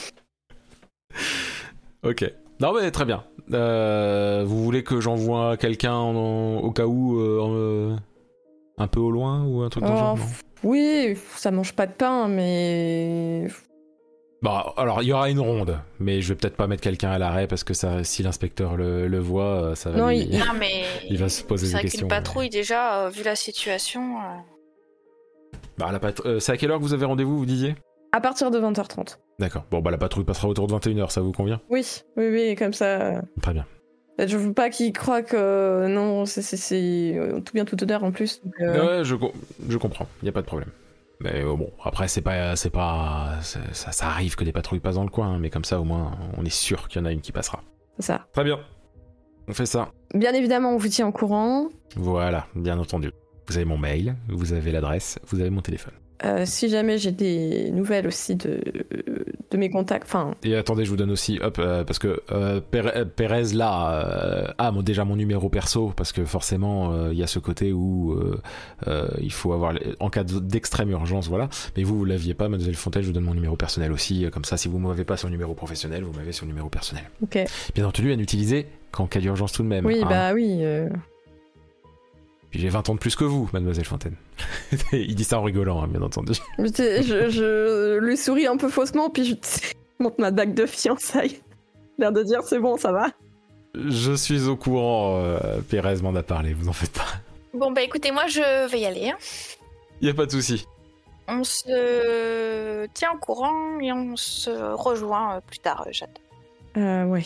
Ok. Non mais très bien. Euh, vous voulez que j'envoie quelqu'un en, en, au cas où euh, en, euh, un peu au loin ou un truc dans le genre, non ? Oui, ça mange pas de pain, mais... Bah alors il y aura une ronde, mais je vais peut-être pas mettre quelqu'un à l'arrêt parce que ça, si l'inspecteur le, le voit, ça va non, lui... il... Non, mais... il va se poser c'est des vrai questions. qu'une patrouille, déjà, euh, vu la situation... Euh... Bah la pat... euh, c'est à quelle heure que vous avez rendez-vous, vous disiez ? À partir de vingt heures trente. D'accord. Bon bah la patrouille passera autour de vingt et une heures, ça vous convient ? Oui, oui, oui, comme ça... Très bien. Je veux pas qu'il croie que... Non, c'est, c'est, c'est tout bien tout honneur en plus. Donc, euh... Ouais, je, je comprends, y a pas de problème. Mais euh, bon, après c'est pas... c'est pas c'est, ça, ça arrive que des patrouilles passent dans le coin, hein, mais comme ça au moins on est sûr qu'il y en a une qui passera. C'est ça. Très bien. On fait ça. Bien évidemment, on vous tient au courant. Voilà, bien entendu. Vous avez mon mail, vous avez l'adresse, vous avez mon téléphone. Euh, si jamais j'ai des nouvelles aussi de, de mes contacts, enfin... Et attendez, je vous donne aussi, hop, euh, parce que euh, Pérez, Pérez là euh, a mon, déjà mon numéro perso, parce que forcément il euh, y a ce côté où euh, euh, il faut avoir, en cas d'extrême urgence, voilà. Mais vous, vous l'aviez pas, Mademoiselle Fontaine, je vous donne mon numéro personnel aussi, comme ça si vous m'avez pas sur le numéro professionnel, vous m'avez sur le numéro personnel. Ok. Bien entendu, à n'utiliser qu'en cas d'urgence tout de même. Oui, hein. bah oui... Euh... Puis j'ai vingt ans de plus que vous, Mademoiselle Fontaine. Il dit ça en rigolant, hein, bien entendu. Je, je, je lui souris un peu faussement, puis je monte ma bague de fiançailles. L'air de dire, c'est bon, ça va. Je suis au courant, euh, Pérez m'en a parlé, vous en faites pas. Bon, bah écoutez, moi je vais y aller. Hein. Y a pas de souci. On se tient au courant et on se rejoint plus tard, Jade. Euh, ouais.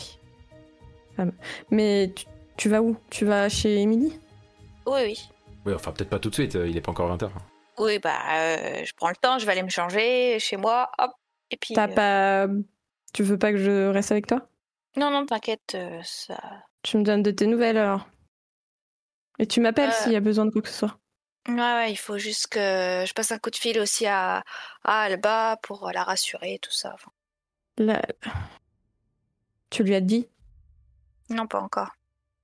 Mais tu, tu vas où ? Tu vas chez Émilie ? Oui, oui. Oui, enfin peut-être pas tout de suite, il est pas encore vingt heures. Oui, bah euh, je prends le temps, je vais aller me changer chez moi, hop, et puis... T'as euh... pas... Tu veux pas que je reste avec toi ? Non, non, t'inquiète, euh, ça... Tu me donnes de tes nouvelles alors. Et tu m'appelles euh... s'il y a besoin de quoi que ce soit. Ouais, ouais, il faut juste que je passe un coup de fil aussi à, à Alba pour la rassurer, tout ça. Enfin... Là... Tu lui as dit ? Non, pas encore.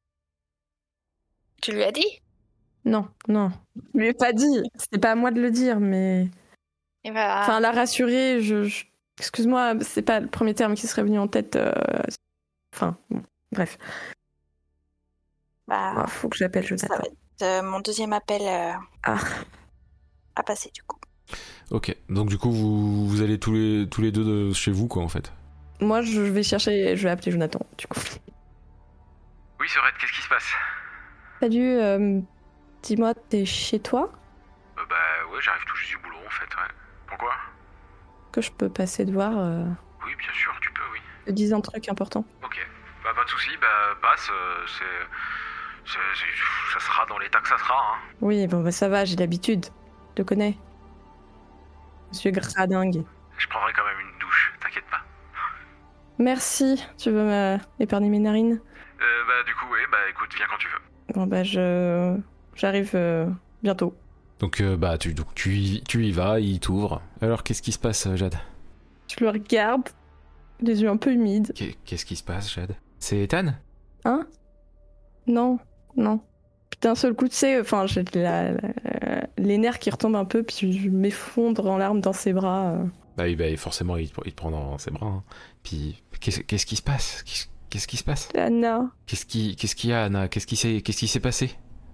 Tu lui as dit ? Non, non. Je lui ai pas dit. C'était pas à moi de le dire, mais... Et bah... Enfin, la rassurer, je... je... Excuse-moi, c'est pas le premier terme qui serait venu en tête. Euh... Enfin, bon, bref. Bah... Oh, faut que j'appelle Jonathan. Ça va être euh, mon deuxième appel euh... ah. à passer, du coup. Ok, donc du coup, vous, vous allez tous les, tous les deux de chez vous, quoi, en fait. Moi, je vais chercher... Je vais appeler Jonathan, du coup. Oui, Sorette, qu'est-ce qui se passe ? Salut, euh... dis-moi, t'es chez toi ? euh, Bah ouais, j'arrive tout juste du boulot, en fait, ouais. Pourquoi ? Que je peux passer te voir euh... Oui, bien sûr, tu peux, oui. te dis un truc important. Ok, bah pas de soucis, bah passe, euh, c'est, c'est, c'est... ça sera dans l'état que ça sera, hein. Oui, bon bah ça va, j'ai l'habitude. Je te connais. Monsieur Gradingue. Je prendrai quand même une douche, t'inquiète pas. Merci, tu veux m'épargner mes narines ? Euh, bah du coup, oui, bah écoute, viens quand tu veux. Bon bah je... J'arrive euh, bientôt. Donc euh, bah tu, donc, tu, y, tu y vas, il t'ouvre. Alors qu'est-ce qui se passe, Jade ? Je le regarde, les yeux un peu humides. Qu'est-ce qui se passe, Jade ? C'est Ethan ? Hein ? Non, non. Putain, un seul coup, tu sais, enfin, j'ai la, la, les nerfs qui retombent un peu, puis je m'effondre en larmes dans ses bras. Euh. Bah oui, bah forcément, il te, il te prend dans ses bras. Hein. Puis, qu'est-ce, qu'est-ce qui se passe ? Qu'est-ce, qu'est-ce qui se passe ? Anna. Qu'est-ce qui, qu'est-ce qu'il y a, Anna ? Qu'est-ce qui s'est, qu'est-ce qui s'est passé ?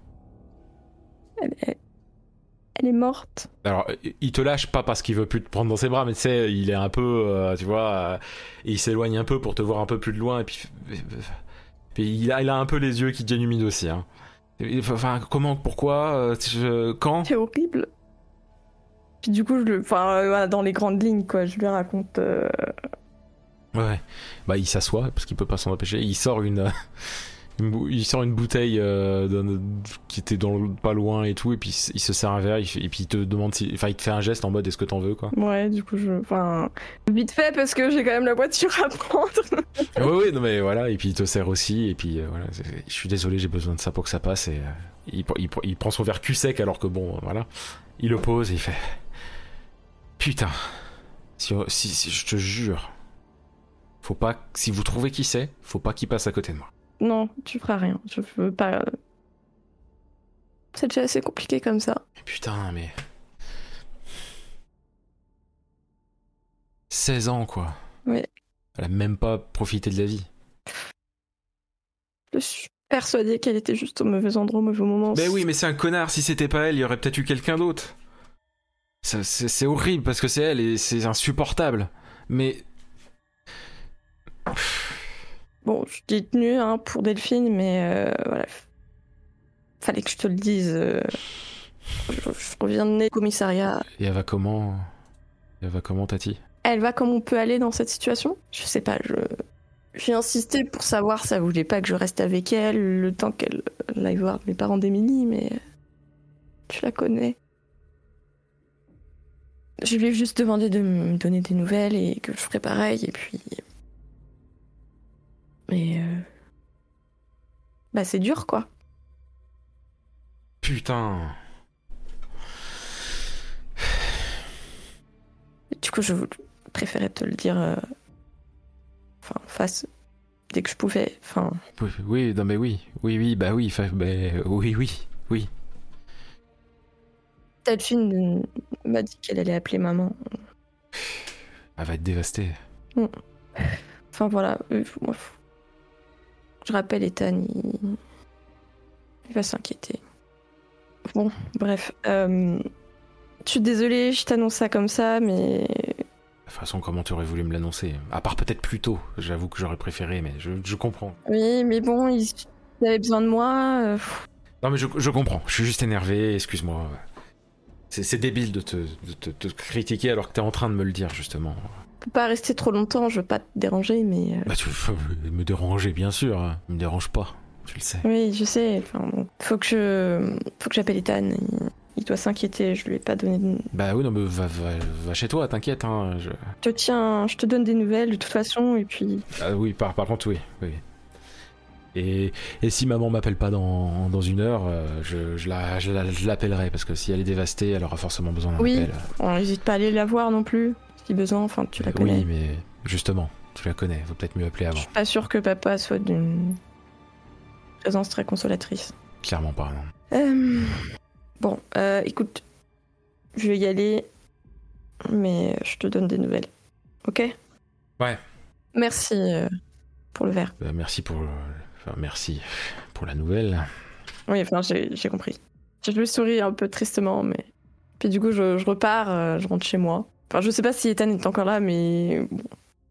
Elle est... Elle est morte. Alors, il te lâche pas parce qu'il veut plus te prendre dans ses bras, mais tu sais, il est un peu, euh, tu vois, euh, et il s'éloigne un peu pour te voir un peu plus de loin, et puis, puis il, a, il a un peu les yeux qui deviennent humides aussi. Hein. Enfin, comment, pourquoi, euh, je, quand ? C'est horrible. Puis du coup, je le, enfin, euh, dans les grandes lignes, quoi, je lui raconte. Euh... Ouais. Bah, il s'assoit parce qu'il peut pas s'en empêcher. Il sort une. Une, il sort une bouteille euh, de, qui était dans le, pas loin et tout, et puis il se sert un verre, il fait, et puis il te demande si, enfin il te fait un geste en mode est-ce que t'en veux, quoi. Ouais, du coup je, enfin vite fait parce que j'ai quand même la voiture à prendre. Ouais ouais, non mais voilà, et puis il te sert aussi, et puis euh, voilà, je suis désolé, j'ai besoin de ça pour que ça passe, et euh, il, il, il prend son verre cul sec alors que bon, voilà, il le pose et il fait putain, si, si, si je te jure, faut pas, si vous trouvez qui c'est, faut pas qu'il passe à côté de moi. Non, tu feras rien. Je veux pas. C'est déjà assez compliqué comme ça. Putain, mais. seize ans, quoi. Ouais. Elle a même pas profité de la vie. Je suis persuadée qu'elle était juste au mauvais endroit, au mauvais moment. Mais oui, mais c'est un connard. Si c'était pas elle, il y aurait peut-être eu quelqu'un d'autre. Ça, c'est, c'est horrible parce que c'est elle et c'est insupportable. Mais... Bon, je t'ai tenu hein, pour Delphine, mais euh, voilà. Fallait que je te le dise. Euh... Je, je reviens de nez au commissariat. Et elle va comment Elle va comment, Tati? Elle va comme on peut aller dans cette situation? Je sais pas, je... J'ai insisté pour savoir si ça voulait pas que je reste avec elle le temps qu'elle aille voir les parents d'Émilie, mais... Tu la connais. Je lui ai juste demandé de me donner des nouvelles et que je ferais pareil, et puis... Mais... Euh... Bah c'est dur, quoi. Putain. Du coup, je préférais te le dire... Euh... Enfin, face... Dès que je pouvais, enfin... Oui, oui, non mais oui. Oui, oui, bah oui, fa... bah, oui, oui, oui. Delphine m'a dit qu'elle allait appeler maman. Elle va être dévastée. Mm. Enfin voilà, euh, moi, je rappelle Ethan, il, il va s'inquiéter. Bon, bref. Euh... Je suis désolée, je t'annonce ça comme ça, mais... De toute façon, comment tu aurais voulu me l'annoncer? À part peut-être plus tôt, j'avoue que j'aurais préféré, mais je, je comprends. Oui, mais bon, ils avaient besoin de moi. Euh... Non mais je, je comprends, je suis juste énervé, excuse-moi. C'est, c'est débile de te, de te, te critiquer alors que t'es en train de me le dire, justement. Je peux pas rester trop longtemps, je veux pas te déranger, mais... Euh... Bah tu veux me déranger, bien sûr, hein. Me dérange pas, tu le sais. Oui, je sais, enfin bon. Faut que je... Faut que j'appelle Ethan, il... il doit s'inquiéter, je lui ai pas donné de... Bah oui, non mais va, va, va chez toi, t'inquiète, hein. Je... je te tiens, je te donne des nouvelles de toute façon, et puis... Ah oui, par, par contre, oui, oui. Et, et si maman m'appelle pas dans, dans une heure, euh, je, je, la, je, la, je l'appellerai, parce que si elle est dévastée, elle aura forcément besoin d'un oui, appel. On n'hésite pas à aller la voir non plus, si besoin, enfin tu la connais. Oui, mais justement, tu la connais, faut peut-être mieux appeler avant. Je suis pas sûre que papa soit d'une présence très consolatrice. Clairement pas, non. Euh... Bon, euh, écoute, je vais y aller, mais je te donne des nouvelles, ok? Ouais. Merci euh, pour le verre. Euh, merci pour... le... Enfin, merci pour la nouvelle. Oui, enfin, j'ai, j'ai compris. Je lui souris un peu tristement, mais... Puis du coup, je, je repars, euh, je rentre chez moi. Enfin, je sais pas si Ethan est encore là, mais... Bon.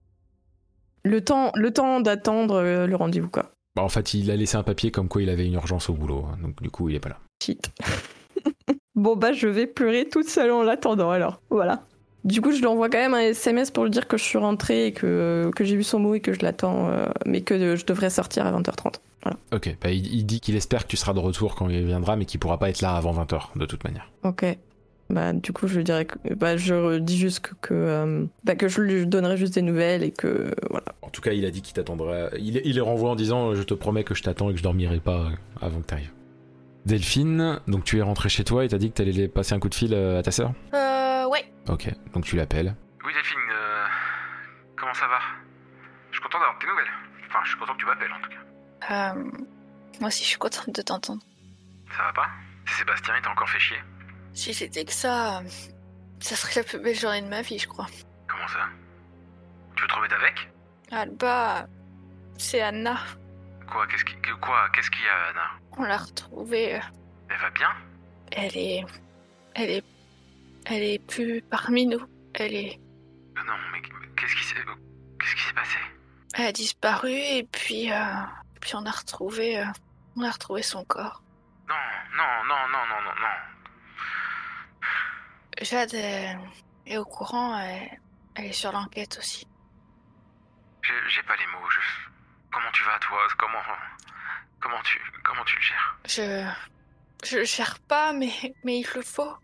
Le temps, le temps d'attendre euh, le rendez-vous, quoi. Bah, en fait, il a laissé un papier comme quoi il avait une urgence au boulot, hein, donc du coup, il est pas là. Shit. Bon, bah, je vais pleurer toute seule en l'attendant, alors. Voilà. Du coup, je lui envoie quand même un S M S pour lui dire que je suis rentrée et que, que j'ai vu son mot et que je l'attends, euh, mais que je devrais sortir à vingt heures trente. Voilà. Ok, bah, il, il dit qu'il espère que tu seras de retour quand il viendra, mais qu'il pourra pas être là avant vingt heures, de toute manière. Ok. Bah, du coup, je lui dirais que... Bah, je dis juste que... que, euh, bah, que je lui donnerai juste des nouvelles et que... Voilà. En tout cas, il a dit qu'il t'attendrait... Il, il les renvoie en disant « Je te promets que je t'attends et que je dormirai pas avant que t'arrives ». Delphine, donc tu es rentrée chez toi et t'as dit que t'allais passer un coup de fil à ta sœur ? Euh, ouais. Ok, donc tu l'appelles. Oui Delphine, euh... comment ça va? Je suis content d'avoir tes nouvelles. Enfin, je suis content que tu m'appelles en tout cas. Euh, moi aussi, je suis contente de t'entendre. Ça va pas? Si Sébastien, il t'a encore fait chier? Si c'était que ça, euh, ça serait la plus belle journée de ma vie, je crois. Comment ça? Tu veux te remettre avec? Alba, c'est Anna. Quoi? Qu'est-ce qui... Quoi? Qu'est-ce qu'il y a, Anna? On l'a retrouvée. euh, Elle va bien? Elle est... Elle est... Elle est plus parmi nous. Elle est... Euh, Non, mais qu'est-ce qui s'est... Qu'est-ce qui s'est passé? Elle a disparu et puis... euh, Puis on a retrouvé... euh, On a retrouvé son corps. Non, non, non, non, non, non, non. Jade est, est au courant, elle... elle est sur l'enquête aussi. J'ai, j'ai pas les mots, je... Comment tu vas, toi? Comment... Comment tu... Comment tu le gères? Je... Je le gère pas, mais... Mais il le faut.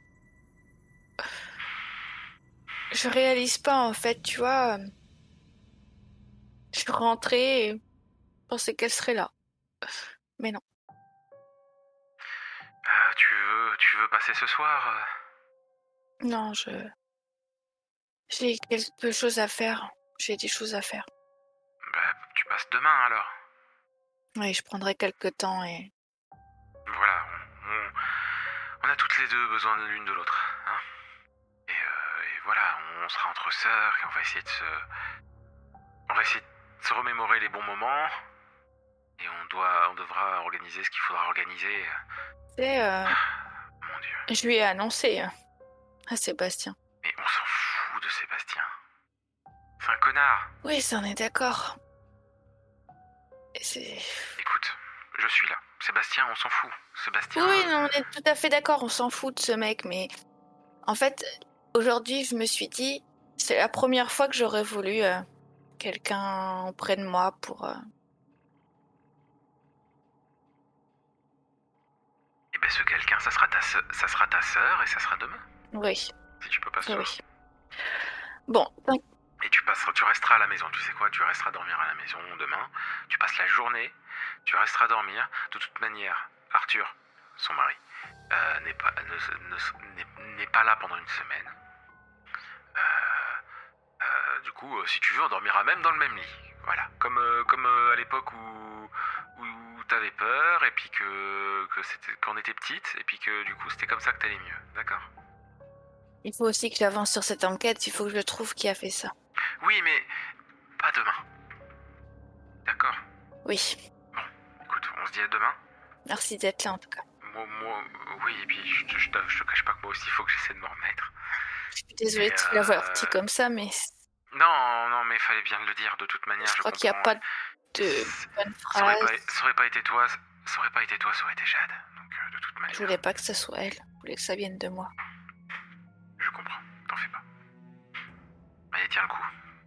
Je réalise pas, en fait, tu vois. Je suis rentrée et... pensais qu'elle serait là. Mais non. Euh, tu veux... Tu veux passer ce soir? euh Non, je... J'ai quelque chose à faire. J'ai des choses à faire. Bah, tu passes demain, alors. Oui, je prendrai quelques temps et... Voilà, on, on, on a toutes les deux besoin de l'une de l'autre, hein. Et, euh, et voilà, on sera entre votre sœur et on va essayer de se... On va essayer de se remémorer les bons moments. Et on doit, on devra organiser ce qu'il faudra organiser. C'est, euh, Mon Dieu. je lui ai annoncé euh, à Sébastien. Mais on s'en fout de Sébastien. C'est un connard. Oui, ça en est d'accord. Et c'est... Écoute, je suis là. Sébastien, on s'en fout. Sébastien... Oui, non, on est tout à fait d'accord, on s'en fout de ce mec, mais... En fait, aujourd'hui, je me suis dit, c'est la première fois que j'aurais voulu euh, quelqu'un auprès de moi pour... Euh... Eh ben ce quelqu'un, ça sera ta sœur, ça sera ta sœur et ça sera demain. Oui, Si tu peux pas se... oui. Bon, t'inqui- Et tu passeras, tu resteras à la maison. Tu sais quoi? Tu resteras dormir à la maison demain. Tu passes la journée. Tu resteras dormir. De toute manière, Arthur, son mari, euh, n'est pas, ne- ne- n'est- n'est pas là pendant une semaine. Euh, euh, du coup, euh, si tu veux, on dormira même dans le même lit. Voilà, comme euh, comme euh, à l'époque où où t'avais peur et puis que que c'était quand on était petite et puis que du coup c'était comme ça que t'allais mieux. D'accord. il faut aussi que j'avance sur cette enquête, il faut que je trouve qui a fait ça. Oui, mais pas demain. D'accord. Oui, Écoute, on se dit à demain. merci d'être là en tout cas. Moi, moi, oui, et puis je, te- je, te- je te cache pas que moi aussi, il faut que j'essaie de me remettre. Je suis désolée Et, de te l'avoir euh, dit comme ça, mais Non, non, mais il fallait bien le dire de toute manière. je Je crois qu'il n'y a comprends. pas de bonne Ça aurait, phrase. pas, ça aurait pas été toi, ça aurait pas été toi, ça aurait été Jade. Donc euh, de toute manière, Je voulais pas que ce soit elle, je voulais que ça vienne de moi. je comprends. T'en fais pas. Allez, tiens le coup.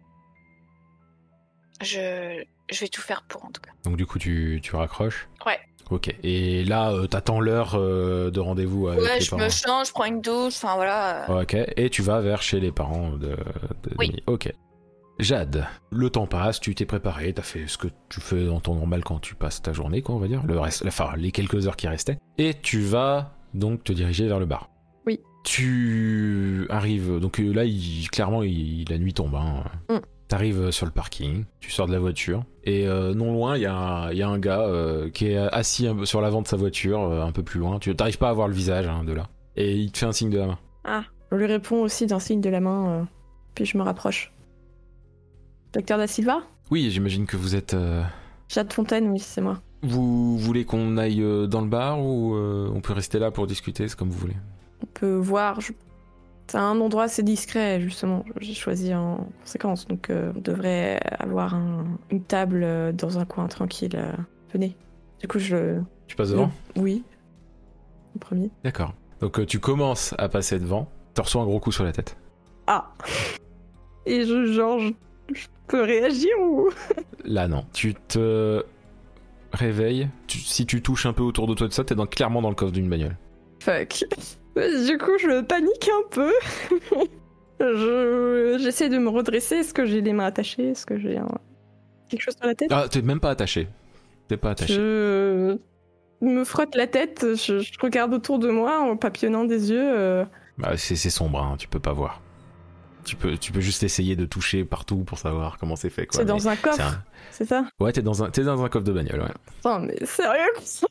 Je... je vais tout faire pour en tout cas. Donc du coup, tu, tu raccroches. Ouais. Ok. Et là, euh, t'attends l'heure euh, de rendez-vous avec Ouais, les je parents. me change, je prends une douche, enfin voilà. euh, Ok. Et tu vas vers chez les parents de. de Oui. Denis. Ok. Jade, le temps passe, tu t'es préparé, t'as fait ce que tu fais en temps normal quand tu passes ta journée, quoi, on va dire, le reste, enfin les quelques heures qui restaient, et tu vas donc te diriger vers le bar. Oui. Tu arrives, donc euh, là, il, clairement, il- la nuit tombe. Hein. Mm. T'arrives sur le parking, tu sors de la voiture, et euh, non loin, il y, a un- il y a un gars euh, qui est assis un peu sur l'avant de sa voiture, euh, un peu plus loin. Tu t'arrives pas à voir le visage hein, de là, et il te fait un signe de la main. Ah, je lui réponds aussi d'un signe de la main, euh, puis je me rapproche. Docteur Da Silva? Oui, j'imagine que vous êtes. euh, Jade Fontaine, oui, c'est moi. Vous voulez qu'on aille euh, dans le bar ou euh, on peut rester là pour discuter, c'est comme vous voulez. On peut voir. Je... C'est un endroit assez discret, justement. J'ai choisi en conséquence, donc euh, on devrait avoir un- une table euh, dans un coin tranquille. euh. Venez. Du coup, je. Tu passes devant Oui. Le premier. D'accord. Donc euh, tu commences à passer devant, tu reçois un gros coup sur la tête. Ah. Et je, genre, je, je peux réagir ou. Là non. Tu te réveilles, tu- si tu touches un peu autour de toi de ça, t'es dans, clairement dans le coffre d'une bagnole. Fuck. Du coup, je panique un peu. je... J'essaie de me redresser. Est-ce que j'ai les mains attachées? Est-ce que j'ai un... quelque chose sur la tête? Ah, t'es même pas attaché. T'es pas attaché. Je me frotte la tête, je, je regarde autour de moi en papillonnant des yeux. euh, Bah, c'est c'est sombre, hein, tu peux pas voir. Tu peux, tu peux juste essayer de toucher partout pour savoir comment c'est fait. quoi, C'est mais dans un coffre, c'est un- c'est ça? Ouais, t'es dans, un... t'es dans un coffre de bagnole, ouais. Putain, mais sérieux?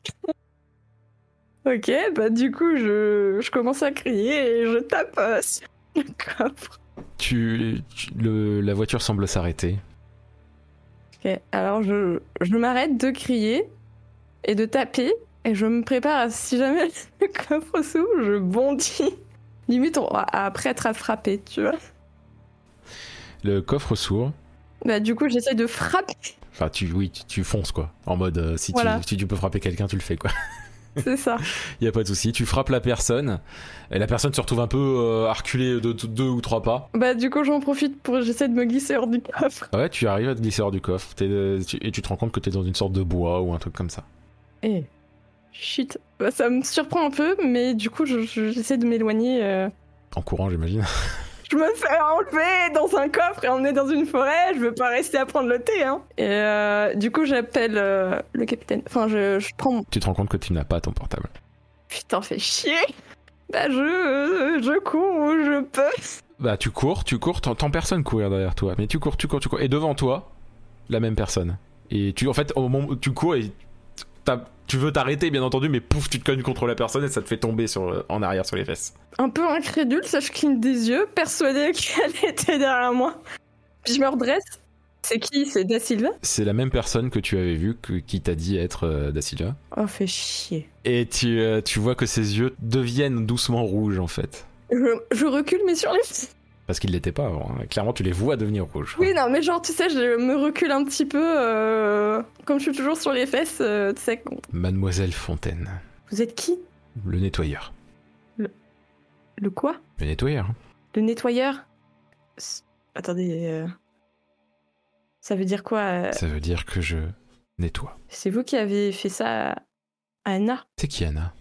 Ok, bah du coup, je, je commence à crier et je tape euh, sur le coffre. Tu, tu- le, la voiture semble s'arrêter. Ok, alors je, je m'arrête de crier et de taper et je me prépare à, si jamais le coffre s'ouvre, je bondis. Limite, on, à, après être à frapper, tu vois. Le coffre s'ouvre. Bah du coup, j'essaie de frapper, Enfin, tu, oui, tu, tu fonces, quoi. En mode, euh, si, Voilà. tu, si tu peux frapper quelqu'un, tu le fais, quoi. c'est ça. Y a pas de souci. Tu frappes la personne. Et la personne se retrouve un peu euh, à reculer de, de- deux ou trois pas. Bah du coup, j'en profite pour j'essaie de me glisser hors du coffre. Ouais, tu arrives à te glisser hors du coffre. T'es, euh, tu- et tu te rends compte que t'es dans une sorte de bois ou un truc comme ça. Eh, shit. Bah, ça me surprend un peu, mais du coup, je- je- j'essaie de m'éloigner. euh. En courant, j'imagine. Je me fais enlever dans un coffre et emmener dans une forêt. Je veux pas rester à prendre le thé, hein. Et euh, du coup, j'appelle euh, le capitaine. Enfin, je, je prends mon... Tu te rends compte que tu n'as pas ton portable. Putain, fais chier. Bah, je, euh, je cours où je peux. Bah, tu cours, tu cours, t'entends personne courir derrière toi. Mais tu cours, tu cours, tu cours. Et devant toi, la même personne. Et tu, en fait, au moment où tu cours, et t'as, tu veux t'arrêter bien entendu, mais pouf, tu te cognes contre la personne et ça te fait tomber sur, en arrière sur les fesses. Un peu incrédule, ça je cligne des yeux, persuadée qu'elle était derrière moi. Puis je me redresse. C'est qui? C'est Da Silva? C'est la même personne que tu avais vue que, qui t'a dit être euh, Da Silva. Oh, fait chier. Et tu, euh, tu vois que ses yeux deviennent doucement rouges en fait. Je, je recule, mais sur les... Parce qu'ils l'étaient pas avant. Hein. Clairement, tu les vois devenir rouges. Oui, non, mais genre, tu sais, je me recule un petit peu, euh, comme je suis toujours sur les fesses, euh, tu sais. Mademoiselle Fontaine. Vous êtes qui? Le nettoyeur. Le quoi? Le nettoyeur. Hein. Le nettoyeur? C'est- Attendez, euh, ça veut dire quoi? euh, Ça veut dire que je nettoie. C'est vous qui avez fait ça à Anna? C'est qui, Anna?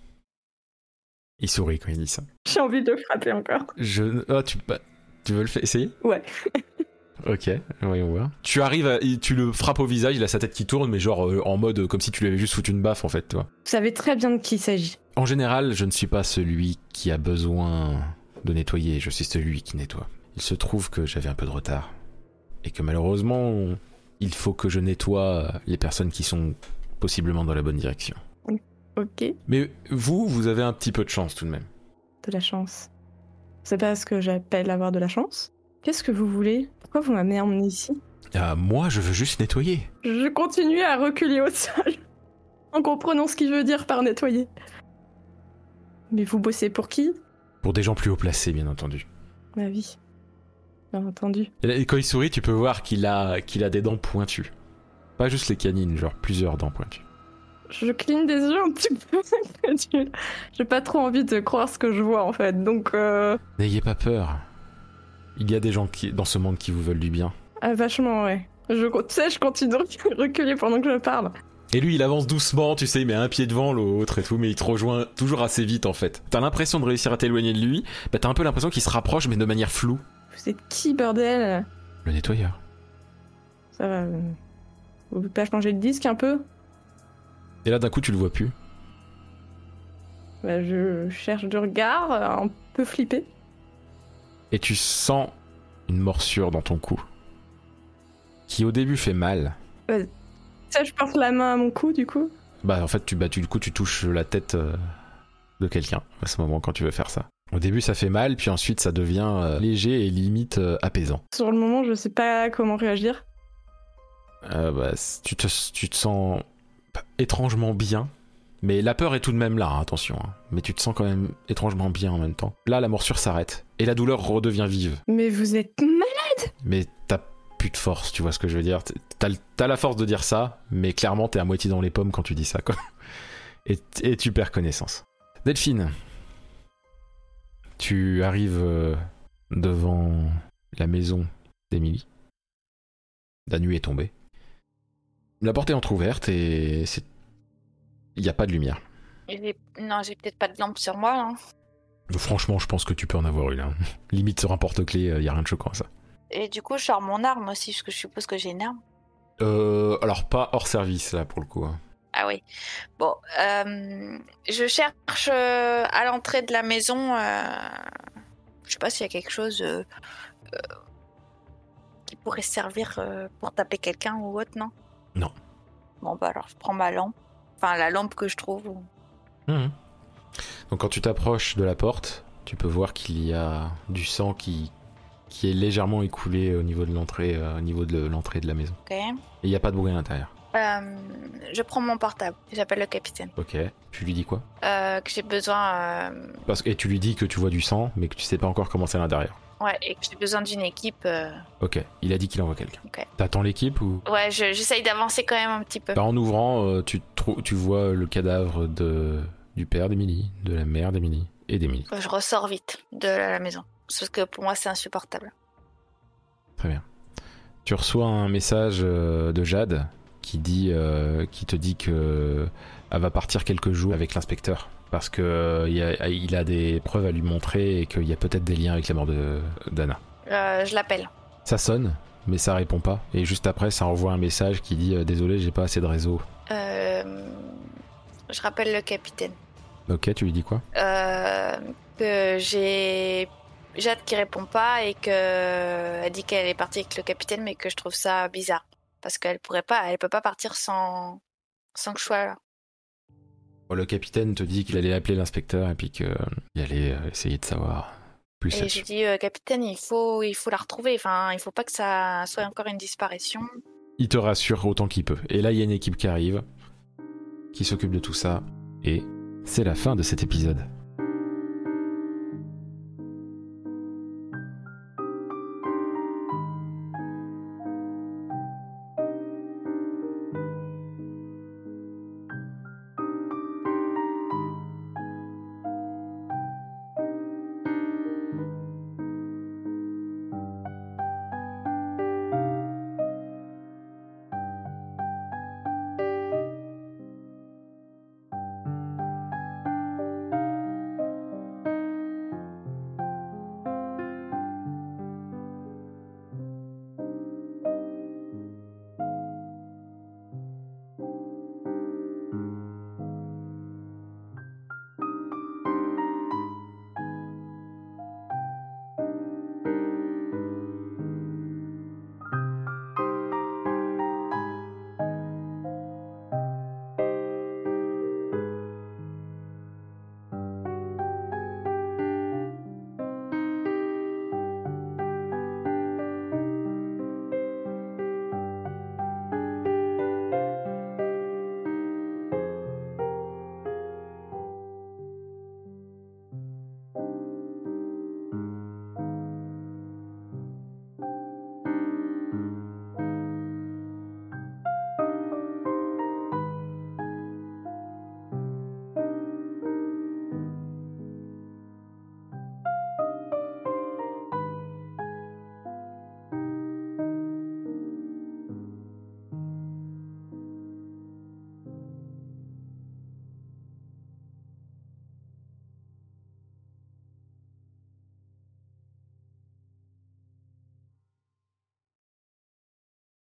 Il sourit quand il dit ça. J'ai envie de le frapper encore. Je... Oh, tu... bah, tu veux le faire essayer? Ouais. Ok, voyons voir. Tu arrives, à... tu le frappes au visage, il a sa tête qui tourne, mais genre euh, en mode euh, comme si tu lui avais juste foutu une baffe en fait, tu vois. Vous savez très bien de qui il s'agit. En général, je ne suis pas celui qui a besoin de nettoyer, je suis celui qui nettoie. Il se trouve que j'avais un peu de retard. Et que malheureusement, il faut que je nettoie les personnes qui sont possiblement dans la bonne direction. Ok. Mais vous, vous avez un petit peu de chance tout de même. De la chance. C'est pas ce que j'appelle avoir de la chance. Qu'est-ce que vous voulez? Pourquoi vous m'avez emmené ici? Ah, moi, je veux juste nettoyer. Je continue à reculer au sol, en comprenant ce qu'il veut dire par nettoyer. Mais vous bossez pour qui? Pour des gens plus haut placés, bien entendu. Ma vie. Bien entendu. Et là, quand il sourit, tu peux voir qu'il a, qu'il a des dents pointues. Pas juste les canines, genre plusieurs dents pointues. Je cligne des yeux un petit peu incrédule. J'ai pas trop envie de croire ce que je vois en fait, donc euh... N'ayez pas peur. Il y a des gens qui, dans ce monde qui vous veulent du bien. Ah, vachement, ouais. Je, tu sais, je continue de reculer pendant que je parle. Et lui, il avance doucement, tu sais, il met un pied devant l'autre et tout, mais il te rejoint toujours assez vite en fait. T'as l'impression de réussir à t'éloigner de lui, bah t'as un peu l'impression qu'il se rapproche, mais de manière floue. Vous êtes qui, bordel? Le nettoyeur. Ça va. euh, Vous pouvez pas changer de disque un peu? Et là, d'un coup, tu le vois plus. Bah, je cherche du regard, un peu flippé. Et tu sens une morsure dans ton cou. Qui au début fait mal. Ça, je porte la main à mon cou, du coup. Bah en fait, tu, bah, tu, du coup, tu touches la tête euh, de quelqu'un à ce moment quand tu veux faire ça. Au début, ça fait mal, puis ensuite, ça devient euh, léger et limite euh, apaisant. Sur le moment, je sais pas comment réagir. Euh, bah, tu, te, tu te sens étrangement bien. Mais la peur est tout de même là, hein, attention. Hein. Mais tu te sens quand même étrangement bien en même temps. Là, la morsure s'arrête. Et la douleur redevient vive. Mais vous êtes malade! Mais t'as plus de force, tu vois ce que je veux dire. T'as, t'as la force de dire ça, mais clairement, t'es à moitié dans les pommes quand tu dis ça, quoi. Et, et tu perds connaissance. Delphine, tu arrives euh, devant la maison d'Émilie. La nuit est tombée. La porte est entrouverte et c'est... il n'y a pas de lumière. J'ai- Non, j'ai peut-être pas de lampe sur moi, là. Franchement, je pense que tu peux en avoir une. Hein. Limite sur un porte-clés, il n'y a rien de choquant à ça. Et du coup, je sors mon arme aussi, parce que je suppose que j'ai une arme. Euh, alors pas hors service là pour le coup. Hein. Ah oui. Bon, euh, je cherche euh, à l'entrée de la maison. Euh, je sais pas s'il y a quelque chose euh, euh, qui pourrait servir euh, pour taper quelqu'un ou autre, non? Non. Bon, bah alors je prends ma lampe. Enfin, la lampe que je trouve. Mmh. Donc quand tu t'approches de la porte, tu peux voir qu'il y a du sang qui, qui est légèrement écoulé au niveau de l'entrée, euh, au niveau de l'entrée de la maison. Ok. Et il n'y a pas de bruit à l'intérieur. Euh, je prends mon portable. J'appelle le capitaine. Ok. Tu lui dis quoi? Euh, que j'ai besoin. Euh, Parce que, et tu lui dis que tu vois du sang, mais que tu sais pas encore comment c'est à l'intérieur. ouais, et que j'ai besoin d'une équipe. euh, Ok. Il a dit qu'il envoie quelqu'un. Ok. T'attends l'équipe ou? Ouais, je- j'essaye d'avancer quand même un petit peu. Bah, en ouvrant, euh, tu, trou- tu vois le cadavre de, du père d'Émilie, de la mère d'Émilie et d'Émilie. Je ressors vite de la maison. Parce que pour moi, c'est insupportable. Très bien. Tu reçois un message euh, de Jade qui dit, euh, qui te dit que elle va partir quelques jours avec l'inspecteur parce que euh, il, a, il a des preuves à lui montrer et qu'il y a peut-être des liens avec la mort de d'Anna. Euh, je l'appelle. Ça sonne, mais ça répond pas. Et juste après, ça envoie un message qui dit euh, désolé, j'ai pas assez de réseau. Euh, je rappelle le capitaine. Ok, tu lui dis quoi? Euh, que j'ai Jade qui répond pas et que elle dit qu'elle est partie avec le capitaine, mais que je trouve ça bizarre parce qu'elle pourrait pas, elle peut pas partir sans sans que je sois là. Le capitaine te dit qu'il allait appeler l'inspecteur et puis qu'il allait essayer de savoir plus Et là-dessus. j'ai dit, euh, capitaine, il faut, il faut la retrouver. Enfin, il faut pas que ça soit encore une disparition. Il te rassure autant qu'il peut. Et là, il y a une équipe qui arrive, qui s'occupe de tout ça. Et c'est la fin de cet épisode.